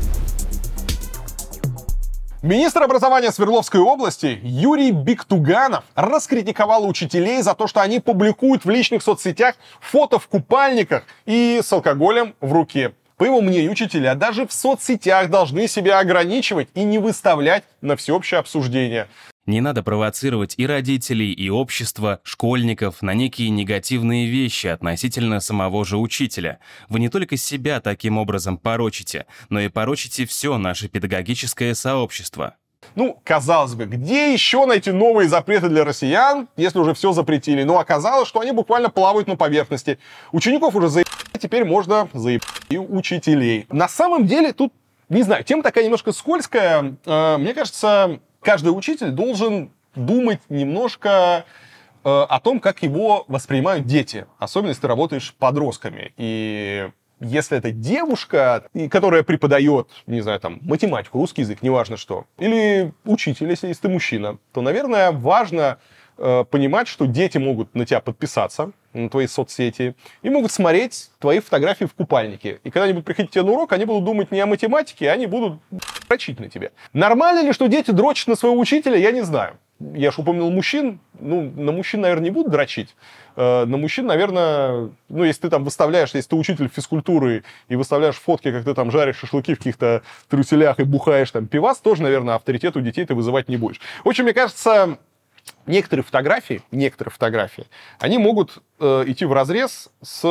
Министр образования Свердловской области Юрий Биктуганов раскритиковал учителей за то, что они публикуют в личных соцсетях фото в купальниках и с алкоголем в руке. По его мнению, учителя даже в соцсетях должны себя ограничивать и не выставлять на всеобщее обсуждение. Не надо провоцировать и родителей, и общество, школьников на некие негативные вещи относительно самого же учителя. Вы не только себя таким образом порочите, но и порочите все наше педагогическое сообщество. Ну, казалось бы, где еще найти новые запреты для россиян, если уже все запретили? Но оказалось, что они буквально плавают на поверхности. Учеников уже заебали, теперь можно заебать и учителей. На самом деле, тут, не знаю, тема такая немножко скользкая. Мне кажется, каждый учитель должен думать немножко э, о том, как его воспринимают дети. Особенно, если ты работаешь с подростками. И если это девушка, которая преподает, не знаю, там, математику, русский язык, неважно что, или учитель, если, если ты мужчина, то, наверное, важно э, понимать, что дети могут на тебя подписаться, на твои соцсети, и могут смотреть твои фотографии в купальнике. И когда они будут приходить тебе на урок, они будут думать не о математике, а они будут дрочить на тебя. Нормально ли, что дети дрочат на своего учителя, я не знаю. Я же упомянул мужчин. Ну, на мужчин, наверное, не будут дрочить. Э, на мужчин, наверное, ну, если ты там выставляешь, если ты учитель физкультуры и выставляешь фотки, как ты там жаришь шашлыки в каких-то труселях и бухаешь там пивас, тоже, наверное, авторитет у детей ты вызывать не будешь. В общем, мне кажется, некоторые фотографии, некоторые фотографии, они могут э, идти вразрез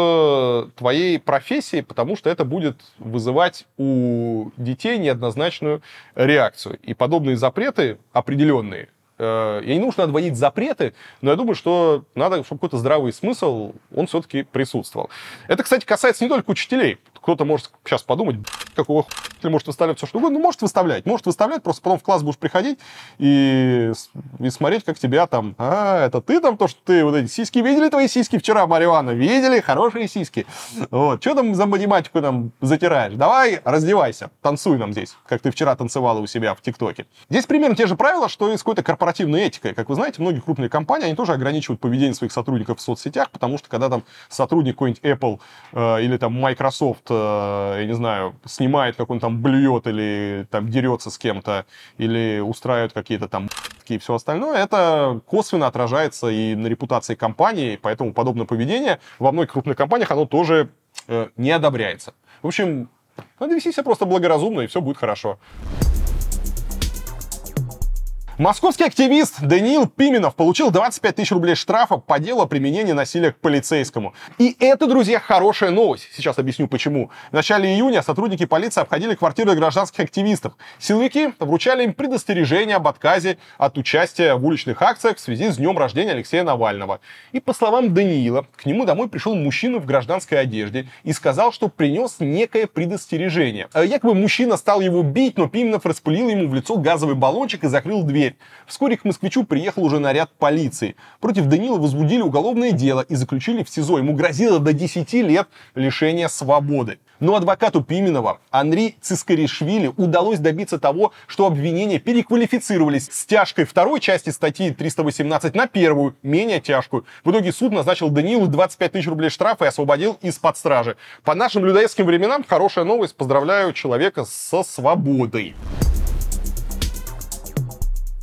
с твоей профессией, потому что это будет вызывать у детей неоднозначную реакцию. И подобные запреты определенные, э, и не нужно отводить запреты, но я думаю, что надо, чтобы какой-то здравый смысл, он все-таки присутствовал. Это, кстати, касается не только учителей. Кто-то может сейчас подумать, какого хуя может выставлять все, что угодно. Ну, может выставлять. Может выставлять, просто потом в класс будешь приходить и, и смотреть, как тебя там... А, это ты там, то, что ты вот эти сиськи... Видели твои сиськи вчера, Марья Ивановна? Видели? Хорошие сиськи. Вот. Что там за математику там затираешь? Давай, раздевайся. Танцуй нам здесь, как ты вчера танцевала у себя в ТикТоке. Здесь примерно те же правила, что и с какой-то корпоративной этикой. Как вы знаете, многие крупные компании, они тоже ограничивают поведение своих сотрудников в соцсетях, потому что когда там сотрудник какой-нибудь Apple э, или там Microsoft, я не знаю, снимает, как он там блюет или там дерется с кем-то, или устраивает какие-то там и все остальное, это косвенно отражается и на репутации компании, поэтому подобное поведение во многих крупных компаниях, оно тоже э, не одобряется. В общем, надо вести себя просто благоразумно, и все будет хорошо. Московский активист Даниил Пименов получил двадцать пять тысяч рублей штрафа по делу о применении насилия к полицейскому. И это, друзья, хорошая новость. Сейчас объясню, почему. В начале июня сотрудники полиции обходили квартиры гражданских активистов. Силовики вручали им предостережение об отказе от участия в уличных акциях в связи с днем рождения Алексея Навального. И по словам Даниила, к нему домой пришел мужчина в гражданской одежде и сказал, что принес некое предостережение. Якобы мужчина стал его бить, но Пименов распылил ему в лицо газовый баллончик и закрыл дверь. Вскоре к москвичу приехал уже наряд полиции. Против Даниила возбудили уголовное дело и заключили в СИЗО. Ему грозило до десяти лет лишения свободы. Но адвокату Пименова Анри Цискаришвили удалось добиться того, что обвинения переквалифицировались с тяжкой второй части статьи триста восемнадцать на первую, менее тяжкую. В итоге суд назначил Даниилу двадцать пять тысяч рублей штрафа и освободил из-под стражи. По нашим людоедским временам хорошая новость. Поздравляю человека со свободой.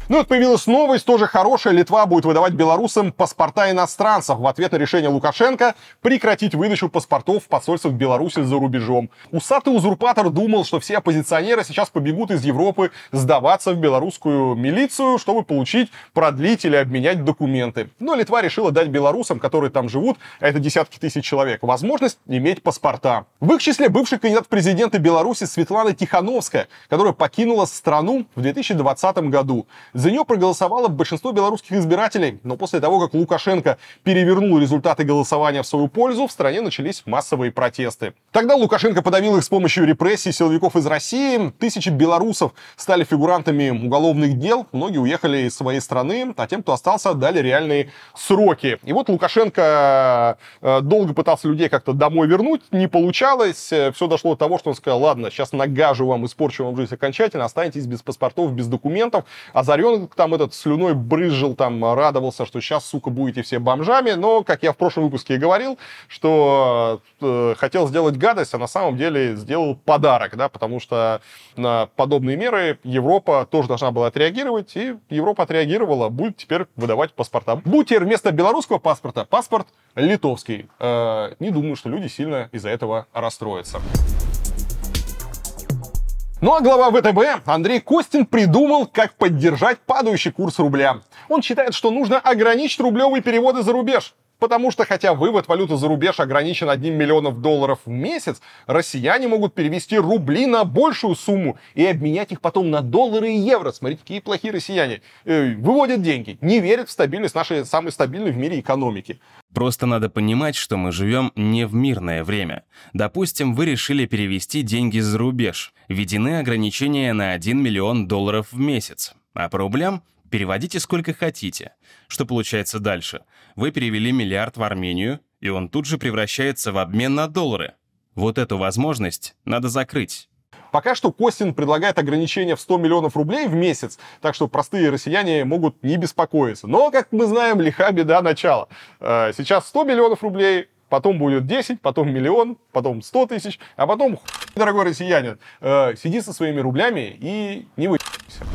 Ну, вот появилась новость, тоже хорошая. Литва будет выдавать белорусам паспорта иностранцев в ответ на решение Лукашенко прекратить выдачу паспортов в посольствах Беларуси за рубежом. Усатый узурпатор думал, что все оппозиционеры сейчас побегут из Европы сдаваться в белорусскую милицию, чтобы получить, продлить или обменять документы. Но Литва решила дать белорусам, которые там живут, а это десятки тысяч человек, возможность иметь паспорта. В их числе бывший кандидат в президенты Беларуси Светлана Тихановская, которая покинула страну в две тысячи двадцатом году. За нее проголосовало большинство белорусских избирателей, но после того, как Лукашенко перевернул результаты голосования в свою пользу, в стране начались массовые протесты. Тогда Лукашенко подавил их с помощью репрессий силовиков из России. Тысячи белорусов стали фигурантами уголовных дел, многие уехали из своей страны, а тем, кто остался, дали реальные сроки. И вот Лукашенко долго пытался людей как-то домой вернуть, не получалось. Все дошло до того, что он сказал: ладно, сейчас нагажу вам, испорчу вам жизнь окончательно, останетесь без паспортов, без документов. Озаренок там этот слюной брызжил, там радовался, что сейчас, сука, будете все бомжами. Но, как я в прошлом выпуске и говорил, что э, хотел сделать гадость, а на самом деле сделал подарок, да, потому что на подобные меры Европа тоже должна была отреагировать, и Европа отреагировала, будет теперь выдавать паспорта. Будет теперь вместо белорусского паспорта паспорт литовский. Э, не думаю, что люди сильно из-за этого расстроятся. Ну а глава ВТБ Андрей Костин придумал, как поддержать падающий курс рубля. Он считает, что нужно ограничить рублевые переводы за рубеж. Потому что, хотя вывод валюты за рубеж ограничен одним миллионом долларов в месяц, россияне могут перевести рубли на большую сумму и обменять их потом на доллары и евро. Смотрите, какие плохие россияне. Э, выводят деньги, не верят в стабильность нашей самой стабильной в мире экономики. Просто надо понимать, что мы живем не в мирное время. Допустим, вы решили перевести деньги за рубеж. Введены ограничения на один миллион долларов в месяц. А по рублям переводите сколько хотите. Что получается дальше? Вы перевели миллиард в Армению, и он тут же превращается в обмен на доллары. Вот эту возможность надо закрыть. Пока что Костин предлагает ограничение в сто миллионов рублей в месяц, так что простые россияне могут не беспокоиться. Но, как мы знаем, лиха беда начала. Сейчас сто миллионов рублей, потом будет десять, потом миллион, потом сто тысяч, а потом, хуй, дорогой россиянин, сиди со своими рублями и не выебайся.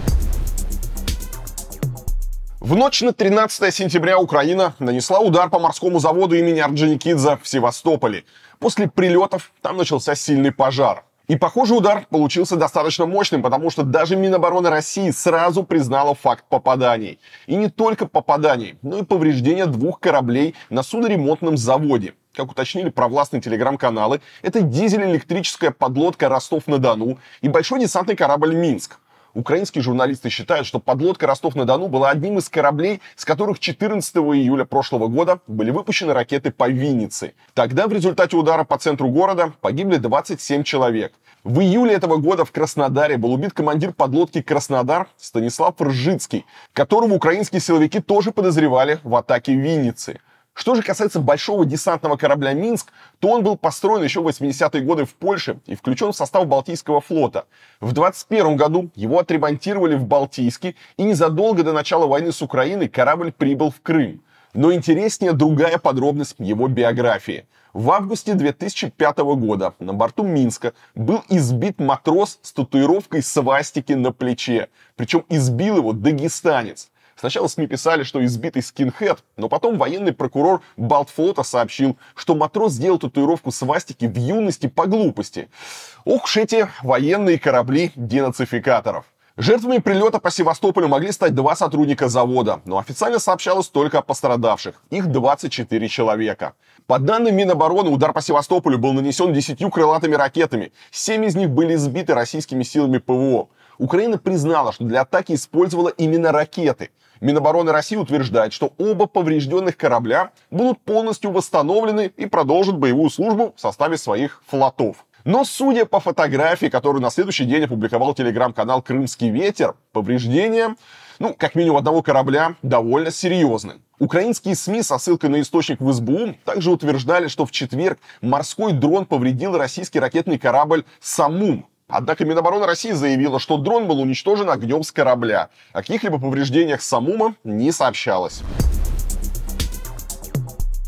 В ночь на тринадцатое сентября Украина нанесла удар по морскому заводу имени Орджоникидзе в Севастополе. После прилетов там начался сильный пожар. И, похоже, удар получился достаточно мощным, потому что даже Минобороны России сразу признала факт попаданий. И не только попаданий, но и повреждения двух кораблей на судоремонтном заводе. Как уточнили провластные телеграм-каналы, это дизель-электрическая подлодка «Ростов-на-Дону» и большой десантный корабль «Минск». Украинские журналисты считают, что подлодка «Ростов-на-Дону» была одним из кораблей, с которых четырнадцатого июля прошлого года были выпущены ракеты по Виннице. Тогда в результате удара по центру города погибли двадцать семь человек. В июле этого года в Краснодаре был убит командир подлодки «Краснодар» Станислав Ржицкий, которого украинские силовики тоже подозревали в атаке в Виннице. Что же касается большого десантного корабля «Минск», то он был построен еще в восьмидесятые годы в Польше и включен в состав Балтийского флота. В двадцать первом году его отремонтировали в Балтийске, и незадолго до начала войны с Украиной корабль прибыл в Крым. Но интереснее другая подробность его биографии. В августе две тысячи пятого года на борту «Минска» был избит матрос с татуировкой свастики на плече. Причем избил его дагестанец. Сначала СМИ писали, что избитый скинхед, но потом военный прокурор Балтфлота сообщил, что матрос сделал татуировку свастики в юности по глупости. Ох уж эти военные корабли денацификаторов. Жертвами прилета по Севастополю могли стать два сотрудника завода, но официально сообщалось только о пострадавших. Их двадцать четыре человека. По данным Минобороны, удар по Севастополю был нанесен десятью крылатыми ракетами. Семь из них были сбиты российскими силами ПВО. Украина признала, что для атаки использовала именно ракеты. Минобороны России утверждает, что оба поврежденных корабля будут полностью восстановлены и продолжат боевую службу в составе своих флотов. Но судя по фотографии, которую на следующий день опубликовал телеграм-канал «Крымский ветер», повреждения, ну, как минимум одного корабля, довольно серьезны. Украинские СМИ со ссылкой на источник в СБУ также утверждали, что в четверг морской дрон повредил российский ракетный корабль «Самум». Однако Минобороны России заявила, что дрон был уничтожен огнем с корабля. О каких-либо повреждениях «Самума» не сообщалось.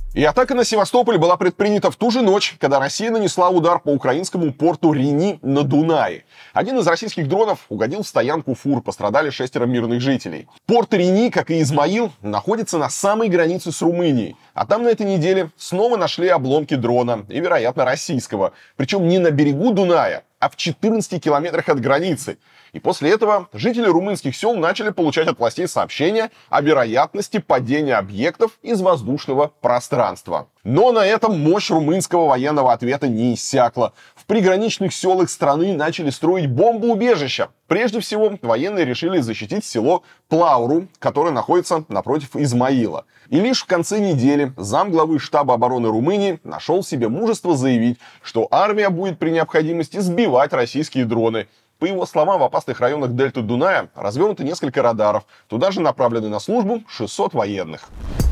И атака на Севастополь была предпринята в ту же ночь, когда Россия нанесла удар по украинскому порту Рени на Дунае. Один из российских дронов угодил в стоянку фур, пострадали шестеро мирных жителей. Порт Рени, как и Измаил, находится на самой границе с Румынией. А там на этой неделе снова нашли обломки дрона, и, вероятно, российского. Причем не на берегу Дуная, а в четырнадцати километрах от границы. И после этого жители румынских сел начали получать от властей сообщения о вероятности падения объектов из воздушного пространства. Но на этом мощь румынского военного ответа не иссякла. В приграничных селах страны начали строить бомбоубежища. Прежде всего, военные решили защитить село Плауру, которое находится напротив Измаила. И лишь в конце недели замглавы штаба обороны Румынии нашел в себе мужество заявить, что армия будет при необходимости сбивать российские дроны. По его словам, в опасных районах дельты Дуная развернуто несколько радаров. Туда же направлены на службу шестьсот военных.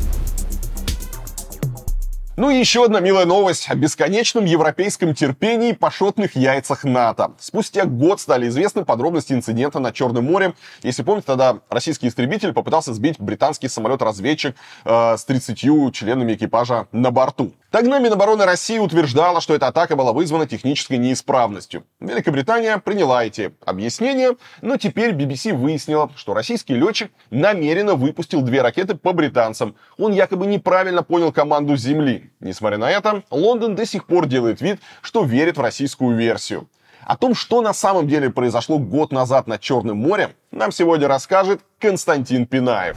Ну и еще одна милая новость о бесконечном европейском терпении и пашотных яйцах НАТО. Спустя год стали известны подробности инцидента над Черным морем. Если помните, тогда российский истребитель попытался сбить британский самолет-разведчик э, с тридцатью членами экипажа на борту. Тогда Минобороны России утверждала, что эта атака была вызвана технической неисправностью. Великобритания приняла эти объяснения, но теперь би би си выяснила, что российский летчик намеренно выпустил две ракеты по британцам. Он якобы неправильно понял команду с земли. Несмотря на это, Лондон до сих пор делает вид, что верит в российскую версию. О том, что на самом деле произошло год назад над Черным морем, нам сегодня расскажет Константин Пинаев.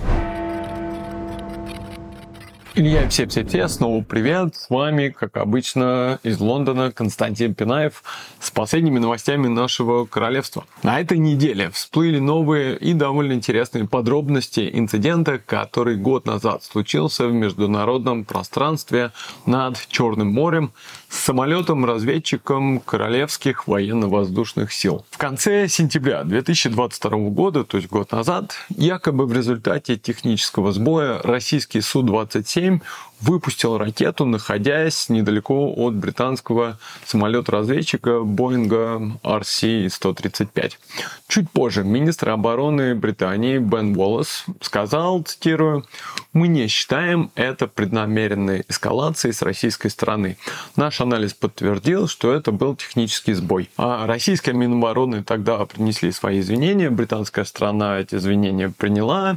Илья, все-все-все, снова привет. С вами, как обычно, из Лондона Константин Пинаев с последними новостями нашего королевства. На этой неделе всплыли новые и довольно интересные подробности инцидента, который год назад случился в международном пространстве над Черным морем с самолетом-разведчиком Королевских военно-воздушных сил. В конце сентября две тысячи двадцать второго года, то есть год назад, якобы в результате технического сбоя российский Су двадцать семь выпустил ракету, находясь недалеко от британского самолета-разведчика Боинга ар си сто тридцать пять. Чуть позже министр обороны Британии Бен Уоллес сказал, цитирую, «Мы не считаем это преднамеренной эскалацией с российской стороны. Наш анализ подтвердил, что это был технический сбой». А российская Минобороны тогда принесли свои извинения, британская сторона эти извинения приняла.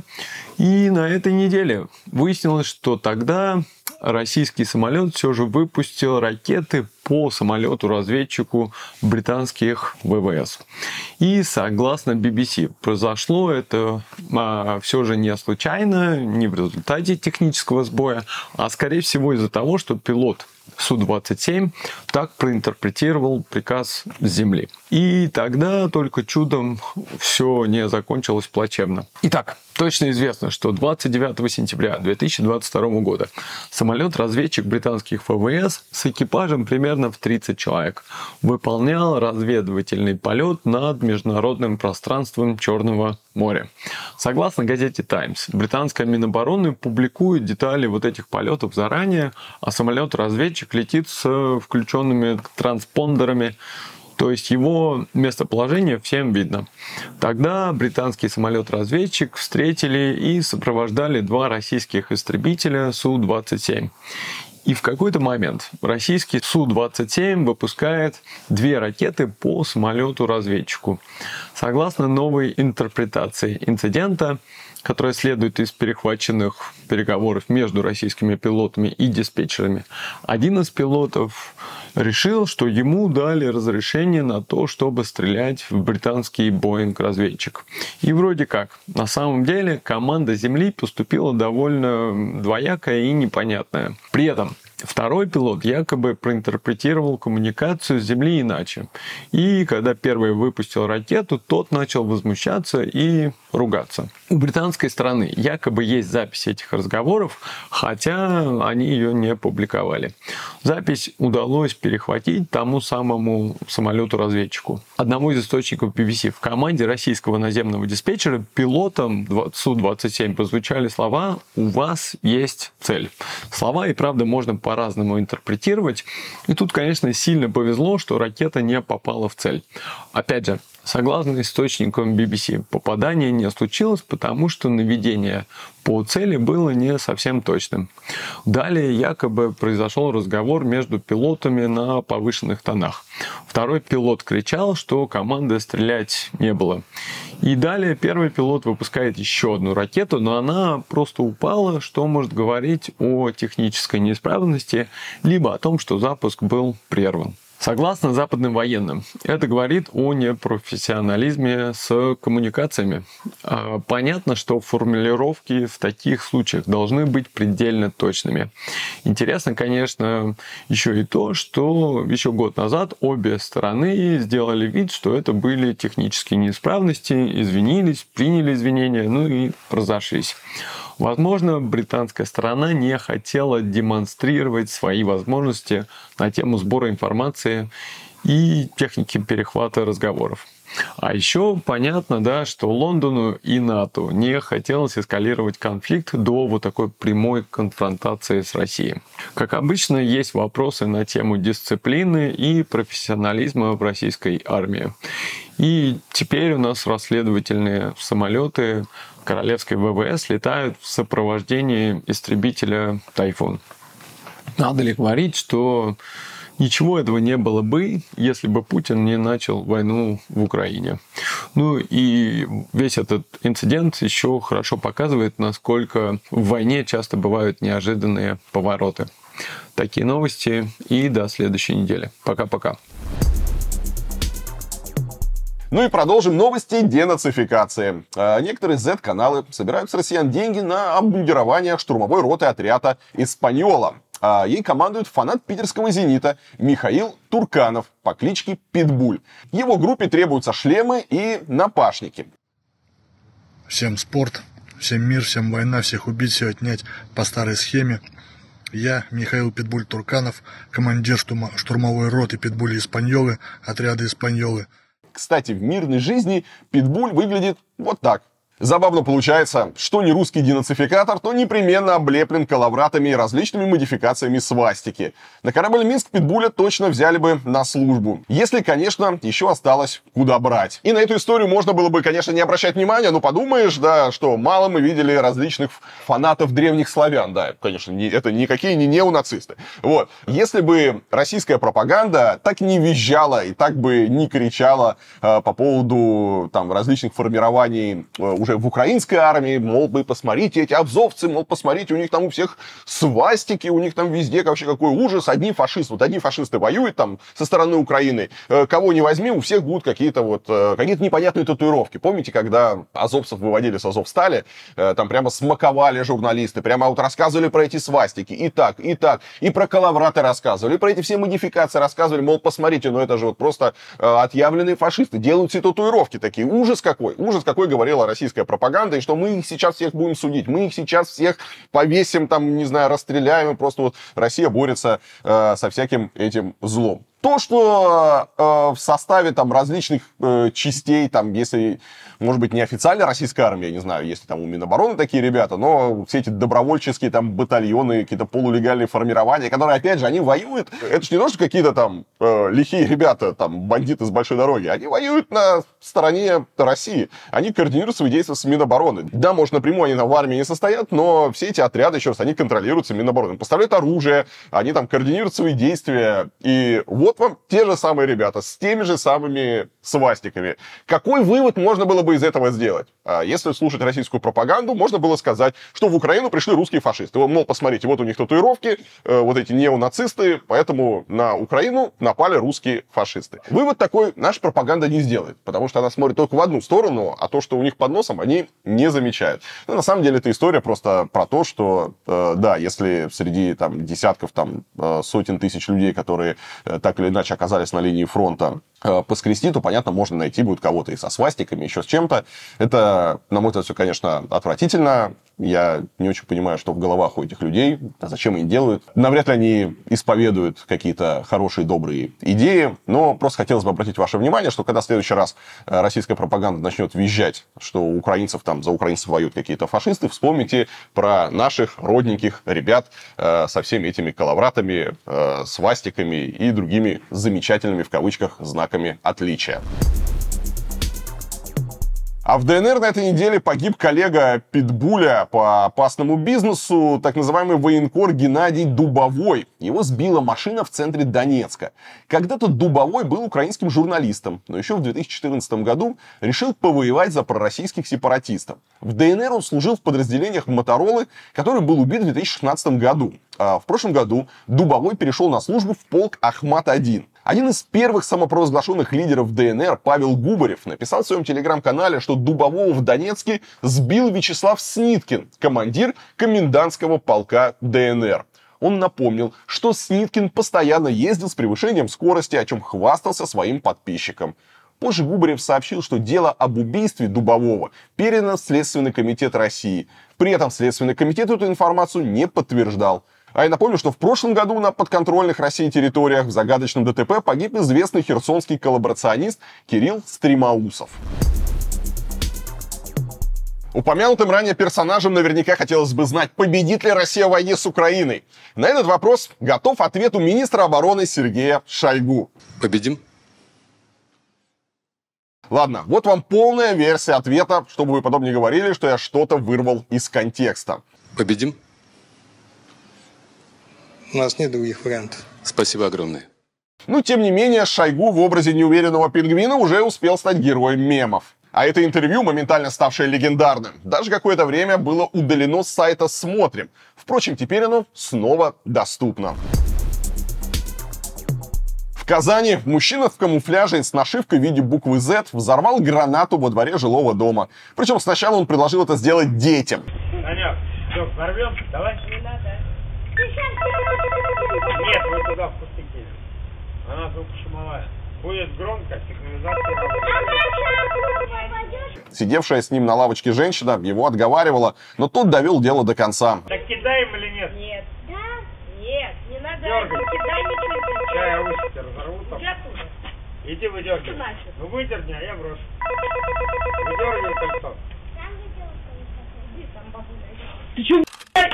И на этой неделе выяснилось, что тогда российский самолет все же выпустил ракеты по самолету-разведчику британских вэ вэ эс. И согласно би би си, произошло это а, все же не случайно, не в результате технического сбоя, а скорее всего из-за того, что пилот Су двадцать семь так проинтерпретировал приказ с земли. И тогда только чудом все не закончилось плачевно. Итак, точно известно, что двадцать девятого сентября две тысячи двадцать второго года самолет-разведчик британских вэ вэ эс с экипажем примерно в тридцать человек выполнял разведывательный полет над международным пространством Черного моря. Согласно газете «Таймс», британская Минобороны публикует детали вот этих полетов заранее, а самолет-разведчик летит с включенными транспондерами, то есть его местоположение всем видно. Тогда британский самолет-разведчик встретили и сопровождали два российских истребителя Су двадцать семь. И в какой-то момент российский Су двадцать семь выпускает две ракеты по самолету-разведчику. Согласно новой интерпретации инцидента, которая следует из перехваченных переговоров между российскими пилотами и диспетчерами, один из пилотов решил, что ему дали разрешение на то, чтобы стрелять в британский Боинг-разведчик. И вроде как, на самом деле, команда Земли поступила довольно двоякая и непонятная. При этом второй пилот якобы проинтерпретировал коммуникацию с Земли иначе. И когда первый выпустил ракету, тот начал возмущаться и ругаться. У британской стороны якобы есть запись этих разговоров, хотя они ее не публиковали. Запись удалось перехватить тому самому самолету-разведчику. Одному из источников би би си в команде российского наземного диспетчера пилотам Су двадцать семь прозвучали слова «У вас есть цель». Слова и правда можно по-разному интерпретировать. И тут, конечно, сильно повезло, что ракета не попала в цель. Опять же, Согласно источникам би би си, попадание не случилось, потому что наведение по цели было не совсем точным. Далее якобы произошел разговор между пилотами на повышенных тонах. Второй пилот кричал, что команды стрелять не было. И далее первый пилот выпускает еще одну ракету, но она просто упала, что может говорить о технической неисправности, либо о том, что запуск был прерван. Согласно западным военным, это говорит о непрофессионализме с коммуникациями. Понятно, что формулировки в таких случаях должны быть предельно точными. Интересно, конечно, еще и то, что еще год назад обе стороны сделали вид, что это были технические неисправности, извинились, приняли извинения, ну и разошлись. Возможно, британская сторона не хотела демонстрировать свои возможности на тему сбора информации и техники перехвата разговоров. А еще понятно, да, что Лондону и НАТО не хотелось эскалировать конфликт до вот такой прямой конфронтации с Россией. Как обычно, есть вопросы на тему дисциплины и профессионализма в российской армии. И теперь у нас расследовательные самолеты королевской ВВС летают в сопровождении истребителя «Тайфун». Надо ли говорить, что ничего этого не было бы, если бы Путин не начал войну в Украине. Ну и весь этот инцидент еще хорошо показывает, насколько в войне часто бывают неожиданные повороты. Такие новости и до следующей недели. Пока-пока. Ну и продолжим новости денацификации. Некоторые зет-каналы собирают с россиян деньги на обмундирование штурмовой роты отряда «Испаньола». Ей командует фанат питерского «Зенита» Михаил Турканов по кличке Питбуль. Его группе требуются шлемы и напашники. Всем спорт, всем мир, всем война, всех убить, все отнять по старой схеме. Я, Михаил Питбуль Турканов, командир штурмовой роты Питбули Испаньолы, отряда Испаньолы. Кстати, в мирной жизни Питбуль выглядит вот так. Забавно получается, что не русский денацификатор, то непременно облеплен коловратами и различными модификациями свастики. На корабль Минск Питбуля точно взяли бы на службу. Если, конечно, еще осталось куда брать. И на эту историю можно было бы, конечно, не обращать внимания, но подумаешь, да, что мало мы видели различных фанатов древних славян. Да, конечно, не, это никакие не неонацисты. Вот. Если бы российская пропаганда так не визжала и так бы не кричала э, по поводу там, различных формирований э, уже в украинской армии, мол, вы посмотрите, эти азовцы, мол, посмотрите, у них там у всех свастики, у них там везде вообще какой ужас, одни фашисты, вот одни фашисты воюют там со стороны Украины, кого не возьми, у всех будут какие-то вот, какие-то непонятные татуировки. Помните, когда азовцев выводили с Азовстали, там прямо смаковали журналисты, прямо вот рассказывали про эти свастики, и так, и так, и про коловраты рассказывали, и про эти все модификации рассказывали, мол, посмотрите, ну это же вот просто отъявленные фашисты, делают все татуировки такие, ужас какой, ужас какой, говорила российская пропаганда, и что мы их сейчас всех будем судить, мы их сейчас всех повесим, там, не знаю, расстреляем, и просто вот Россия борется э, со всяким этим злом. То, что э, в составе там различных э, частей, там, если, может быть, не официальная российская армия, я не знаю, если там у Минобороны такие ребята, но все эти добровольческие там батальоны, какие-то полулегальные формирования, которые, опять же, они воюют. Это же не то, что какие-то там э, лихие ребята, там, бандиты с большой дороги. Они воюют на стороне России. Они координируют свои действия с Минобороны. Да, может, напрямую они там в армии не состоят, но все эти отряды, еще раз, они контролируются Минобороны. Поставляют оружие, они там координируют свои действия. И вот вам те же самые ребята с теми же самыми свастиками. Какой вывод можно было бы из этого сделать? Если слушать российскую пропаганду, можно было сказать, что в Украину пришли русские фашисты. Мол, посмотрите, вот у них татуировки, вот эти неонацисты, поэтому на Украину напали русские фашисты. Вывод такой наша пропаганда не сделает, потому что она смотрит только в одну сторону, а то, что у них под носом, они не замечают. Но на самом деле эта история просто про то, что, да, если среди там, десятков, там, сотен тысяч людей, которые так или иначе оказались на линии фронта, поскрести, то, понятно, можно найти будет кого-то и со свастиками, еще с чем-то. Это, на мой взгляд, все, конечно, отвратительно. Я не очень понимаю, что в головах у этих людей, а зачем они делают. Навряд ли они исповедуют какие-то хорошие, добрые идеи, но просто хотелось бы обратить ваше внимание, что когда в следующий раз российская пропаганда начнет визжать, что у украинцев там за украинцев воюют какие-то фашисты, вспомните про наших родненьких ребят э, со всеми этими коловратами, э, свастиками и другими замечательными, в кавычках, знаками отличия. А в ДНР на этой неделе погиб коллега Питбуля по опасному бизнесу, так называемый военкор Геннадий Дубовой. Его сбила машина в центре Донецка. Когда-то Дубовой был украинским журналистом, но еще в две тысячи четырнадцатом году решил повоевать за пророссийских сепаратистов. В ДНР он служил в подразделениях Моторолы, который был убит в две тысячи шестнадцатом году. А в прошлом году Дубовой перешел на службу в полк Ахмат один. Один из первых самопровозглашенных лидеров ДНР, Павел Губарев, написал в своем телеграм-канале, что Дубового в Донецке сбил Вячеслав Сниткин, командир комендантского полка ДНР. Он напомнил, что Сниткин постоянно ездил с превышением скорости, о чем хвастался своим подписчикам. Позже Губарев сообщил, что дело об убийстве Дубового передано в Следственный комитет России. При этом Следственный комитет эту информацию не подтверждал. А я напомню, что в прошлом году на подконтрольных России территориях в загадочном ДТП погиб известный херсонский коллаборационист Кирилл Стримаусов. Упомянутым ранее персонажем наверняка хотелось бы знать, победит ли Россия в войне с Украиной. На этот вопрос готов ответ у министра обороны Сергея Шойгу. Победим. Ладно, вот вам полная версия ответа, чтобы вы потом не говорили, что я что-то вырвал из контекста. Победим. У нас нет других вариантов. Спасибо огромное. Но, тем не менее, Шойгу в образе неуверенного пингвина уже успел стать героем мемов. А это интервью, моментально ставшее легендарным, даже какое-то время было удалено с сайта «Смотрим». Впрочем, теперь оно снова доступно. В Казани мужчина в камуфляже с нашивкой в виде буквы Z взорвал гранату во дворе жилого дома. Причем сначала он предложил это сделать детям. Санек, все, взорвем? Давай. Не надо. Нет, вы туда в кустыки. Она звукошумовая. Будет громко, сигнализация работает. Сидевшая с ним на лавочке женщина его отговаривала, но тот довел дело до конца. Так кидаем или нет? Нет. Да? Нет, не надо. Дергай. Не кидай ничего. Чай, ручки разорву там. Иди оттуда. Иди выдергивай. Ну выдерни, а я брошу. Выдергивай кольцо. Сам выдергивай кольцо. Иди, там бабуля. Ты че,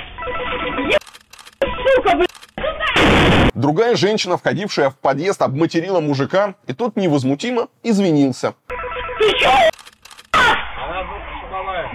сука, блядь! Другая женщина, входившая в подъезд, обматерила мужика, и тот невозмутимо извинился. Ты че? Она звукошумовая.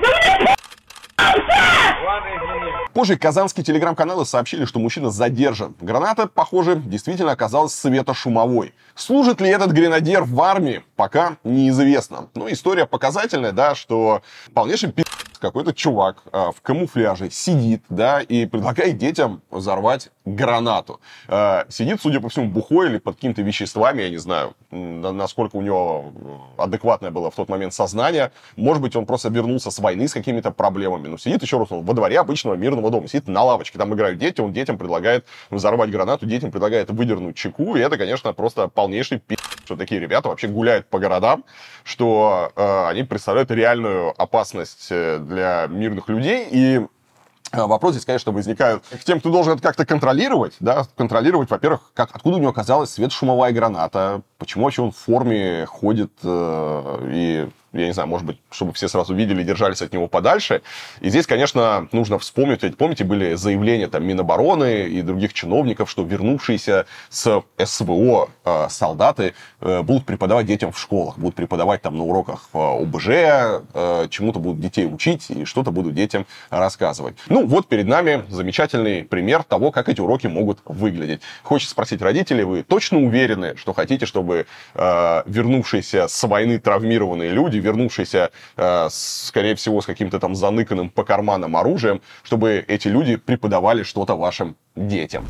Ладно, извини. Позже казанские телеграм-каналы сообщили, что мужчина задержан. Граната, похоже, действительно оказалась светошумовой. Служит ли этот гренадер в армии, пока неизвестно. Но история показательная, да, что полнейший пи*** какой-то чувак э, в камуфляже сидит, да, и предлагает детям взорвать гранату. Э, сидит, судя по всему, бухой или под какими-то веществами, я не знаю, насколько у него адекватное было в тот момент сознание. Может быть, он просто вернулся с войны с какими-то проблемами. Но сидит, еще раз, он во дворе обычного мирного дома, сидит на лавочке, там играют дети, он детям предлагает взорвать гранату, детям предлагает выдернуть чеку, и это, конечно, просто полнейший пи***, что такие ребята вообще гуляют по городам, что э, они представляют реальную опасность для мирных людей, и вопрос здесь, конечно, возникает к тем, кто должен это как-то контролировать, да, контролировать, во-первых, как, откуда у него оказалась светошумовая граната, почему вообще он в форме ходит, э, и, я не знаю, может быть, чтобы все сразу видели и держались от него подальше. И здесь, конечно, нужно вспомнить, ведь помните, были заявления там Минобороны и других чиновников, что вернувшиеся с СВО э, солдаты э, будут преподавать детям в школах, будут преподавать там на уроках э, ОБЖ, э, чему-то будут детей учить и что-то будут детям рассказывать. Ну, вот перед нами замечательный пример того, как эти уроки могут выглядеть. Хочется спросить родителей, вы точно уверены, что хотите, чтобы э, вернувшиеся с войны травмированные люди, вернувшиеся, э, скорее всего, с каким-то там заныканным по карманам оружием, чтобы эти люди преподавали что-то вашим детям?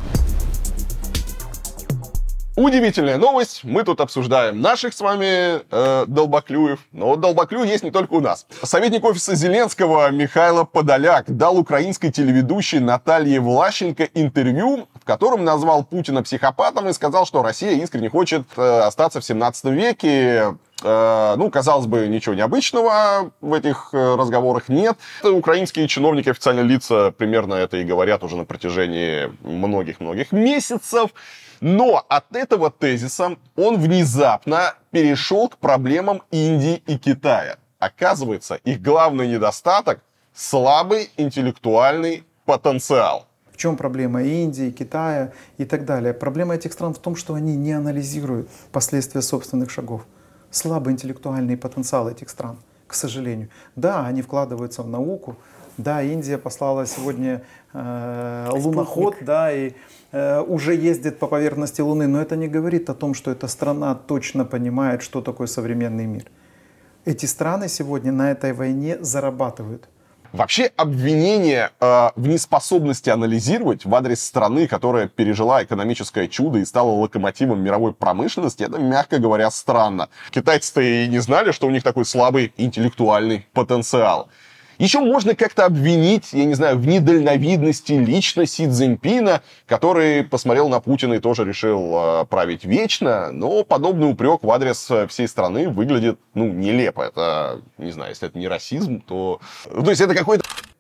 Удивительная новость. Мы тут обсуждаем наших с вами э, долбоклюев. Но долбоклю есть не только у нас. Советник офиса Зеленского Михайло Подоляк дал украинской телеведущей Наталье Влащенко интервью, в котором назвал Путина психопатом и сказал, что Россия искренне хочет э, остаться в семнадцатом веке. Э, ну, казалось бы, ничего необычного в этих э, разговорах нет. Украинские чиновники, официальные лица примерно это и говорят уже на протяжении многих-многих месяцев. Но от этого тезиса он внезапно перешел к проблемам Индии и Китая. Оказывается, их главный недостаток – слабый интеллектуальный потенциал. В чем проблема Индии, Китая и так далее? Проблема этих стран в том, что они не анализируют последствия собственных шагов. Слабый интеллектуальный потенциал этих стран. К к сожалению. Да, они вкладываются в науку. Да, Индия послала сегодня э, луноход, да, и э, уже ездит по поверхности Луны, но это не говорит о том, что эта страна точно понимает, что такое современный мир. Эти страны сегодня на этой войне зарабатывают. Вообще обвинение э, в неспособности анализировать в адрес страны, которая пережила экономическое чудо и стала локомотивом мировой промышленности, это, мягко говоря, странно. Китайцы-то и не знали, что у них такой слабый интеллектуальный потенциал. Еще можно как-то обвинить, я не знаю, в недальновидности лично Си Цзиньпина, который посмотрел на Путина и тоже решил э, править вечно, но подобный упрек в адрес всей страны выглядит, ну, нелепо. Это, не знаю, если это не расизм, то... То есть это какой-то...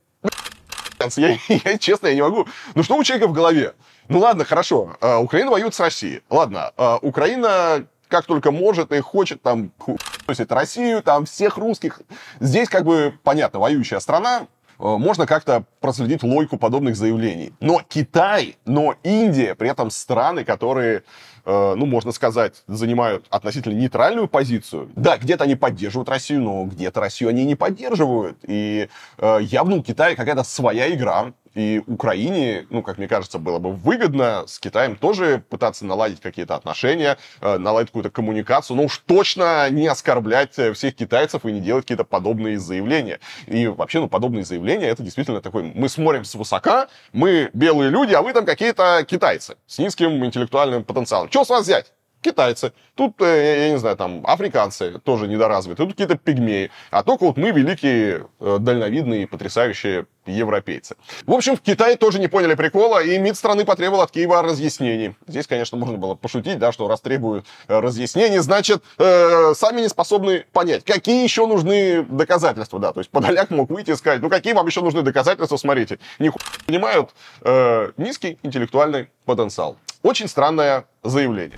Я, я, честно, я не могу. Ну, что у человека в голове? Ну, ладно, хорошо, э, Украина воюет с Россией. Ладно, э, Украина... как только может и хочет там хуесить Россию, там всех русских. Здесь как бы, понятно, воюющая страна, можно как-то проследить логику подобных заявлений. Но Китай, но Индия, при этом страны, которые, ну, можно сказать, занимают относительно нейтральную позицию. Да, где-то они поддерживают Россию, но где-то Россию они не поддерживают. И явно у Китая какая-то своя игра. И Украине, ну, как мне кажется, было бы выгодно с Китаем тоже пытаться наладить какие-то отношения, э, наладить какую-то коммуникацию, но уж точно не оскорблять всех китайцев и не делать какие-то подобные заявления. И вообще, ну, подобные заявления, это действительно такой, мы смотрим свысока, мы белые люди, а вы там какие-то китайцы с низким интеллектуальным потенциалом. Что с вас взять? Китайцы. Тут, я не знаю, там, африканцы тоже недоразвиты. Тут какие-то пигмеи. А только вот мы великие, дальновидные, потрясающие европейцы. В общем, в Китае тоже не поняли прикола, и МИД страны потребовал от Киева разъяснений. Здесь, конечно, можно было пошутить, да, что раз требуют разъяснений, значит, э, сами не способны понять, какие еще нужны доказательства. Да, то есть Подоляк мог выйти и сказать, ну, какие вам еще нужны доказательства, смотрите. Нихуя не понимают, э, низкий интеллектуальный потенциал. Очень странное заявление.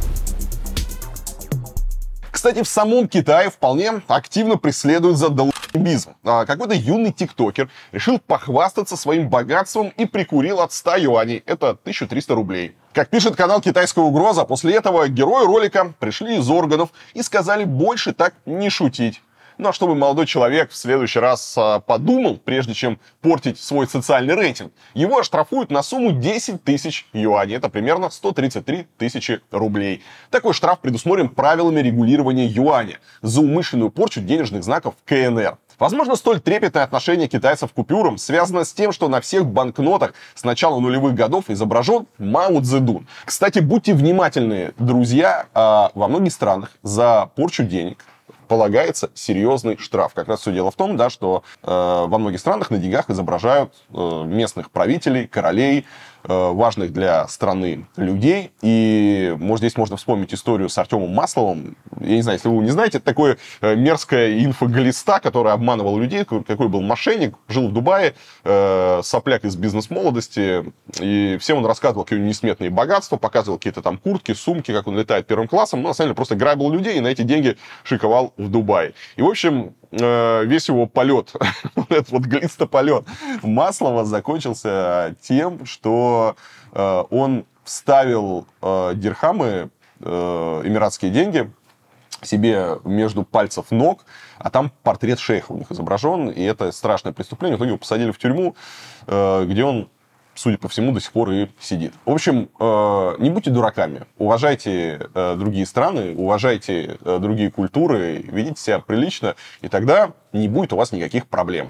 Кстати, в самом Китае вполне активно преследуют за долбизм. Какой-то юный тиктокер решил похвастаться своим богатством и прикурил от ста юаней. Это тысяча триста рублей. Как пишет канал «Китайская угроза», после этого герои ролика пришли из органов и сказали больше так не шутить. Ну, а чтобы молодой человек в следующий раз а, подумал, прежде чем портить свой социальный рейтинг, его оштрафуют на сумму десять тысяч юаней. Это примерно сто тридцать три тысячи рублей. Такой штраф предусмотрен правилами регулирования юаня за умышленную порчу денежных знаков ка эн эр. Возможно, столь трепетное отношение китайцев к купюрам связано с тем, что на всех банкнотах с начала нулевых годов изображен Мао Цзэдун. Кстати, будьте внимательны, друзья, а, во многих странах за порчу денег полагается серьезный штраф. Как раз все дело в том, да, что э, во многих странах на деньгах изображают э, местных правителей, королей, э, важных для страны людей. И, может, здесь можно вспомнить историю с Артемом Масловым. Я не знаю, если вы не знаете, это такое э, мерзкое инфоглиста, который обманывал людей, какой был мошенник, жил в Дубае, э, сопляк из бизнес-молодости. И всем он рассказывал, какие у него несметные богатства, показывал какие-то там куртки, сумки, как он летает первым классом. Но, на самом деле, просто грабил людей и на эти деньги шиковал в Дубае. И, в общем, весь его полет, этот вот глистополет Маслова закончился тем, что он вставил дирхамы, эмиратские деньги, себе между пальцев ног, а там портрет шейха у них изображен, и это страшное преступление. В итоге его посадили в тюрьму, где он, судя по всему, до сих пор и сидит. В общем, не будьте дураками. Уважайте другие страны, уважайте другие культуры, ведите себя прилично, и тогда не будет у вас никаких проблем.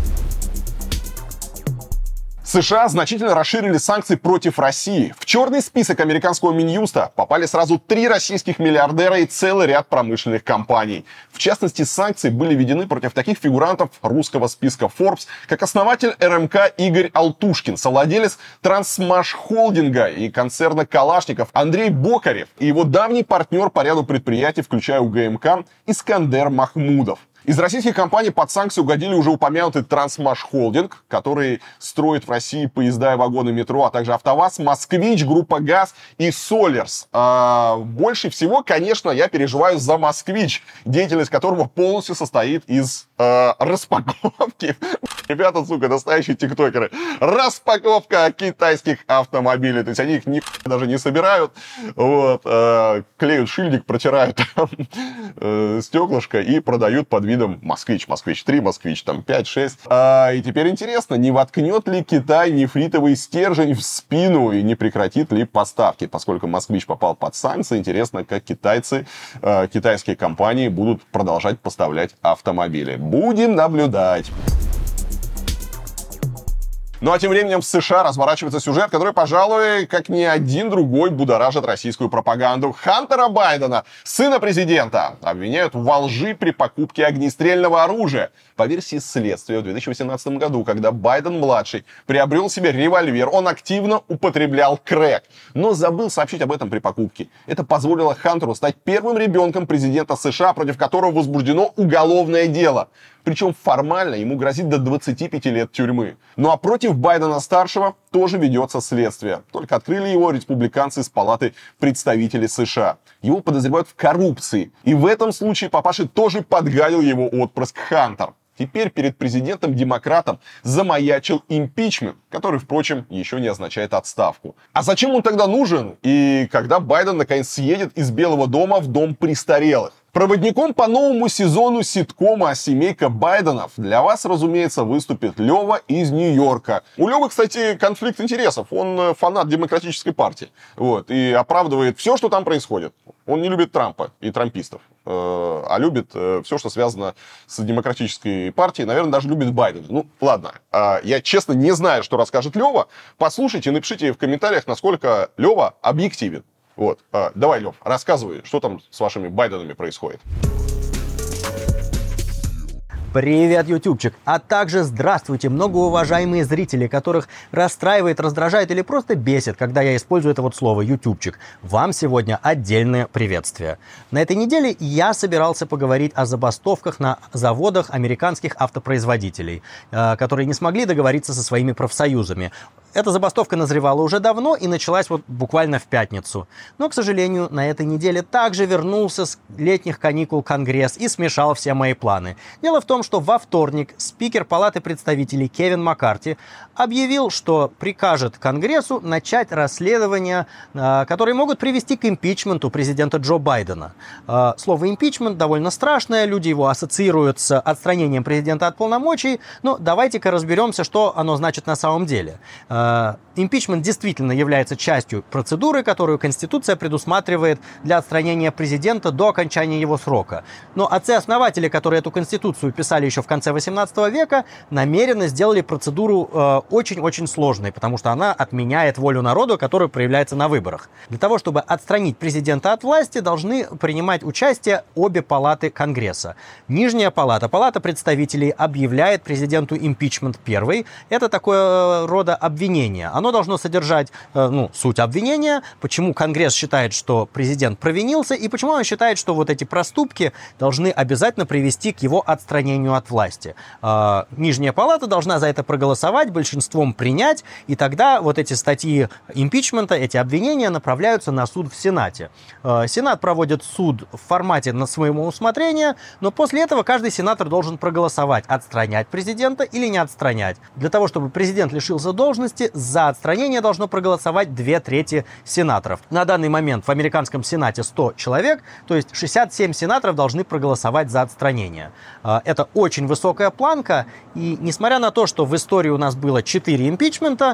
США значительно расширили санкции против России. В черный список американского Минюста попали сразу три российских миллиардера и целый ряд промышленных компаний. В частности, санкции были введены против таких фигурантов русского списка Forbes, как основатель эр эм ка Игорь Алтушкин, совладелец Трансмаш Холдинга и концерна Калашников Андрей Бокарев и его давний партнер по ряду предприятий, включая у гэ эм ка, Искандер Махмудов. Из российских компаний под санкции угодили уже упомянутый Трансмаш Холдинг, который строит в России поезда и вагоны метро, а также АвтоВАЗ, Москвич, Группа ГАЗ и Солерс. А, больше всего, конечно, я переживаю за Москвич, деятельность которого полностью состоит из а, распаковки Ребята, сука, настоящие тиктокеры. Распаковка китайских автомобилей. То есть они их ни даже не собирают. Вот, э, клеют шильдик, протирают там, э, стеклышко и продают под видом Москвич, Москвич три, Москвич там пять шесть. А, и теперь интересно, не воткнет ли Китай нефритовый стержень в спину и не прекратит ли поставки? Поскольку Москвич попал под санкции, интересно, как китайцы, э, китайские компании будут продолжать поставлять автомобили. Будем наблюдать. Ну а тем временем в США разворачивается сюжет, который, пожалуй, как ни один другой будоражит российскую пропаганду. Хантера Байдена, сына президента, обвиняют во лжи при покупке огнестрельного оружия. По версии следствия, в две тысячи восемнадцатом году, когда Байден-младший приобрел себе револьвер, он активно употреблял крэк, но забыл сообщить об этом при покупке. Это позволило Хантеру стать первым ребенком президента США, против которого возбуждено уголовное дело. Причем формально ему грозит до двадцати пяти лет тюрьмы. Ну а против Байдена-старшего тоже ведется следствие. Только открыли его республиканцы из Палаты представителей США. Его подозревают в коррупции. И в этом случае папаше тоже подгадил его отпрыск Хантер. Теперь перед президентом-демократом замаячил импичмент, который, впрочем, еще не означает отставку. А зачем он тогда нужен? И когда Байден наконец съедет из Белого дома в дом престарелых? Проводником по новому сезону ситкома «Семейка Байденов» для вас, разумеется, выступит Лева из Нью-Йорка. У Левы, кстати, конфликт интересов. Он фанат демократической партии. Вот, и оправдывает все, что там происходит. Он не любит Трампа и трампистов, а любит все, что связано с демократической партией. Наверное, даже любит Байдена. Ну, ладно. Я, честно, не знаю, что расскажет Лева. Послушайте, напишите в комментариях, насколько Лева объективен. Вот. А, давай, Лев, рассказывай, что там с вашими Байденами происходит. Привет, ютубчик! А также здравствуйте, многоуважаемые зрители, которых расстраивает, раздражает или просто бесит, когда я использую это вот слово ютубчик. Вам сегодня отдельное приветствие. На этой неделе я собирался поговорить о забастовках на заводах американских автопроизводителей, которые не смогли договориться со своими профсоюзами. Эта забастовка назревала уже давно и началась вот буквально в пятницу. Но, к сожалению, на этой неделе также вернулся с летних каникул Конгресс и смешал все мои планы. Дело в том, что во вторник спикер Палаты представителей Кевин Маккарти объявил, что прикажет Конгрессу начать расследования, которые могут привести к импичменту президента Джо Байдена. Слово «импичмент» довольно страшное, люди его ассоциируют с отстранением президента от полномочий, но давайте-ка разберемся, что оно значит на самом деле. Импичмент действительно является частью процедуры, которую Конституция предусматривает для отстранения президента до окончания его срока. Но отцы-основатели, которые эту Конституцию писали еще в конце восемнадцатого века, намеренно сделали процедуру э, очень-очень сложной, потому что она отменяет волю народа, которая проявляется на выборах. Для того, чтобы отстранить президента от власти, должны принимать участие обе палаты Конгресса. Нижняя палата, Палата представителей, объявляет президенту импичмент первый. Это такое рода обвинение. Оно должно содержать э, ну, суть обвинения, почему Конгресс считает, что президент провинился, и почему он считает, что вот эти проступки должны обязательно привести к его отстранению от власти. Э, Нижняя палата должна за это проголосовать, большинством принять, и тогда вот эти статьи импичмента, эти обвинения направляются на суд в Сенате. Э, Сенат проводит суд в формате на своему усмотрения, но после этого каждый сенатор должен проголосовать, отстранять президента или не отстранять. Для того, чтобы президент лишился должности, за отстранение должно проголосовать две трети сенаторов. На данный момент в американском Сенате сто человек, то есть шестьдесят семь сенаторов должны проголосовать за отстранение. Это очень высокая планка, и несмотря на то, что в истории у нас было четыре импичмента,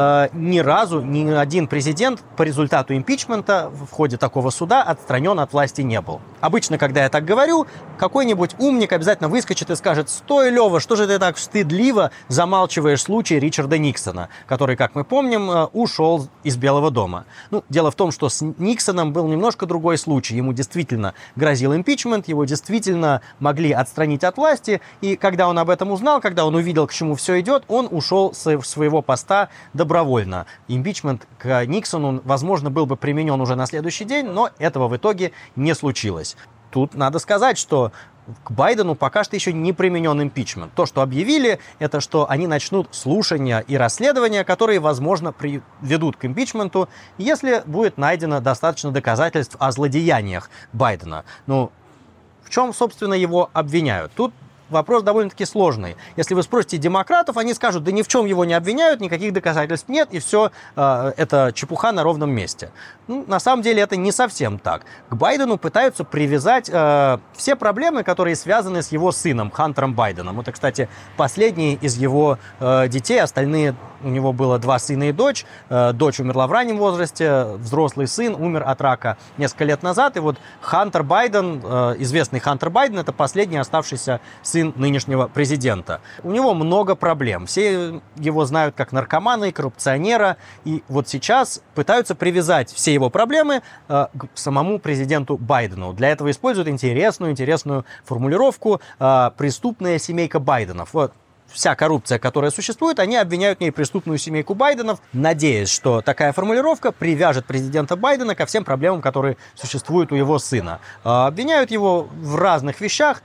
ни разу ни один президент по результату импичмента в ходе такого суда отстранен от власти не был. Обычно, когда я так говорю, какой-нибудь умник обязательно выскочит и скажет: «Стой, Лева, что же ты так стыдливо замалчиваешь случай Ричарда Никсона», который, как мы помним, ушел из Белого дома. Ну, дело в том, что с Никсоном был немножко другой случай. Ему действительно грозил импичмент, его действительно могли отстранить от власти, и когда он об этом узнал, когда он увидел, к чему все идет, он ушел с своего поста добровольно. Импичмент к Никсону, возможно, был бы применен уже на следующий день, но этого в итоге не случилось. Тут надо сказать, что к Байдену пока что еще не применен импичмент. То, что объявили, это что они начнут слушания и расследования, которые, возможно, приведут к импичменту, если будет найдено достаточно доказательств о злодеяниях Байдена. Ну, в чем, собственно, его обвиняют? Тут вопрос довольно-таки сложный. Если вы спросите демократов, они скажут, да ни в чем его не обвиняют, никаких доказательств нет, и все э, это чепуха на ровном месте. Ну, на самом деле это не совсем так. К Байдену пытаются привязать э, все проблемы, которые связаны с его сыном, Хантером Байденом. Это, кстати, последний из его э, детей, остальные, у него было два сына и дочь. Э, дочь умерла в раннем возрасте, взрослый сын умер от рака несколько лет назад, и вот Хантер Байден, э, известный Хантер Байден, это последний оставшийся сын нынешнего президента. У него много проблем. Все его знают как наркомана и коррупционера. И вот сейчас пытаются привязать все его проблемы э, к самому президенту Байдену. Для этого используют интересную, интересную формулировку э, «преступная семейка Байденов». Вот. Вся коррупция, которая существует, они обвиняют в ней преступную семейку Байденов, надеясь, что такая формулировка привяжет президента Байдена ко всем проблемам, которые существуют у его сына. Обвиняют его в разных вещах,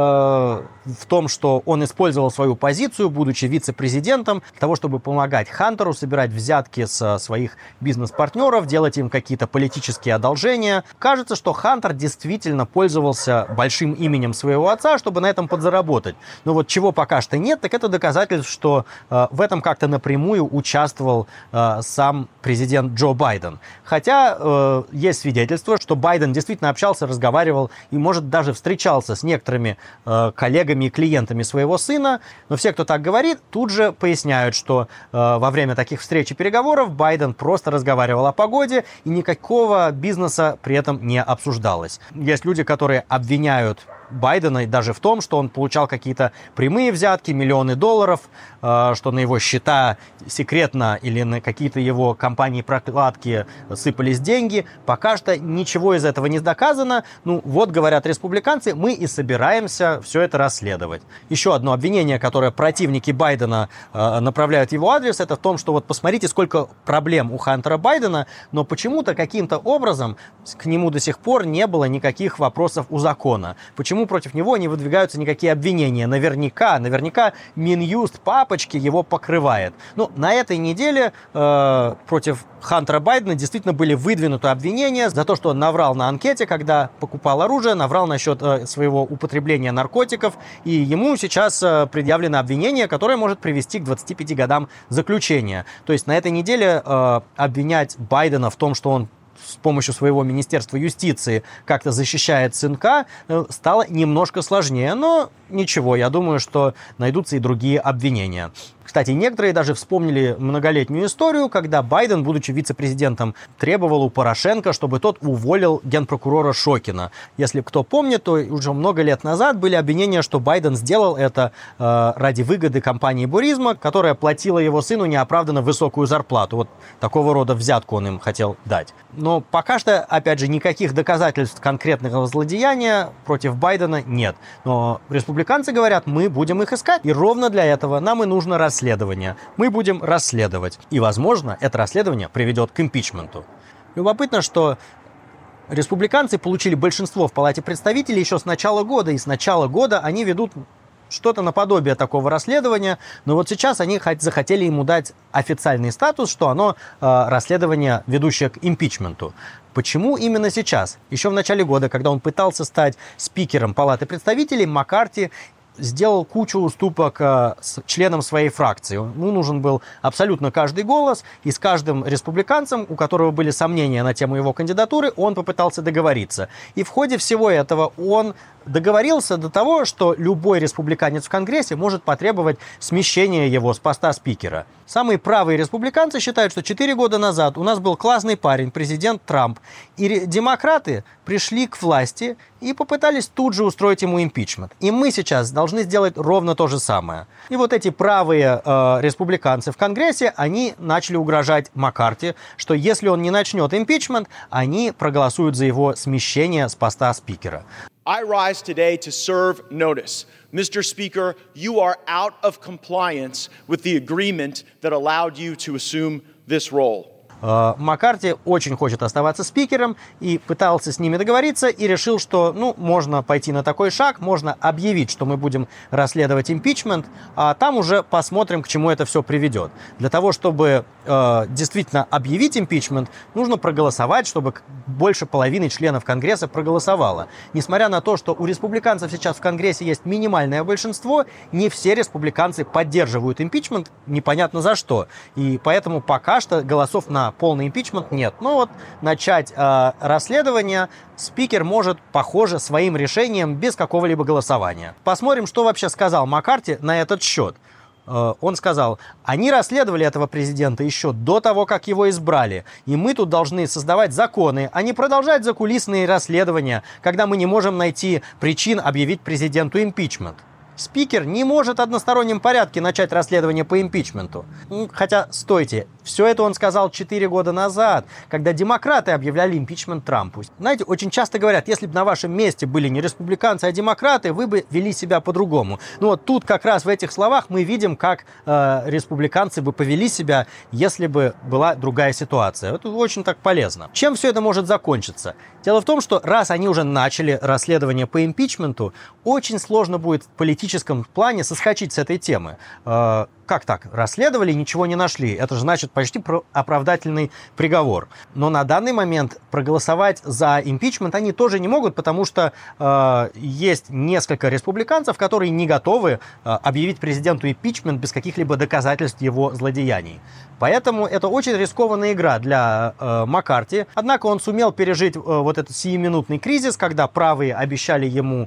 в том, что он использовал свою позицию, будучи вице-президентом, для того, чтобы помогать Хантеру собирать взятки со своих бизнес-партнеров, делать им какие-то политические одолжения. Кажется, что Хантер действительно пользовался большим именем своего отца, чтобы на этом подзаработать. Но вот чего пока что нет, так это доказательств, что э, в этом как-то напрямую участвовал э, сам президент Джо Байден. Хотя э, есть свидетельство, что Байден действительно общался, разговаривал и, может, даже встречался с некоторыми э, коллегами и клиентами своего сына. Но все, кто так говорит, тут же поясняют, что э, во время таких встреч и переговоров Байден просто разговаривал о погоде, и никакого бизнеса при этом не обсуждалось. Есть люди, которые обвиняют Байдена даже в том, что он получал какие-то прямые взятки, миллионы долларов, что на его счета секретно или на какие-то его компании-прокладки сыпались деньги. Пока что ничего из этого не доказано. Ну вот, говорят республиканцы, мы и собираемся все это расследовать. Еще одно обвинение, которое противники Байдена направляют в его адрес, это в том, что вот посмотрите, сколько проблем у Хантера Байдена, но почему-то каким-то образом к нему до сих пор не было никаких вопросов у закона. Почему против него не выдвигаются никакие обвинения? Наверняка, наверняка Минюст папочки его покрывает. Ну, на этой неделе э, против Хантера Байдена действительно были выдвинуты обвинения за то, что он наврал на анкете, когда покупал оружие, наврал насчет э, своего употребления наркотиков, и ему сейчас э, предъявлено обвинение, которое может привести к двадцати пяти годам заключения. То есть на этой неделе э, обвинять Байдена в том, что он с помощью своего Министерства юстиции как-то защищает сынка, стало немножко сложнее. Но ничего, я думаю, что найдутся и другие обвинения. Кстати, некоторые даже вспомнили многолетнюю историю, когда Байден, будучи вице-президентом, требовал у Порошенко, чтобы тот уволил генпрокурора Шокина. Если кто помнит, то уже много лет назад были обвинения, что Байден сделал это э, ради выгоды компании Буризма, которая платила его сыну неоправданно высокую зарплату. Вот такого рода взятку он им хотел дать. Но пока что, опять же, никаких доказательств конкретного злодеяния против Байдена нет. Но республиканцы говорят, мы будем их искать. И ровно для этого нам и нужно расследование. Расследование. Мы будем расследовать. И, возможно, это расследование приведет к импичменту. Любопытно, что республиканцы получили большинство в Палате представителей еще с начала года. И с начала года они ведут что-то наподобие такого расследования. Но вот сейчас они захотели ему дать официальный статус, что оно э, расследование, ведущее к импичменту. Почему именно сейчас? Еще в начале года, когда он пытался стать спикером Палаты представителей, Маккарти сделал кучу уступок э, с членам своей фракции. Ему нужен был абсолютно каждый голос, и с каждым республиканцем, у которого были сомнения на тему его кандидатуры, он попытался договориться. И в ходе всего этого он договорился до того, что любой республиканец в Конгрессе может потребовать смещения его с поста спикера. Самые правые республиканцы считают, что четыре года назад у нас был классный парень, президент Трамп, и демократы пришли к власти и попытались тут же устроить ему импичмент. И мы сейчас должны сделать ровно то же самое. И вот эти правые э, республиканцы в Конгрессе, они начали угрожать Маккарти, что если он не начнет импичмент, они проголосуют за его смещение с поста спикера. I rise today to serve notice. Mister Speaker, you are out of compliance with the agreement that allowed you to assume this role. Маккарти очень хочет оставаться спикером и пытался с ними договориться и решил, что ну, можно пойти на такой шаг, можно объявить, что мы будем расследовать импичмент, а там уже посмотрим, к чему это все приведет. Для того, чтобы э, действительно объявить импичмент, нужно проголосовать, чтобы больше половины членов Конгресса проголосовало. Несмотря на то, что у республиканцев сейчас в Конгрессе есть минимальное большинство, не все республиканцы поддерживают импичмент, непонятно за что. И поэтому пока что голосов на полный импичмент нет. Но вот начать э, расследование спикер может, похоже, своим решением без какого-либо голосования. Посмотрим, что вообще сказал Маккарти на этот счет. Э, он сказал, они расследовали этого президента еще до того, как его избрали. И мы тут должны создавать законы, а не продолжать закулисные расследования, когда мы не можем найти причин объявить президенту импичмент. Спикер не может в одностороннем порядке начать расследование по импичменту. Хотя, стойте, все это он сказал четыре года назад, когда демократы объявляли импичмент Трампу. Знаете, очень часто говорят, если бы на вашем месте были не республиканцы, а демократы, вы бы вели себя по-другому. Ну вот тут как раз в этих словах мы видим, как э, республиканцы бы повели себя, если бы была другая ситуация. Это очень так полезно. Чем все это может закончиться? Дело в том, что раз они уже начали расследование по импичменту, очень сложно будет в политическом плане соскочить с этой темы. Э, как так? Расследовали, ничего не нашли. Это же значит почти оправдательный приговор. Но на данный момент проголосовать за импичмент они тоже не могут, потому что э, есть несколько республиканцев, которые не готовы э, объявить президенту импичмент без каких-либо доказательств его злодеяний. Поэтому это очень рискованная игра для э, Маккарти. Однако он сумел пережить э, вот этот сиюминутный кризис, когда правые обещали ему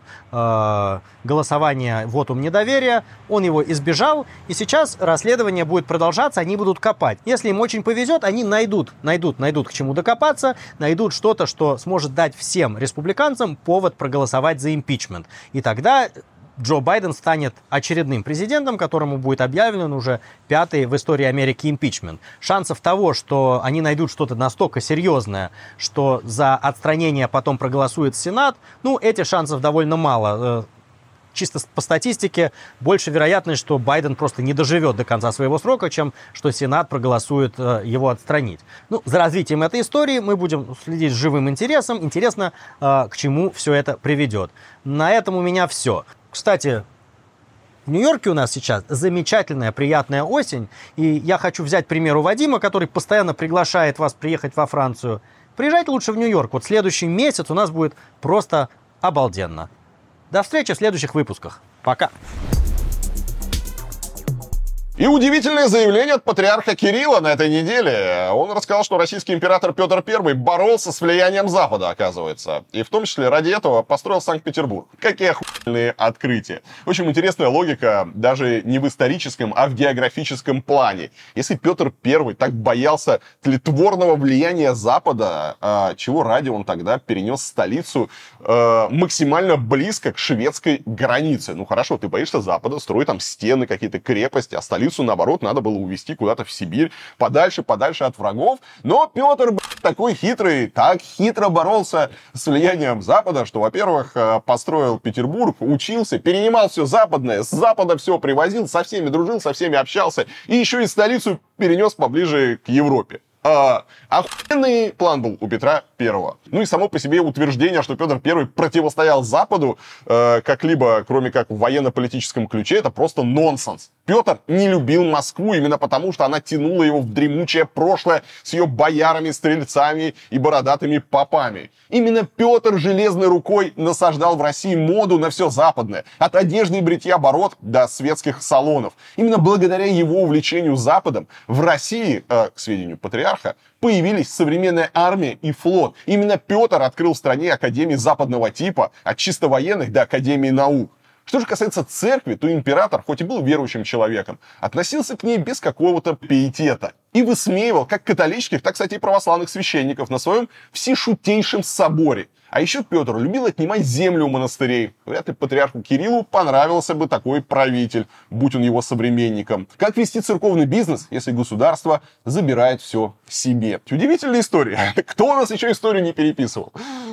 э, голосование вотум недоверия. Он его избежал, и сейчас расследование будет продолжаться, они будут копать. Если им очень повезет, они найдут, найдут, найдут к чему докопаться, найдут что-то, что сможет дать всем республиканцам повод проголосовать за импичмент. И тогда Джо Байден станет очередным президентом, которому будет объявлен уже пятый в истории Америки импичмент. Шансов того, что они найдут что-то настолько серьезное, что за отстранение потом проголосует Сенат, ну, этих шансов довольно мало. Чисто по статистике, больше вероятность, что Байден просто не доживет до конца своего срока, чем что Сенат проголосует э, его отстранить. Ну, за развитием этой истории мы будем следить с живым интересом. Интересно, э, к чему все это приведет. На этом у меня все. Кстати, в Нью-Йорке у нас сейчас замечательная, приятная осень. И я хочу взять пример у Вадима, который постоянно приглашает вас приехать во Францию. Приезжайте лучше в Нью-Йорк. Вот следующий месяц у нас будет просто обалденно. До встречи в следующих выпусках. Пока. И удивительное заявление от патриарха Кирилла на этой неделе. Он рассказал, что российский император Петр Первый боролся с влиянием Запада, оказывается. И в том числе ради этого построил Санкт-Петербург. Какие охуенные открытия. В общем, интересная логика даже не в историческом, а в географическом плане. Если Петр Первый так боялся тлетворного влияния Запада, э, чего ради он тогда перенес столицу э, максимально близко к шведской границе? Ну хорошо, ты боишься Запада, строй там стены, какие-то крепости, а столицу, наоборот, надо было увезти куда-то в Сибирь, подальше, подальше от врагов. Но Петр, блядь, такой хитрый, так хитро боролся с влиянием Запада, что, во-первых, построил Петербург, учился, перенимал все западное, с Запада все привозил, со всеми дружил, со всеми общался, и еще и столицу перенес поближе к Европе. А, охуенный план был у Петра Первого. Ну и само по себе утверждение, что Петр Первый противостоял Западу э, как-либо, кроме как в военно-политическом ключе, это просто нонсенс. Петр не любил Москву именно потому, что она тянула его в дремучее прошлое с ее боярами, стрельцами и бородатыми попами. Именно Петр железной рукой насаждал в России моду на все западное, от одежды и бритья бород до светских салонов. Именно благодаря его увлечению Западом в России, э, к сведению патриарха, появились современная армия и флот. Именно Петр открыл в стране академии западного типа, от чисто военных до академии наук. Что же касается церкви, то император, хоть и был верующим человеком, относился к ней без какого-то пиетета и высмеивал как католических, так, кстати, и православных священников на своем всешутейшем соборе. А еще Петр любил отнимать землю у монастырей. Вряд ли патриарху Кириллу понравился бы такой правитель, будь он его современником. Как вести церковный бизнес, если государство забирает все себе? Удивительная история. Кто у нас еще историю не переписывал?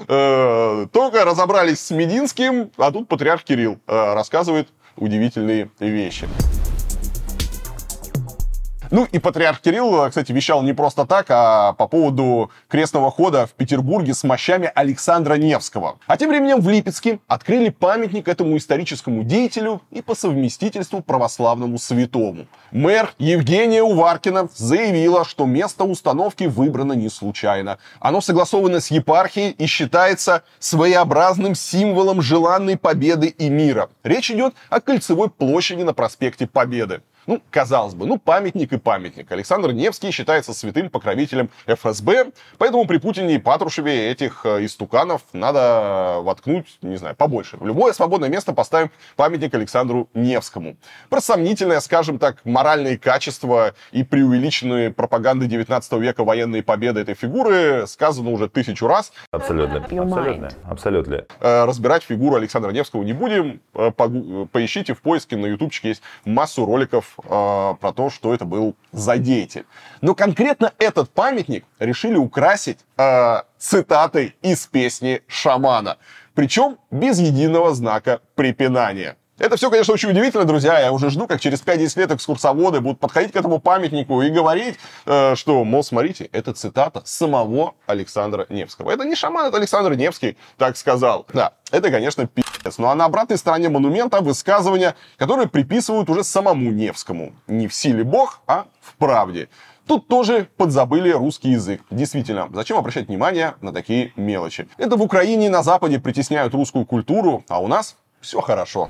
Только разобрались с Мединским, а тут патриарх Кирилл рассказывает удивительные вещи. Ну и патриарх Кирилл, кстати, вещал не просто так, а по поводу крестного хода в Петербурге с мощами Александра Невского. А тем временем в Липецке открыли памятник этому историческому деятелю и по совместительству православному святому. Мэр Евгения Уваркина заявила, что место установки выбрано не случайно. Оно согласовано с епархией и считается своеобразным символом желанной победы и мира. Речь идет о Кольцевой площади на проспекте Победы. Ну, казалось бы, ну, памятник и памятник. Александр Невский считается святым покровителем эф эс бэ, поэтому при Путине и Патрушеве этих истуканов надо воткнуть, не знаю, побольше. В любое свободное место поставим памятник Александру Невскому. Про сомнительное, скажем так, моральные качества и преувеличенные пропаганды девятнадцатого века военные победы этой фигуры сказано уже тысячу раз. Абсолютно, абсолютно, абсолютно. Разбирать фигуру Александра Невского не будем. Поищите в поиске, на ютубчике есть массу роликов про то, что это был за деятель. Но конкретно этот памятник решили украсить э, цитатой из песни «Шамана». Причем без единого знака препинания. Это все, конечно, очень удивительно, друзья. Я уже жду, как через пять-десять лет экскурсоводы будут подходить к этому памятнику и говорить, э, что, мол, смотрите, это цитата самого Александра Невского. Это не шаман, это Александр Невский так сказал. Да, это, конечно, пи***ц. Ну а на обратной стороне монумента высказывания, которые приписывают уже самому Невскому. Не в силе Бог, а в правде. Тут тоже подзабыли русский язык. Действительно, зачем обращать внимание на такие мелочи? Это в Украине и на Западе притесняют русскую культуру, а у нас все хорошо.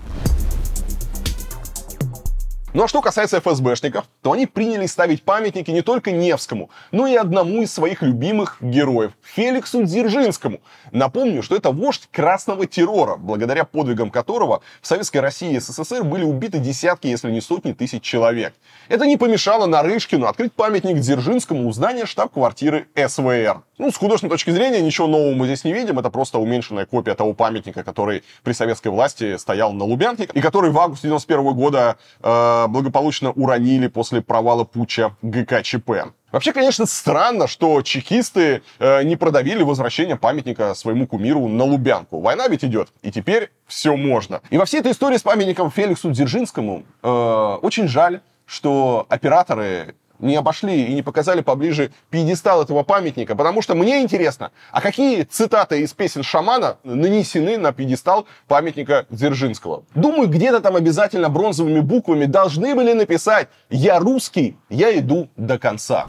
Ну а что касается эф эс бэшников, то они принялись ставить памятники не только Невскому, но и одному из своих любимых героев, Феликсу Дзержинскому. Напомню, что это вождь красного террора, благодаря подвигам которого в Советской России и эс эс эс эр были убиты десятки, если не сотни тысяч человек. Это не помешало Нарышкину открыть памятник Дзержинскому у здания штаб-квартиры эс вэ эр. Ну, с художественной точки зрения, ничего нового мы здесь не видим. Это просто уменьшенная копия того памятника, который при советской власти стоял на Лубянке, и который в августе девяносто первого года э, благополучно уронили после провала путча гэ ка че пэ. Вообще, конечно, странно, что чекисты э, не продавили возвращение памятника своему кумиру на Лубянку. Война ведь идет, и теперь все можно. И во всей этой истории с памятником Феликсу Дзержинскому э, очень жаль, что операторы не обошли и не показали поближе пьедестал этого памятника, потому что мне интересно, а какие цитаты из песен шамана нанесены на пьедестал памятника Дзержинского? Думаю, где-то там обязательно бронзовыми буквами должны были написать «Я русский, я иду до конца».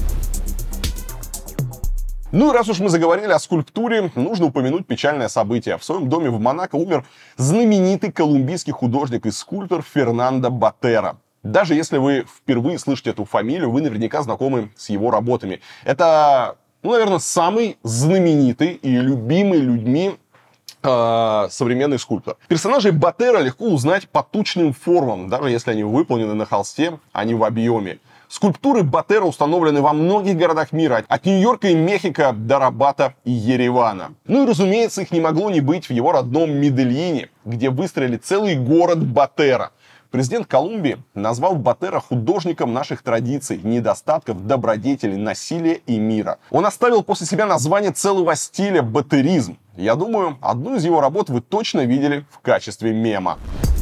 Ну и раз уж мы заговорили о скульптуре, нужно упомянуть печальное событие. В своем доме в Монако умер знаменитый колумбийский художник и скульптор Фернандо Ботера. Даже если вы впервые слышите эту фамилию, вы наверняка знакомы с его работами. Это, ну, наверное, самый знаменитый и любимый людьми э, современный скульптор. Персонажей Ботера легко узнать по тучным формам, даже если они выполнены на холсте, а не в объеме. Скульптуры Ботера установлены во многих городах мира, от Нью-Йорка и Мехико до Рабата и Еревана. Ну и, разумеется, их не могло не быть в его родном Медельине, где выстроили целый город Ботера. Президент Колумбии назвал Ботера художником наших традиций, недостатков, добродетелей, насилия и мира. Он оставил после себя название целого стиля «ботеризм». Я думаю, одну из его работ вы точно видели в качестве мема.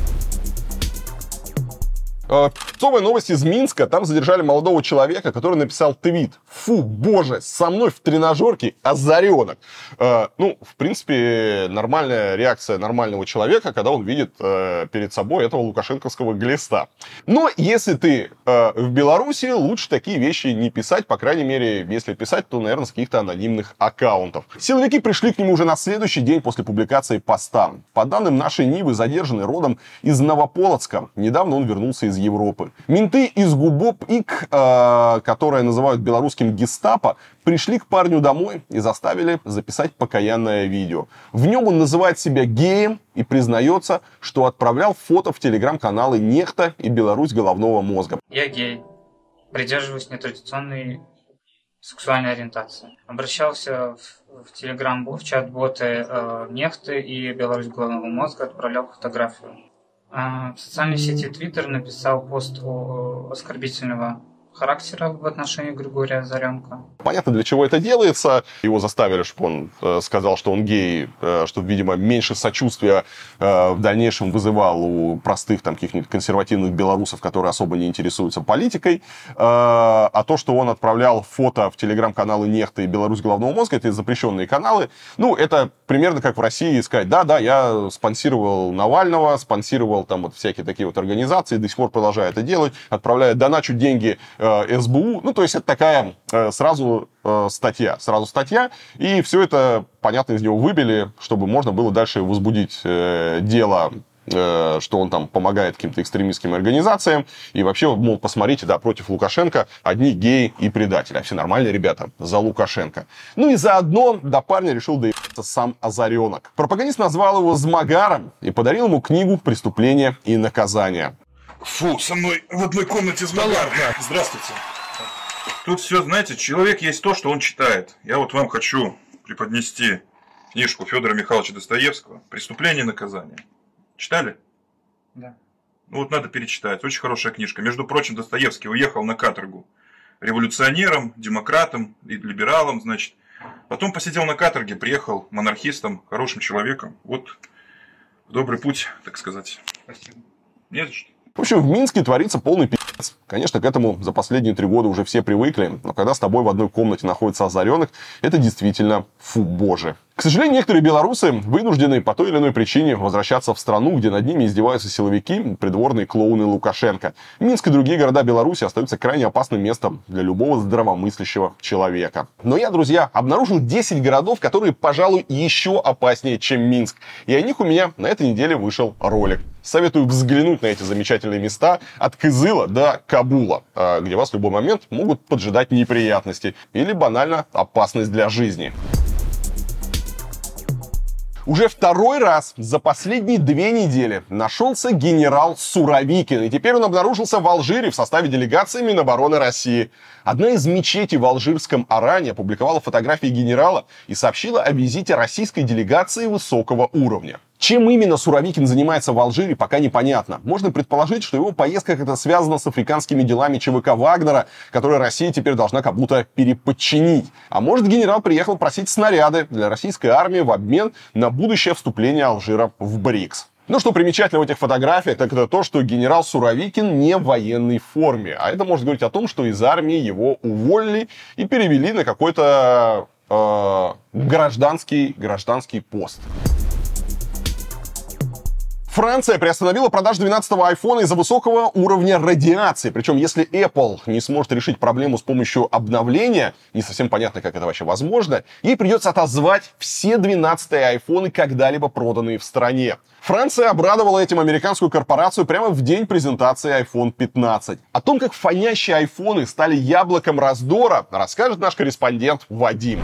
Пцовая новость из Минска. Там задержали молодого человека, который написал твит: «Фу, боже, со мной в тренажерке озаренок». Э, ну, в принципе, нормальная реакция нормального человека, когда он видит э, перед собой этого лукашенковского глиста. Но если ты э, в Беларуси, лучше такие вещи не писать. По крайней мере, если писать, то, наверное, с каких-то анонимных аккаунтов. Силовики пришли к нему уже на следующий день после публикации поста. По данным нашей Нивы, задержанный родом из Новополоцка. Недавно он вернулся из Европы. Менты из ГУБОП-ИК, э, которые называют белорусским гестапо, пришли к парню домой и заставили записать покаянное видео. В нем он называет себя геем и признается, что отправлял фото в телеграм-каналы «Нехта» и «Беларусь головного мозга». Я гей. Придерживаюсь нетрадиционной сексуальной ориентации. Обращался в, в телеграм, в чат-боты э, «Нехты» и «Беларусь головного мозга», отправлял фотографию. В социальной сети Twitter написал пост о, оскорбительного характера в отношении Григория Озаренко. Понятно, для чего это делается. Его заставили, чтобы он э, сказал, что он гей, э, чтобы, видимо, меньше сочувствия э, в дальнейшем вызывал у простых там каких-нибудь консервативных белорусов, которые особо не интересуются политикой. Э, а то, что он отправлял фото в телеграм-каналы Нехты и Беларусь головного мозга, это запрещенные каналы. Ну, это примерно как в России сказать, да-да, я спонсировал Навального, спонсировал там вот всякие такие вот организации, до сих пор продолжаю это делать, отправляю, доначу деньги эс бэ у, ну, то есть это такая э, сразу э, статья, сразу статья, и все это, понятно, из него выбили, чтобы можно было дальше возбудить э, дело, э, что он там помогает каким-то экстремистским организациям, и вообще, мол, посмотрите, да, против Лукашенко одни геи и предатели, а все нормальные ребята, за Лукашенко. Ну и заодно до парня решил доебаться сам Озаренок. Пропагандист назвал его «змагаром» и подарил ему книгу «Преступление и наказание». Фу, со мной в одной комнате змагар. Здравствуйте. Тут все, знаете, человек есть то, что он читает. Я вот вам хочу преподнести книжку Федора Михайловича Достоевского «Преступление и наказание». Читали? Да. Ну вот надо перечитать. Очень хорошая книжка. Между прочим, Достоевский уехал на каторгу революционером, демократом и либералом, значит. Потом посидел на каторге, приехал монархистом, хорошим человеком. Вот в добрый путь, так сказать. Спасибо. Не за что. В общем, в Минске творится полный пи***ц. Конечно, к этому за последние три года уже все привыкли, но когда с тобой в одной комнате находится Озаренок, это действительно фу боже. К сожалению, некоторые белорусы вынуждены по той или иной причине возвращаться в страну, где над ними издеваются силовики, придворные клоуны Лукашенко. Минск и другие города Беларуси остаются крайне опасным местом для любого здравомыслящего человека. Но я, друзья, обнаружил десять городов, которые, пожалуй, еще опаснее, чем Минск. И о них у меня на этой неделе вышел ролик. Советую взглянуть на эти замечательные места от Кызыла до Кабула, где вас в любой момент могут поджидать неприятности или банально опасность для жизни. Уже второй раз за последние две недели нашелся генерал Суровикин, и теперь он обнаружился в Алжире в составе делегации Минобороны России. Одна из мечетей в алжирском Оране опубликовала фотографии генерала и сообщила о визите российской делегации высокого уровня. Чем именно Суровикин занимается в Алжире, пока непонятно. Можно предположить, что его поездка как-то связана с африканскими делами ЧВК Вагнера, которые Россия теперь должна как будто переподчинить. А может, генерал приехал просить снаряды для российской армии в обмен на будущее вступление Алжира в БРИКС. Но что примечательно в этих фотографиях, так это то, что генерал Суровикин не в военной форме. А это может говорить о том, что из армии его уволили и перевели на какой-то э, гражданский, гражданский пост. Франция приостановила продажу двенадцатого айфона из-за высокого уровня радиации. Причем, если Apple не сможет решить проблему с помощью обновления, не совсем понятно, как это вообще возможно, ей придется отозвать все двенадцатые айфоны, когда-либо проданные в стране. Франция обрадовала этим американскую корпорацию прямо в день презентации айфон пятнадцать. О том, как фонящие айфоны стали яблоком раздора, расскажет наш корреспондент Вадим.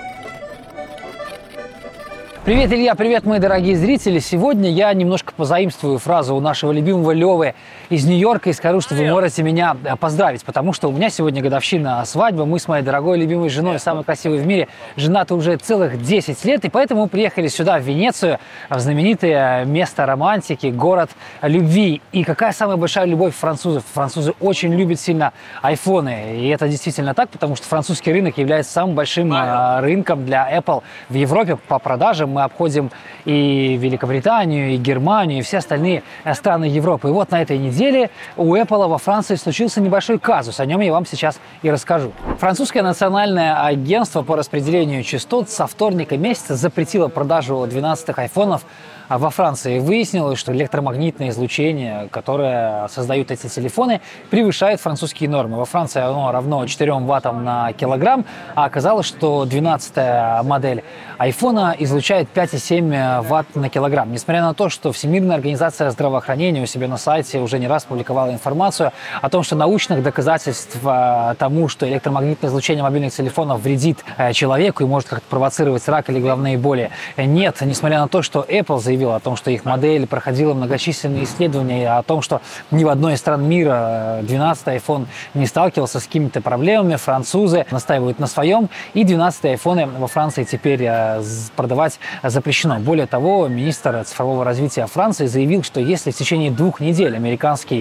Привет, Илья, привет, мои дорогие зрители. Сегодня я немножко позаимствую фразу у нашего любимого Левы из Нью-Йорка и скажу, что вы можете меня поздравить, потому что у меня сегодня годовщина свадьбы. Мы с моей дорогой любимой женой, самой красивой в мире, женаты уже целых десять лет, и поэтому мы приехали сюда, в Венецию, в знаменитое место романтики, город любви. И какая самая большая любовь французов? Французы очень любят сильно айфоны, и это действительно так, потому что французский рынок является самым большим рынком для Apple в Европе по продажам. Мы обходим и Великобританию, и Германию, и все остальные страны Европы. И вот на этой неделе у Apple во Франции случился небольшой казус. О нем я вам сейчас и расскажу. Французское национальное агентство по распределению частот со вторника месяца запретило продажу двенадцатых айфонов во Франции. Выяснилось, что электромагнитное излучение, которое создают эти телефоны, превышает французские нормы. Во Франции оно равно четырем ваттам на килограмм, а оказалось, что двенадцатая модель айфона излучает пять и семь ватт на килограмм. Несмотря на то, что Всемирная организация здравоохранения у себя на сайте уже не раз публиковала информацию о том, что научных доказательств тому, что электромагнитное излучение мобильных телефонов вредит человеку и может как-то провоцировать рак или головные боли, нет. Несмотря на то, что Apple заявила о том, что их модель проходила многочисленные исследования, о том, что ни в одной из стран мира двенадцатый iPhone не сталкивался с какими-то проблемами, французы настаивают на своем, и двенадцатые айфоны во Франции теперь продавать запрещено. Более того, министр цифрового развития Франции заявил, что если в течение двух недель американский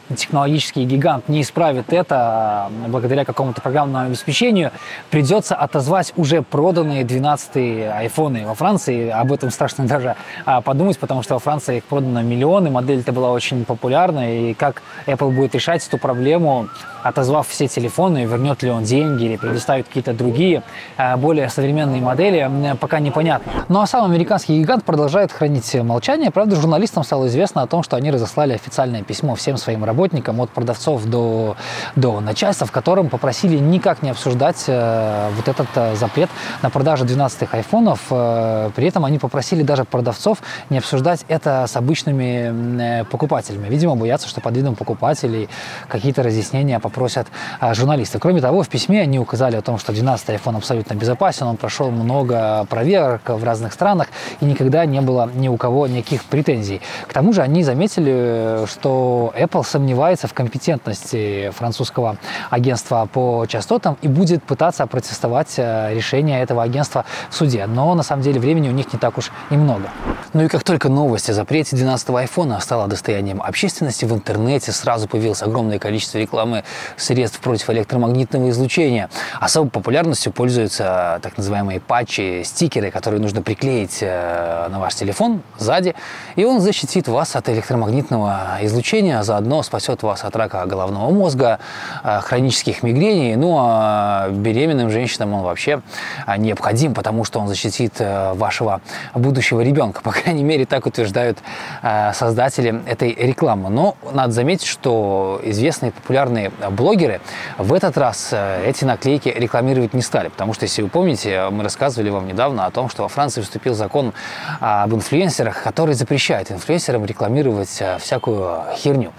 технологический гигант не исправит это благодаря какому-то программному обеспечению, придется отозвать уже проданные двенадцатые айфоны во Франции. Об этом страшно даже подумать, потому что во Франции их продано миллионы, модель-то была очень популярна, и как Apple будет решать эту проблему, отозвав все телефоны, вернет ли он деньги или предоставит какие-то другие, более современные модели, пока непонятно. Ну а сам американский гигант продолжает хранить молчание. Правда, журналистам стало известно о том, что они разослали официальное письмо всем своим работникам, от продавцов до, до начальства, в котором попросили никак не обсуждать э, вот этот э, запрет на продажу двенадцатых айфонов. Э, при этом они попросили даже продавцов не обсуждать это с обычными э, покупателями. Видимо, боятся, что под видом покупателей какие-то разъяснения попросят э, журналисты. Кроме того, в письме они указали о том, что двенадцатый айфон абсолютно безопасен, он прошел много проверок в разных странах, и никогда не было ни у кого никаких претензий. К тому же они заметили, что Apple сомневается в компетентности французского агентства по частотам и будет пытаться протестовать решение этого агентства в суде. Но на самом деле времени у них не так уж и много. Ну и как только новость о запрете двенадцатого айфона стала достоянием общественности, в интернете сразу появилось огромное количество рекламы средств против электромагнитного излучения. Особой популярностью пользуются так называемые патчи, стикеры, которые нужно приклеить на ваш телефон сзади, и он защитит вас от электромагнитного излучения, заодно спасет вас от рака головного мозга, хронических мигрений. Ну а беременным женщинам он вообще необходим, потому что он защитит вашего будущего ребенка. По крайней мере, так утверждают создатели этой рекламы. Но надо заметить, что известные популярные блогеры в этот раз эти наклейки рекламировать не стали, потому что, если вы помните, мы рассказывали вам недавно о том, что во Франции вступил закон об инфлюенсерах, который запрещает инфлюенсерам рекламировать всякую херню.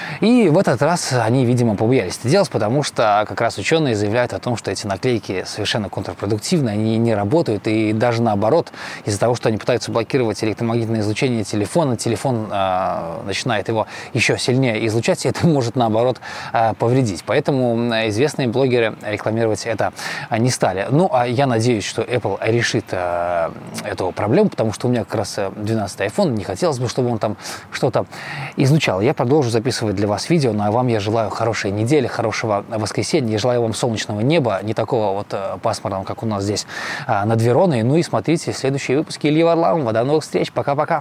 И в этот раз они, видимо, побоялись это делать, потому что как раз ученые заявляют о том, что эти наклейки совершенно контрпродуктивны, они не работают, и даже наоборот, из-за того, что они пытаются блокировать электромагнитное излучение телефона, телефон э, начинает его еще сильнее излучать, и это может, наоборот, э, повредить. Поэтому известные блогеры рекламировать это не стали. Ну, а я надеюсь, что Apple решит э, эту проблему, потому что у меня как раз двенадцатый айфон, не хотелось бы, чтобы он там что-то излучал. Я продолжу записывать для вас видео, ну а вам я желаю хорошей недели, хорошего воскресенья, я желаю вам солнечного неба, не такого вот пасмурного, как у нас здесь над Вероной. Ну и смотрите следующие выпуски. Илья Варламов. До новых встреч. Пока-пока.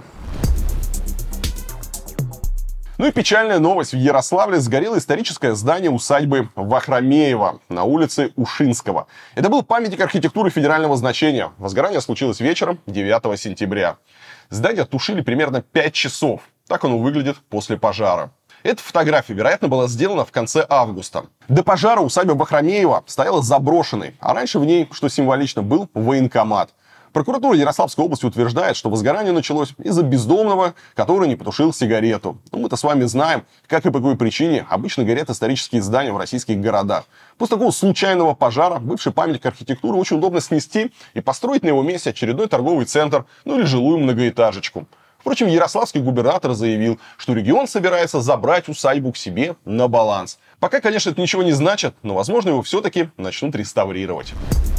Ну и печальная новость. В Ярославле сгорело историческое здание усадьбы Вахромеева на улице Ушинского. Это был памятник архитектуры федерального значения. Возгорание случилось вечером девятого сентября. Здание тушили примерно пять часов. Так оно выглядит после пожара. Эта фотография, вероятно, была сделана в конце августа. До пожара усадьба Вахромеева стояла заброшенной, а раньше в ней, что символично, был военкомат. Прокуратура Ярославской области утверждает, что возгорание началось из-за бездомного, который не потушил сигарету. Но мы-то с вами знаем, как и по какой причине обычно горят исторические здания в российских городах. После такого случайного пожара бывший памятник архитектуры очень удобно снести и построить на его месте очередной торговый центр, ну или жилую многоэтажечку. Впрочем, ярославский губернатор заявил, что регион собирается забрать усадьбу к себе на баланс. Пока, конечно, это ничего не значит, но, возможно, его все-таки начнут реставрировать.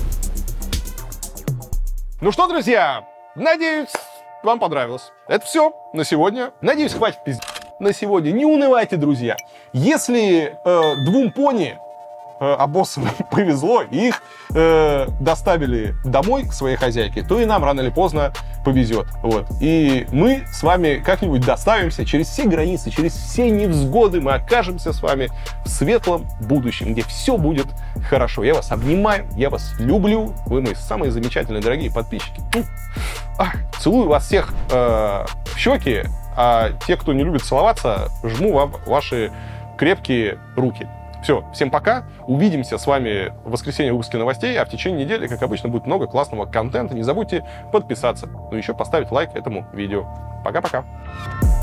Ну что, друзья, надеюсь, вам понравилось. Это все на сегодня. Надеюсь, хватит пиздец на сегодня. Не унывайте, друзья. Если э, двум пони э, обоссам повезло, и их э, доставили домой к своей хозяйке, то и нам рано или поздно повезет. Вот. И мы с вами как-нибудь доставимся через все границы, через все невзгоды. Мы окажемся с вами в светлом будущем, где все будет хорошо. Я вас обнимаю, я вас люблю. Вы мои самые замечательные, дорогие подписчики. Ах, целую вас всех э, в щеки, а те, кто не любит целоваться, жму вам ваши крепкие руки. Все, всем пока. Увидимся с вами в воскресенье в выпуске новостей, а в течение недели, как обычно, будет много классного контента. Не забудьте подписаться, ну и еще поставить лайк этому видео. Пока-пока.